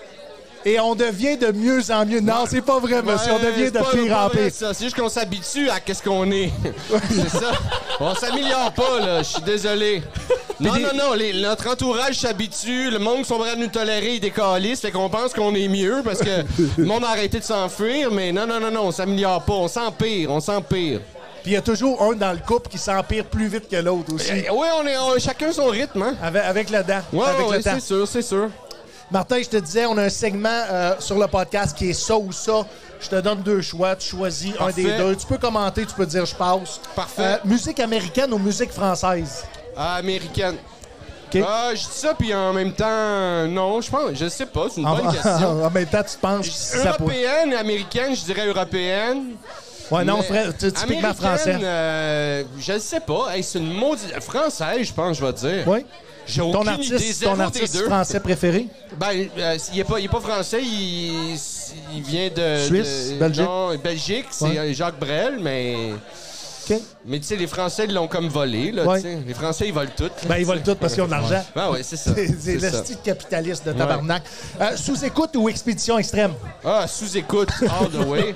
Et on devient de mieux en mieux. Non, c'est pas vrai, monsieur. on Ouais, devient c'est de pas- pire pas en vrai, pire. ça. C'est juste qu'on s'habitue à qu'est-ce qu'on est. C'est ça. On s'améliore pas, là. Je suis désolé. Non, des- non, non. les- notre entourage s'habitue. Le monde qui sont prêts à nous tolérer, ils décalissent. Fait qu'on pense qu'on est mieux parce que le monde a arrêté de s'enfuir. Mais non, non, non, non. On s'améliore pas. On s'empire. On s'empire. Puis il y a toujours un dans le couple qui s'empire plus vite que l'autre aussi. Eh, ouais, on est on- chacun son rythme, hein. Avec, avec le dent. Ouais, avec ouais, le temps. c'est sûr, c'est sûr. Martin, je te disais, on a un segment euh, sur le podcast qui est ça ou ça. Je te donne deux choix. Tu choisis un Parfait. des deux. Tu peux commenter, tu peux dire je passe. Parfait. Euh, musique américaine ou musique française? Ah, américaine. OK. Ah, je dis ça, puis en même temps, non, je pense, je sais pas, c'est une En, bonne question. en même temps, tu te penses si ça pourrait- Européenne, américaine, je dirais européenne. Ouais, non, Mais frère, tu- typiquement américaine, français. euh, je le sais pas. Hey, c'est une maudite. Française, je pense, je vais dire. Oui. J'ai Ton aucune idée. artiste, Zéro ton des artiste deux. français préféré? Ben, euh, il, est pas, il est pas français, il, il vient de. Suisse, de- Belgique? Non, Belgique, c'est Ouais. euh, Jacques Brel, mais. OK. Mais tu sais, les Français ils l'ont comme volé, là, Ouais. tu sais. Les Français, ils volent tout. Ben, ils volent tout parce qu'ils ont de l'argent. Ah ouais, c'est ça. C'est c'est C'est le ça. style capitaliste de tabarnak. Euh, sous-écoute ou expédition extrême? Ah, sous-écoute, all the way.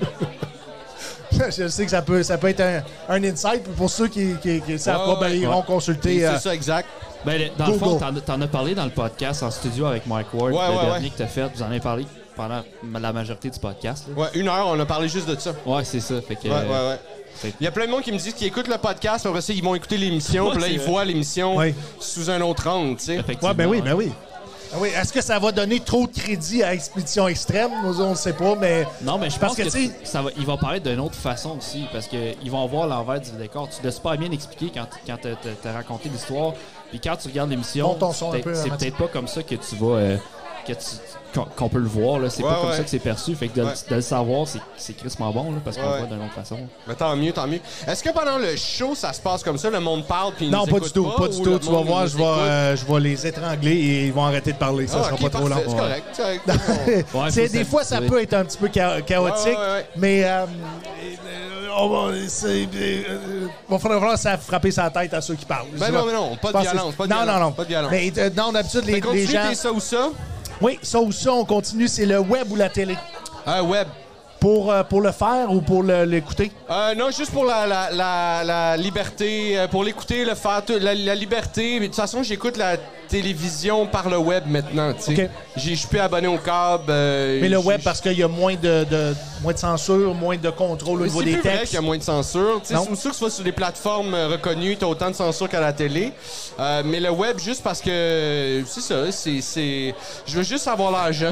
Je sais que ça peut, ça peut être un, un insight. Pour ceux qui ne qui, qui savent Ouais, pas, ben, ouais, ils ouais. vont consulter. C'est euh, ça, exact. Ben, le- dans le Google. fond, t'en, t'en as parlé dans le podcast en studio avec Mike Ward, Ouais, le ouais, dernier ouais. que t'as fait. Vous en avez parlé pendant la majorité du podcast. là. Ouais, une heure, on a parlé juste de ça. Ouais, c'est ça. Fait que, Ouais, ouais, ouais. fait- Il y a plein de monde qui me disent qu'ils écoutent le podcast, puis après ça, ils vont écouter l'émission, Ouais, puis là, c'est ils vrai. voient l'émission Ouais. sous un autre angle, tu sais. effectivement, Ouais, ben oui, ouais. ben oui. Oui, est-ce que ça va donner trop de crédit à Expédition Extrême? Nous, on ne sait pas, mais... Non, mais je Parce pense que, que, tu sais- ça va, ils vont parler d'une autre façon aussi, parce qu'ils vont voir l'envers du décor. Tu l'as super bien expliqué quand, quand tu as raconté l'histoire. Puis quand tu regardes l'émission, Monte ton son c'est un peu, peut-être- c'est Mathieu. peut-être pas comme ça que tu vas... euh, que tu- qu'on qu'on peut le voir, là. C'est Ouais, pas comme ouais. ça que c'est perçu. Fait que de, le- Ouais. de le savoir, c'est c'est crissement bon, là, parce qu'on Ouais. le voit d'une autre façon. Mais tant mieux, tant mieux. Est-ce que pendant le show, ça se passe comme ça? Le monde parle puis ils Non, nous pas écoute du tout, pas du ou tout. le Tu vas monde, voir, il je nous vais, écoute? euh, je vais les étrangler et ils vont arrêter de parler. Ça Ah, sera ok, pas trop long. parfait, c'est Ouais. correct, c'est correct. Ouais, C'est- faut des fois, ça s'habituer. peut être un petit peu cha- chaotique, Ouais, ouais, ouais. mais euh, euh, on va, c'est, euh, va falloir ça frapper sa tête à ceux qui parlent. Ben Je non, vais- mais non, pas je de pense que- violence, pas de non, violence, non, non, pas de violence. Mais euh, non, d'habitude, les, Fait les continue gens... tes ça ou ça? Oui, ça ou ça, on continue. C'est le web ou la télé. Ah, web. Pour, euh, pour le faire ou pour le- l'écouter? Euh, non, juste pour la, la, la, la liberté, euh, pour l'écouter, le faire, tout- la, la liberté. Mais de toute façon, j'écoute la télévision par le web maintenant, tu sais. OK. J'ai- Je suis plus abonné au câble. euh, Mais le j'ai- web, parce qu'il y a moins de, de, moins de censure, moins de contrôle au Mais niveau c'est des plus vrai textes. qu'il y a moins de censure. Tu sais, Non. c'est sûr que ce soit sur des plateformes euh, reconnues, t'as autant de censure qu'à la télé. Euh, mais le web, juste parce que c'est ça, c'est, c'est... Je veux juste avoir l'argent.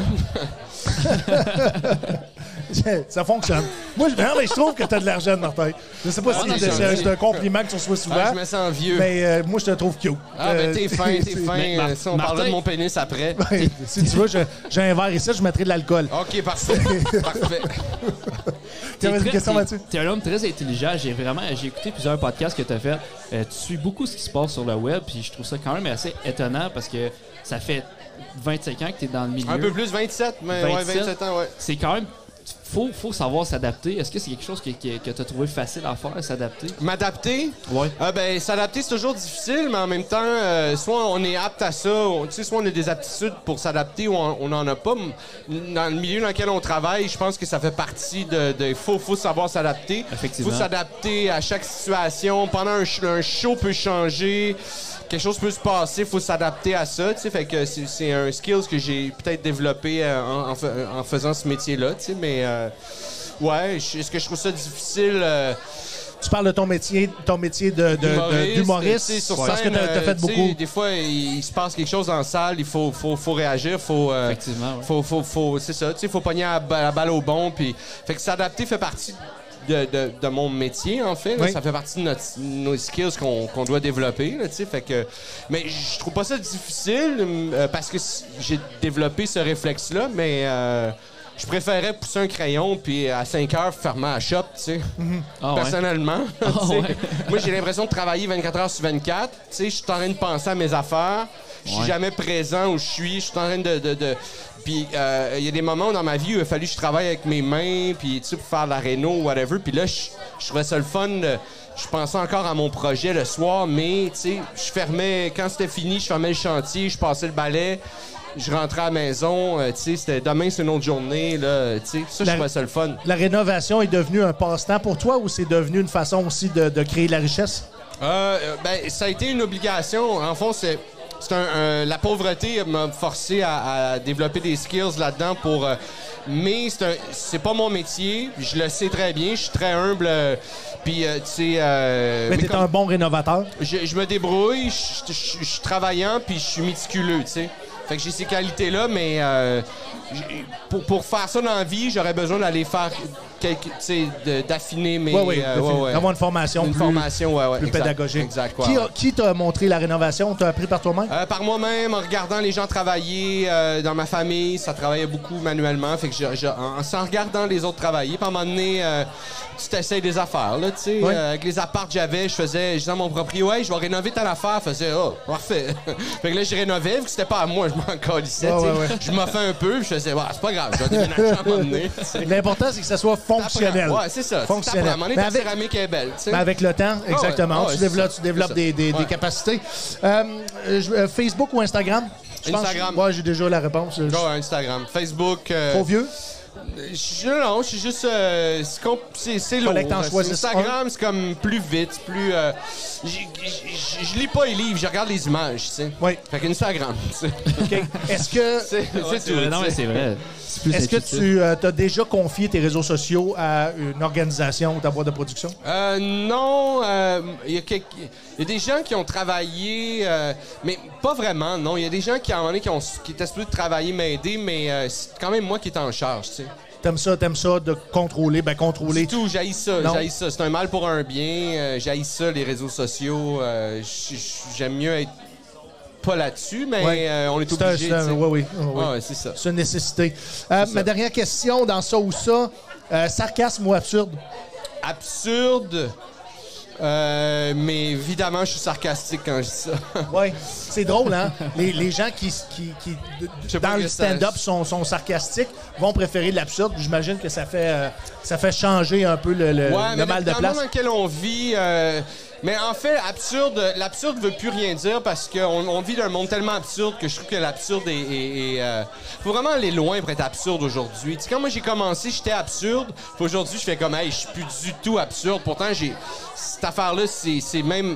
Ça fonctionne. Moi, je, non, mais je trouve que t'as de l'argent, Martin. Je sais pas Ah, si non, c'est, c'est c'est un compliment que tu reçois souvent, Ah, je me sens vieux. mais euh, moi, je te trouve cute. Ah, ben Euh, t'es fin, t'es c'est- fin. Mais Mar- Euh, si on Martin- parlera de mon pénis après. Ouais, si tu veux, je- j'ai un verre ici, je mettrai de l'alcool. OK, parfait. Parfait. Tu avais une très- question, t'es- Mathieu? T'es un homme très intelligent. J'ai vraiment, j'ai écouté plusieurs podcasts que t'as fait. Euh, tu suis beaucoup ce qui se passe sur le web, puis je trouve ça quand même assez étonnant parce que ça fait vingt-cinq ans que t'es dans le milieu. Un peu plus, vingt-sept, mais ouais, vingt-sept. vingt-sept ans, ouais. C'est quand même. Faut, faut savoir s'adapter. Est-ce que c'est quelque chose que, que, que tu as trouvé facile à faire, s'adapter? M'adapter? Ouais. Ah ben, s'adapter, c'est toujours difficile, mais en même temps, euh, soit on est apte à ça, on- tu sais, soit on a des aptitudes pour s'adapter ou on n'en a pas. M- Dans le milieu dans lequel on travaille, je pense que ça fait partie de... Il faut, faut savoir s'adapter. Effectivement. Faut s'adapter à chaque situation. Pendant un, sh- un show peut changer, quelque chose peut se passer, faut s'adapter à ça, tu sais. Fait que c'est c'est un skill que j'ai peut-être développé euh, en, en fa- en faisant ce métier-là, tu sais, mais... euh, ouais, je- est-ce que je trouve ça difficile? euh, Tu parles de ton métier, ton métier de, de- de- Humoriste, d'humoriste, tu sais, sur parce que scène, t'as, t'as euh, fait tu sais, beaucoup. Des fois, il, il se passe quelque chose dans la salle, il faut, faut, faut réagir, faut, euh, Effectivement, ouais. faut, faut, faut, c'est ça, tu sais, faut pogner la, ba- la balle au bon, puis, fait que s'adapter fait partie de, de, de mon métier en fait, là. Oui. Ça fait partie de notre, nos skills qu'on, qu'on doit développer, là, tu sais, fait que, mais je trouve pas ça difficile euh, parce que c- j'ai développé ce réflexe-là, mais euh, je préférais pousser un crayon puis à cinq heures fermer la shop, tu sais. Ah, ouais. Personnellement. Ah, tu sais. ouais. Moi, j'ai l'impression de travailler vingt-quatre heures sur vingt-quatre. Tu sais, je suis en train de penser à mes affaires. Je suis Ouais. jamais présent où je suis. Je suis en train de... de, de... Puis, euh, il y a des moments dans ma vie où il a fallu que je travaille avec mes mains, puis, tu sais, pour faire de la réno ou whatever. Puis là, je, je trouvais ça le fun. de- Je pensais encore à mon projet le soir, mais, tu sais, je fermais... Quand c'était fini, je fermais le chantier, je passais le balai. Je rentrais à la maison, euh, tu sais, c'était demain, c'est une autre journée, là, tu sais. Ça, je La- trouvais ça le fun. La rénovation est devenue un passe-temps pour toi ou c'est devenu une façon aussi de, de créer de la richesse? Euh, euh, ben, ça a été une obligation. En fond, c'est, c'est un, un- la pauvreté m'a forcé à, à développer des skills là-dedans pour. euh, mais c'est, un, c'est pas mon métier. Je le sais très bien. Je suis très humble. euh, Puis, euh, tu sais. euh, Mais mais t'es comme- un bon rénovateur. je, je me débrouille. Je, je- je- je suis travaillant. Puis, je suis méticuleux, tu sais. Fait que j'ai ces qualités-là, mais euh, j'ai- pour, pour faire ça dans la vie, j'aurais besoin d'aller faire quelques, tu sais, de- d'affiner mes. Oui, oui. euh, ouais, ouais. Avoir une formation Une plus, formation, ouais, ouais. plus exact, pédagogique. Exact, ouais, qui, ouais. a- qui t'a montré la rénovation? T'as appris par toi-même? Euh, par moi-même, en regardant les gens travailler euh, dans ma famille, ça travaillait beaucoup manuellement. Fait que je, je- en, en s'en regardant les autres travailler, puis à un moment donné, euh, tu t'essayes des affaires, là, tu sais. Ouais. Euh, avec les apparts que j'avais, je faisais, je disais à mon propriétaire, ouais, je vais rénover telle affaire. Je faisais, oh, parfait. Fait que là, je rénovais, vu que c'était pas à moi, je m'en calissais, Ouais, tu sais. ouais, ouais. Je m'en fais un peu, puis je faisais, ouais, c'est pas grave, je vais déménager à un moment donné, tu sais. L'important, c'est que ça soit fonctionnel. Ouais, c'est ça. Fonctionnel. À un moment donné, Mais ta avec- céramique est belle, tu sais. Mais avec le temps, exactement. Ah ouais, tu c'est développes, ça. tu développes C'est des, ça. des- des Ouais. capacités. Euh, je- euh, Facebook ou Instagram? Je pense- Instagram. Ouais, j'ai déjà la réponse. Je- Ouais, Instagram. Facebook. euh, Trop vieux? Je, non, je suis juste... Euh, c'est, comp- c'est, c'est lourd. Fallait que t'en choisisses Instagram, c'est comme plus vite, plus... Euh, j- j- je lis pas les livres, je regarde les images, tu sais. Oui. Fait qu'Instagram, tu sais. OK. Est-ce que... C'est, Ouais, c'est c'est tout, vrai. Non, tu mais sais. c'est vrai. C'est plus Est-ce que intuitif. tu euh, as déjà confié tes réseaux sociaux à une organisation ou ta boîte de production? Euh, non, euh, il y, a quelques- il y a des gens qui ont travaillé, euh, mais pas vraiment, non. Il y a des gens qui, à un moment donné, qui, ont, qui étaient supposés de travailler, m'aider, mais euh, c'est quand même moi qui étais en charge, tu sais. T'aimes ça, t'aimes ça de contrôler, ben contrôler. C'est tout, j'haïs ça, Non. j'haïs ça. C'est un mal pour un bien, euh, j'haïs ça, les réseaux sociaux. euh, j- j- J'aime mieux être pas là-dessus, mais Ouais. euh, on est C'est un- obligé, c'est un- tu sais. oui, oui, oui, oui. Ah ouais, c'est ça. C'est une nécessité. Euh, ma dernière question, dans ça ou ça, euh, sarcasme ou absurde? Absurde, euh, mais évidemment, je suis sarcastique quand je dis ça. Oui, c'est drôle, hein? Les, les gens qui, qui, qui sais pas dans le que ça- stand-up, sont, sont sarcastiques, vont préférer l'absurde. J'imagine que ça fait, euh, ça fait changer un peu le, le, Ouais, le mais mal de dans le place. monde dans lequel on vit, euh, mais en fait, absurde, l'absurde veut plus rien dire parce qu'on on vit dans un monde tellement absurde que je trouve que l'absurde est... est, est, euh, faut vraiment aller loin pour être absurde aujourd'hui. Tu sais, quand moi j'ai commencé, j'étais absurde. Puis aujourd'hui, je fais comme, hey, je suis plus du tout absurde. Pourtant, j'ai cette affaire-là, c'est c'est même...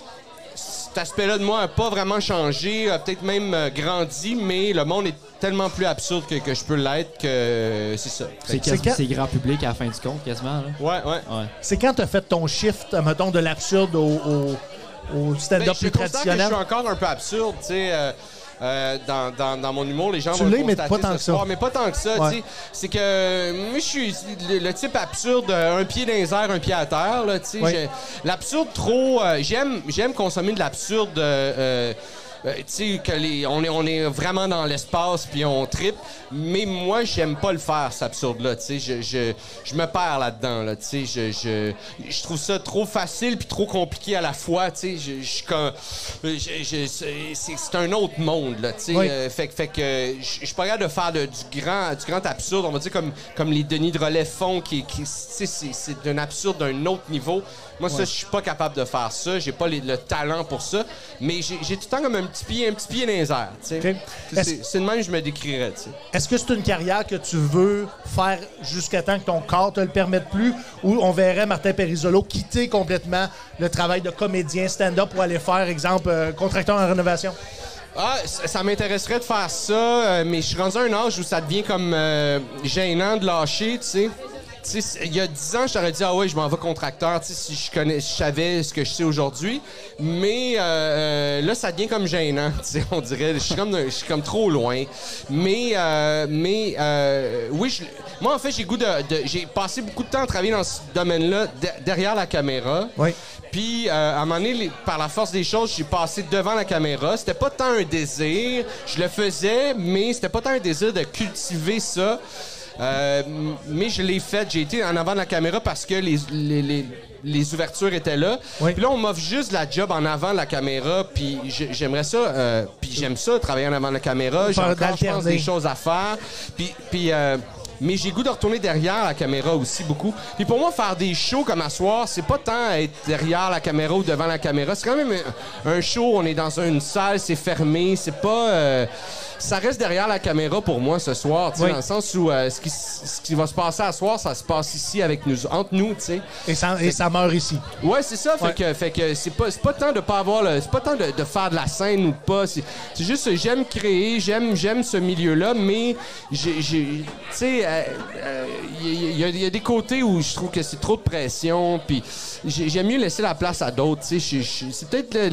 Cet aspect-là de moi n'a pas vraiment changé, a peut-être même euh, grandi, mais le monde est tellement plus absurde que, que je peux l'être que euh, c'est ça. C'est, C'est quasi- quand- c'est grand public à la fin du compte, quasiment. Là. Ouais, ouais. Ouais. C'est quand tu as fait ton shift, mettons, de l'absurde au, au, au Ben, stand-up je plus considère que je traditionnel? suis encore un peu absurde, tu sais. euh, euh, dans, dans, dans mon humour, les gens Tu vont le l'es, mais constater pas tant ce que ça. soir, mais pas tant que ça, Ouais. tu sais. C'est que euh, moi, je suis le, le type absurde, euh, un pied dans les airs, un pied à terre, là, tu sais. Ouais. Je- L'absurde trop... euh, j'aime, j'aime consommer de l'absurde... euh, euh, euh, tu sais, que les, on, est, on est vraiment dans l'espace puis on trippe. Mais moi, j'aime pas le faire, cet absurde-là. Tu sais, je, je, je me perds là-dedans. Là, tu sais, je, je, je trouve ça trop facile puis trop compliqué à la fois. Tu sais, je, je suis comme, je, je- c'est, c'est un autre monde. Là, tu sais, Oui. euh, fait, que- fait que je, je suis pas capable de faire de- du grand, du grand absurde. On va dire comme, comme les Denis de Relais font, qui, qui tu sais, c'est, c'est d'un absurde d'un autre niveau. Moi, ça, je suis pas capable de faire ça. J'ai pas les- le talent pour ça. Mais j'ai, j'ai tout le temps comme un petit pied, un petit pied dans les airs. Tu sais. OK. C'est, Est-ce- c'est de même que je me décrirais. Tu sais. Est-ce que c'est une carrière que tu veux faire jusqu'à temps que ton corps te le permette plus, ou on verrait Martin Périsolo quitter complètement le travail de comédien stand-up pour aller faire, exemple, euh, contracteur en rénovation? Ah, ça, ça m'intéresserait de faire ça, euh, mais je suis rendu à un âge où ça devient comme euh, gênant de lâcher, tu sais. Tu sais, il y a dix ans, je t'aurais dit, ah ouais, je m'en vais contracteur, tu sais, si je connais, je savais ce que je sais aujourd'hui. Mais euh, euh, là, ça devient comme gênant, tu sais, on dirait. Je suis comme, je suis comme trop loin. Mais, euh, mais euh, oui, je- moi, en fait, j'ai goût de, de- j'ai passé beaucoup de temps à travailler dans ce domaine-là, de- derrière la caméra. Oui. Puis, euh, à un moment donné, les- par la force des choses, j'ai passé devant la caméra. C'était pas tant un désir. Je le faisais, mais c'était pas tant un désir de cultiver ça. Euh, m- mais je l'ai fait. J'ai été en avant de la caméra parce que les, les, les, les ouvertures étaient là. Oui. Puis là, on m'offre juste la job en avant de la caméra. Puis j'ai- j'aimerais ça. euh, puis j'aime ça, travailler en avant de la caméra. J'ai Faire encore, je pense, d'alterner. des choses à faire. Puis... puis euh, mais j'ai goût de retourner derrière la caméra aussi beaucoup. Puis pour moi, faire des shows comme à soir, c'est pas tant être derrière la caméra ou devant la caméra. C'est quand même un, un show, on est dans une salle, c'est fermé. C'est pas... euh, ça reste derrière la caméra pour moi ce soir, tu sais, Oui. dans le sens où euh, ce, qui, ce qui va se passer à soir, ça se passe ici avec nous, entre nous, tu sais. Et ça, et ça meurt ici. Ouais, c'est ça. Fait Ouais. que, fait que c'est pas, c'est pas tant de pas avoir le, c'est pas tant de, de faire de la scène ou pas. C'est, c'est juste, j'aime créer, j'aime, j'aime ce milieu-là, mais j'ai, j'ai, tu sais, il euh, euh, y, y a- y a des côtés où je trouve que c'est trop de pression, puis j'ai- j'aime mieux laisser la place à d'autres. Tu sais, je- je- c'est peut-être le-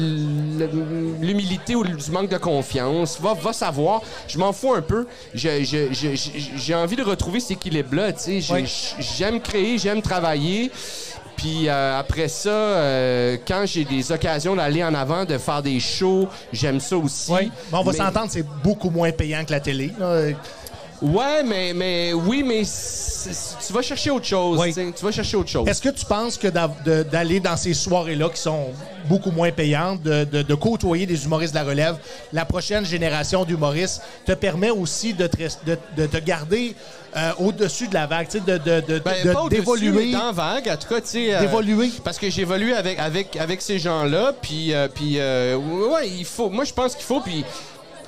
le- l'humilité ou du manque de confiance. Va, va savoir. Je m'en fous un peu. Je- je- je- je- j'ai envie de retrouver cet équilibre-là. Tu sais, J'ai- Oui. j'aime créer, j'aime travailler. Puis euh, après ça, euh, quand j'ai des occasions d'aller en avant, de faire des shows, j'aime ça aussi. Oui. Bon, on va Mais- s'entendre, c'est beaucoup moins payant que la télé. là. Ouais, mais, mais oui, mais c'est- c'est- tu vas chercher autre chose. Oui. tu sais, Tu vas chercher autre chose. Est-ce que tu penses que d'av- de- d'aller dans ces soirées-là qui sont beaucoup moins payantes, de, de- de côtoyer des humoristes de la relève, la prochaine génération d'humoristes te permet aussi de te, res- de, de te garder euh, au-dessus de la vague, tu sais, de, de, de, Ben, de- pas au-dessus, d'évoluer. mais dans vague, en tout cas, tu sais. euh, D'évoluer. Parce que j'ai évolué avec, avec, avec ces gens-là, puis, euh, puis euh, ouais, il faut. Moi, je pense qu'il faut, puis.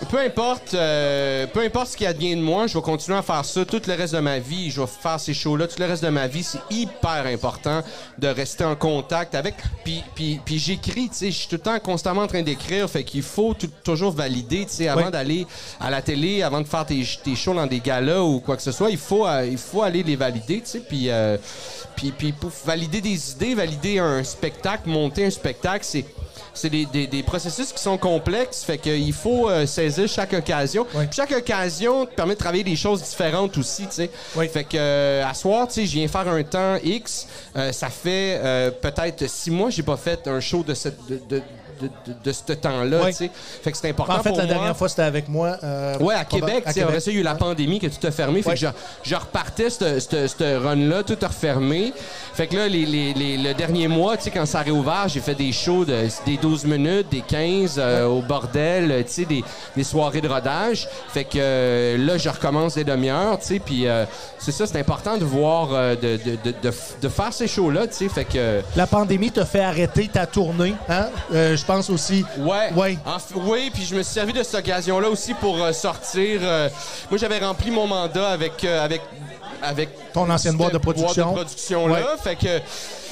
peu importe, euh, peu importe ce qui advient de moi, je vais continuer à faire ça tout le reste de ma vie. Je vais faire ces shows-là tout le reste de ma vie. C'est hyper important de rester en contact avec. Puis, puis, puis j'écris, tu sais, je suis tout le temps constamment en train d'écrire. Fait qu'il faut tout, toujours valider, tu sais, avant oui. d'aller à la télé, avant de faire tes, tes shows dans des galas ou quoi que ce soit, il faut, euh, il faut aller les valider, tu sais. Puis, euh, puis, puis pour valider des idées, valider un spectacle, monter un spectacle, c'est c'est des, des, des processus qui sont complexes, fait qu'il faut euh, saisir chaque occasion. Oui. Chaque occasion te permet de travailler des choses différentes aussi, tu sais. Oui. Fait que euh, à soir, tu sais, je viens faire un temps X, euh, ça fait euh, peut-être six mois que j'ai pas fait un show de cette de, de, de, de, de ce temps-là, oui. tu sais. Fait que c'est important pour moi. En fait, la moi. dernière fois, c'était avec moi. Euh, ouais, à Québec, tu sais. Après ça, il y a eu la pandémie que tout a fermé. Fait oui. que je, je repartais ce run-là, tout a refermé. Fait que là, les, les, les, le dernier mois, tu sais, quand ça a réouvert, j'ai fait des shows de, des douze minutes, des quinze euh, au bordel, tu sais, des, des soirées de rodage. Fait que euh, là, je recommence des demi-heures, tu sais, puis euh, c'est ça, c'est important de voir, euh, de, de, de, de, de faire ces shows-là, tu sais, fait que... La pandémie t'a fait arrêter ta tournée, hein? Euh, je pense aussi. Ouais. Ouais. En, oui, puis je me suis servi de cette occasion-là aussi pour euh, sortir. Euh, moi, j'avais rempli mon mandat avec... Euh, avec avec ton ancienne boîte de production. Boîte de production là, ouais. Fait que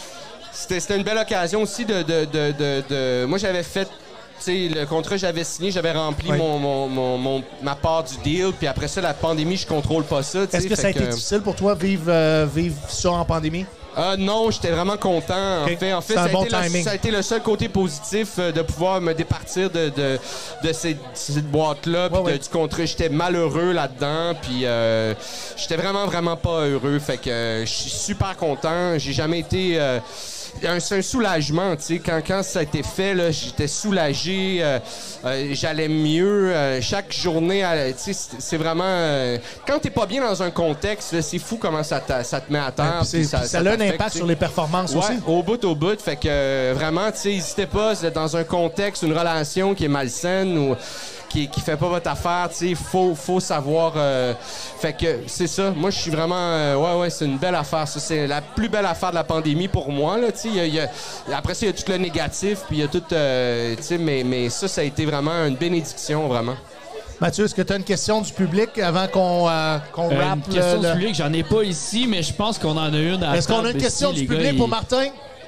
c'était une belle occasion aussi de... de, de, de, de... Moi, j'avais fait... T'sais, le contrat que j'avais signé, j'avais rempli oui. mon, mon, mon, mon, ma part du deal, puis après ça, la pandémie, je contrôle pas ça. Est-ce que ça a été que... difficile pour toi, vivre, euh, vivre ça en pandémie? Euh, non, j'étais vraiment content. Okay. En fait, en fait ça, a bon été le, ça a été le seul côté positif euh, de pouvoir me départir de, de, de ces, cette boîte-là, puis ouais, ouais. du contrat. J'étais malheureux là-dedans, puis euh, j'étais vraiment, vraiment pas heureux. Fait que euh, je suis super content. J'ai jamais été... Euh, C'est un soulagement, tu sais. Quand, quand ça a été fait, là, j'étais soulagé, euh, euh, j'allais mieux. Euh, chaque journée, tu sais, c'est vraiment... Euh, quand t'es pas bien dans un contexte, c'est fou comment ça, ça te met à terre. Ouais, puis ça, puis ça, ça a un impact t'sais. sur les performances ouais, aussi. Au bout, au bout. Fait que euh, vraiment, tu sais, n'hésitez pas, vous êtes dans un contexte, une relation qui est malsaine ou... Qui, qui fait pas votre affaire, tu sais, faut, faut savoir... Euh, fait que c'est ça. Moi, je suis vraiment... Euh, ouais, ouais, c'est une belle affaire. Ça, c'est la plus belle affaire de la pandémie pour moi, là, tu sais. Après ça, il y a tout le négatif, puis il y a tout... Euh, tu sais, mais, mais ça, ça a été vraiment une bénédiction, vraiment. Mathieu, est-ce que tu as une question du public avant qu'on euh, qu'on euh, rappe? Une question le, du public, j'en ai pas ici, mais je pense qu'on en a une à Est-ce qu'on a une question ici, du public gars, pour il... Martin?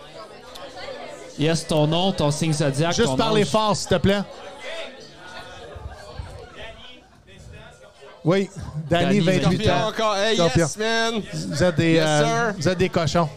Yes, ton nom, ton signe zodiac, Juste ton parler âge. fort, s'il te plaît. Oui, Danny, vingt-huit ans. Encore. Hey, yes, man. Vous êtes des, yes, euh, vous êtes des cochons.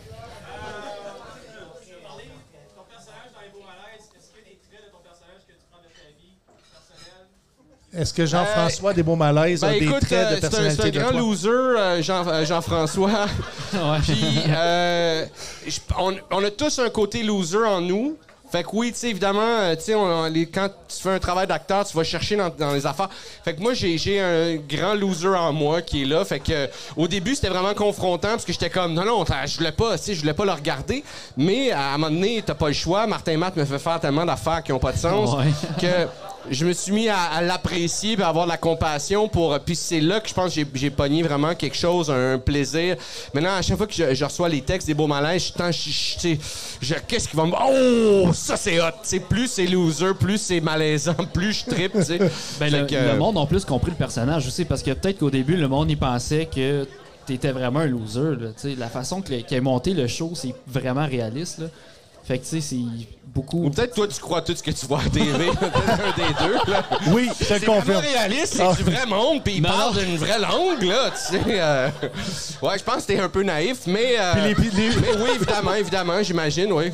Est-ce que Jean-François euh, des beaux malaises ben a écoute, des traits de personnalité? C'est un, un grand loser, euh, Jean, euh, Jean-François. Ouais. Puis, euh, on, on a tous un côté loser en nous. Fait que oui, tu sais, évidemment, tu sais, quand tu fais un travail d'acteur, tu vas chercher dans, dans les affaires. Fait que moi, j'ai un grand loser en moi qui est là. Fait que euh, au début, c'était vraiment confrontant parce que j'étais comme, non, non, je voulais pas, tu sais, je voulais pas le regarder. Mais à un moment donné, t'as pas le choix. Martin Matt me fait faire tellement d'affaires qui ont pas de sens ouais. que je me suis mis à, à l'apprécier et à avoir de la compassion pour. Puis c'est là que je pense que j'ai pogné vraiment quelque chose, un, un plaisir. Maintenant, à chaque fois que je, je reçois les textes des beaux malaises, je, je, je, je qu'est-ce qui va me. Oh, ça c'est hot! T'sais, plus c'est loser, plus c'est malaisant, plus je trippe. Ben, le, que... le monde a plus compris le personnage aussi, parce que peut-être qu'au début, le monde y pensait que t'étais vraiment un loser. Là, la façon qu'il a monté le show, c'est vraiment réaliste. Là. Fait que tu sais, c'est beaucoup... Ou peut-être toi, tu crois tout ce que tu vois à T V. Peut-être un des deux. Là. Oui, je te le confirme. C'est vraiment réaliste, c'est ah. du vrai monde, puis il parle d'une vraie langue, là, tu sais. Euh... Ouais, je pense que t'es un peu naïf, mais... Euh... Puis les, puis les... Mais oui, évidemment, évidemment, j'imagine, oui.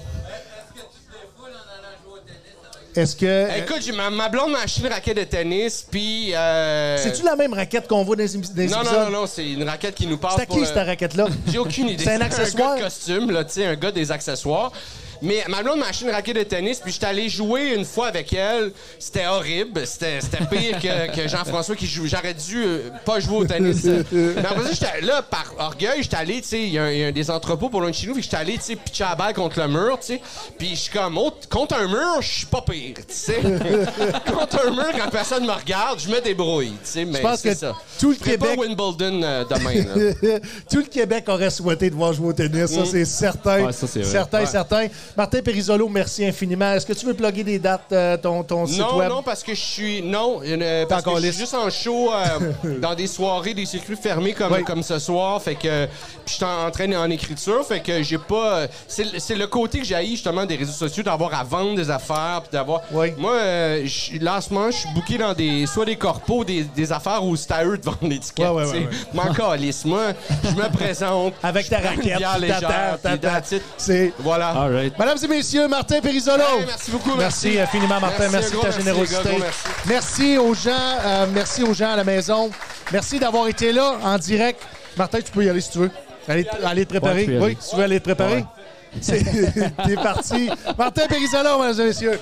Est-ce que... Écoute, j'ai ma, ma blonde m'a acheté une raquette de tennis, puis... Euh... C'est-tu la même raquette qu'on voit dans les, dans les non, épisodes? Non, non, non, c'est une raquette qui nous passe pour... C'est à qui, cette raquette-là? J'ai aucune idée. C'est un accessoire? Un gars de costume, là, tu sais, un gars des accessoires. Mais ma blonde m'a acheté une raquette de tennis, puis j'étais allé jouer une fois avec elle. C'était horrible. C'était pire que, que Jean-François qui joue. J'aurais dû euh, pas jouer au tennis. Mais après ça, là, par orgueil, j'étais allé, tu sais, il y, y a des entrepôts pour loin de chez nous, puis j'étais allé, tu sais, pitcher la balle contre le mur, tu sais. Puis je suis comme, oh, contre un mur, je suis pas pire, tu sais. Contre un mur, quand personne me regarde, je me débrouille, tu sais. Mais c'est ça. Tout le Québec. Pas Wimbledon euh, demain, là. Tout le Québec aurait souhaité de voir jouer au tennis, mm. ça, c'est certain. Ouais, ça, c'est certain, ouais. certain. Martin Périsolo, merci infiniment. Est-ce que tu veux plugger des dates, euh, ton, ton site non, web? Non, parce que je suis... Non, euh, parce que je suis juste en show euh, dans des soirées, des circuits fermés comme, oui. comme ce soir. Fait que... Puis je suis en, en train en écriture. Fait que j'ai pas... C'est, c'est le côté que j'ai justement des réseaux sociaux, d'avoir à vendre des affaires, puis d'avoir... Oui. Moi, euh, là, en ce moment, je suis booké dans des... Soit des corpos, des, des affaires où c'est à eux de vendre les tickets. Ouais, ouais, ouais, ouais. M'en calisse. Moi, je me présente. Avec ta raquette, bière légère, ta, ta, ta, puis c'est... Voilà. All right. Mesdames et messieurs, Martin Périsolo. Hey, merci beaucoup. Merci, Merci infiniment, Martin. Merci, Merci, de gros, ta merci, générosité. les gars, gros, merci. Merci aux gens. euh, merci aux gens à la maison. Merci d'avoir été là en direct. Martin, tu peux y aller si tu veux. Aller, aller te préparer. Ouais, oui, si tu veux aller te préparer. Ouais. C'est, t'es parti. Martin Périsolo, mesdames et messieurs.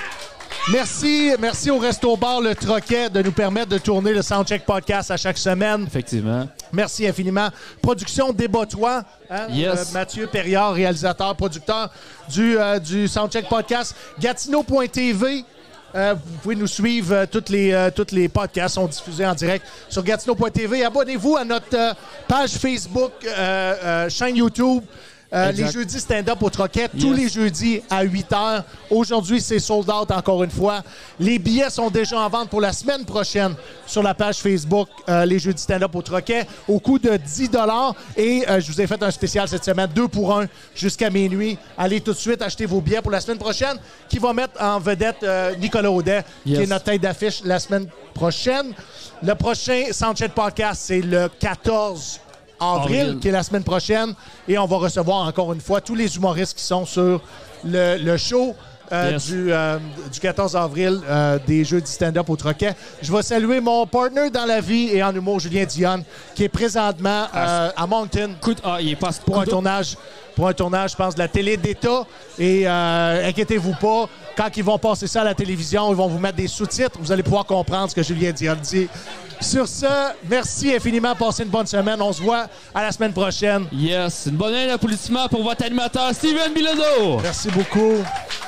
Merci, merci au Resto Bar Le Troquet de nous permettre de tourner le Soundcheck Podcast à chaque semaine. Effectivement. Merci infiniment. Production Débat-toi. Hein? Yes. Euh, Mathieu Perriard, réalisateur, producteur du, euh, du Soundcheck Podcast. Gatineau point T V. Euh, vous pouvez nous suivre. Euh, toutes les, euh, toutes les podcasts sont diffusés en direct sur Gatineau point T V. Abonnez-vous à notre euh, page Facebook, euh, euh, chaîne YouTube. Euh, les jeudis stand-up au Troquet, tous Yes. les jeudis à huit heures. Aujourd'hui, c'est sold out encore une fois. Les billets sont déjà en vente pour la semaine prochaine sur la page Facebook, euh, les jeudis stand-up au Troquet, au coût de dix dollars. Et euh, je vous ai fait un spécial cette semaine, deux pour un jusqu'à minuit. Allez tout de suite acheter vos billets pour la semaine prochaine, qui va mettre en vedette euh, Nicolas Audet, Yes. qui est notre tête d'affiche la semaine prochaine. Le prochain Soundcheck Podcast, c'est le quatorze avril, Avril. qui est la semaine prochaine. Et on va recevoir encore une fois tous les humoristes qui sont sur le, le show euh, Yes. du, euh, du quatorze avril euh, des Jeux du stand-up au Troquet. Je vais saluer mon partner dans la vie et en humour, Julien Dionne, qui est présentement euh, à Moncton Écoute, ah, il est pas... pour un tournage, pour un tournage, je pense, de la télé d'État. Et euh, inquiétez-vous pas, quand ils vont passer ça à la télévision, ils vont vous mettre des sous-titres. Vous allez pouvoir comprendre ce que Julien Dionne dit. Sur ce, merci infiniment. Passez une bonne semaine. On se voit à la semaine prochaine. Yes. Une bonne année d'applaudissements pour votre animateur, Steven Bilodeau. Merci beaucoup.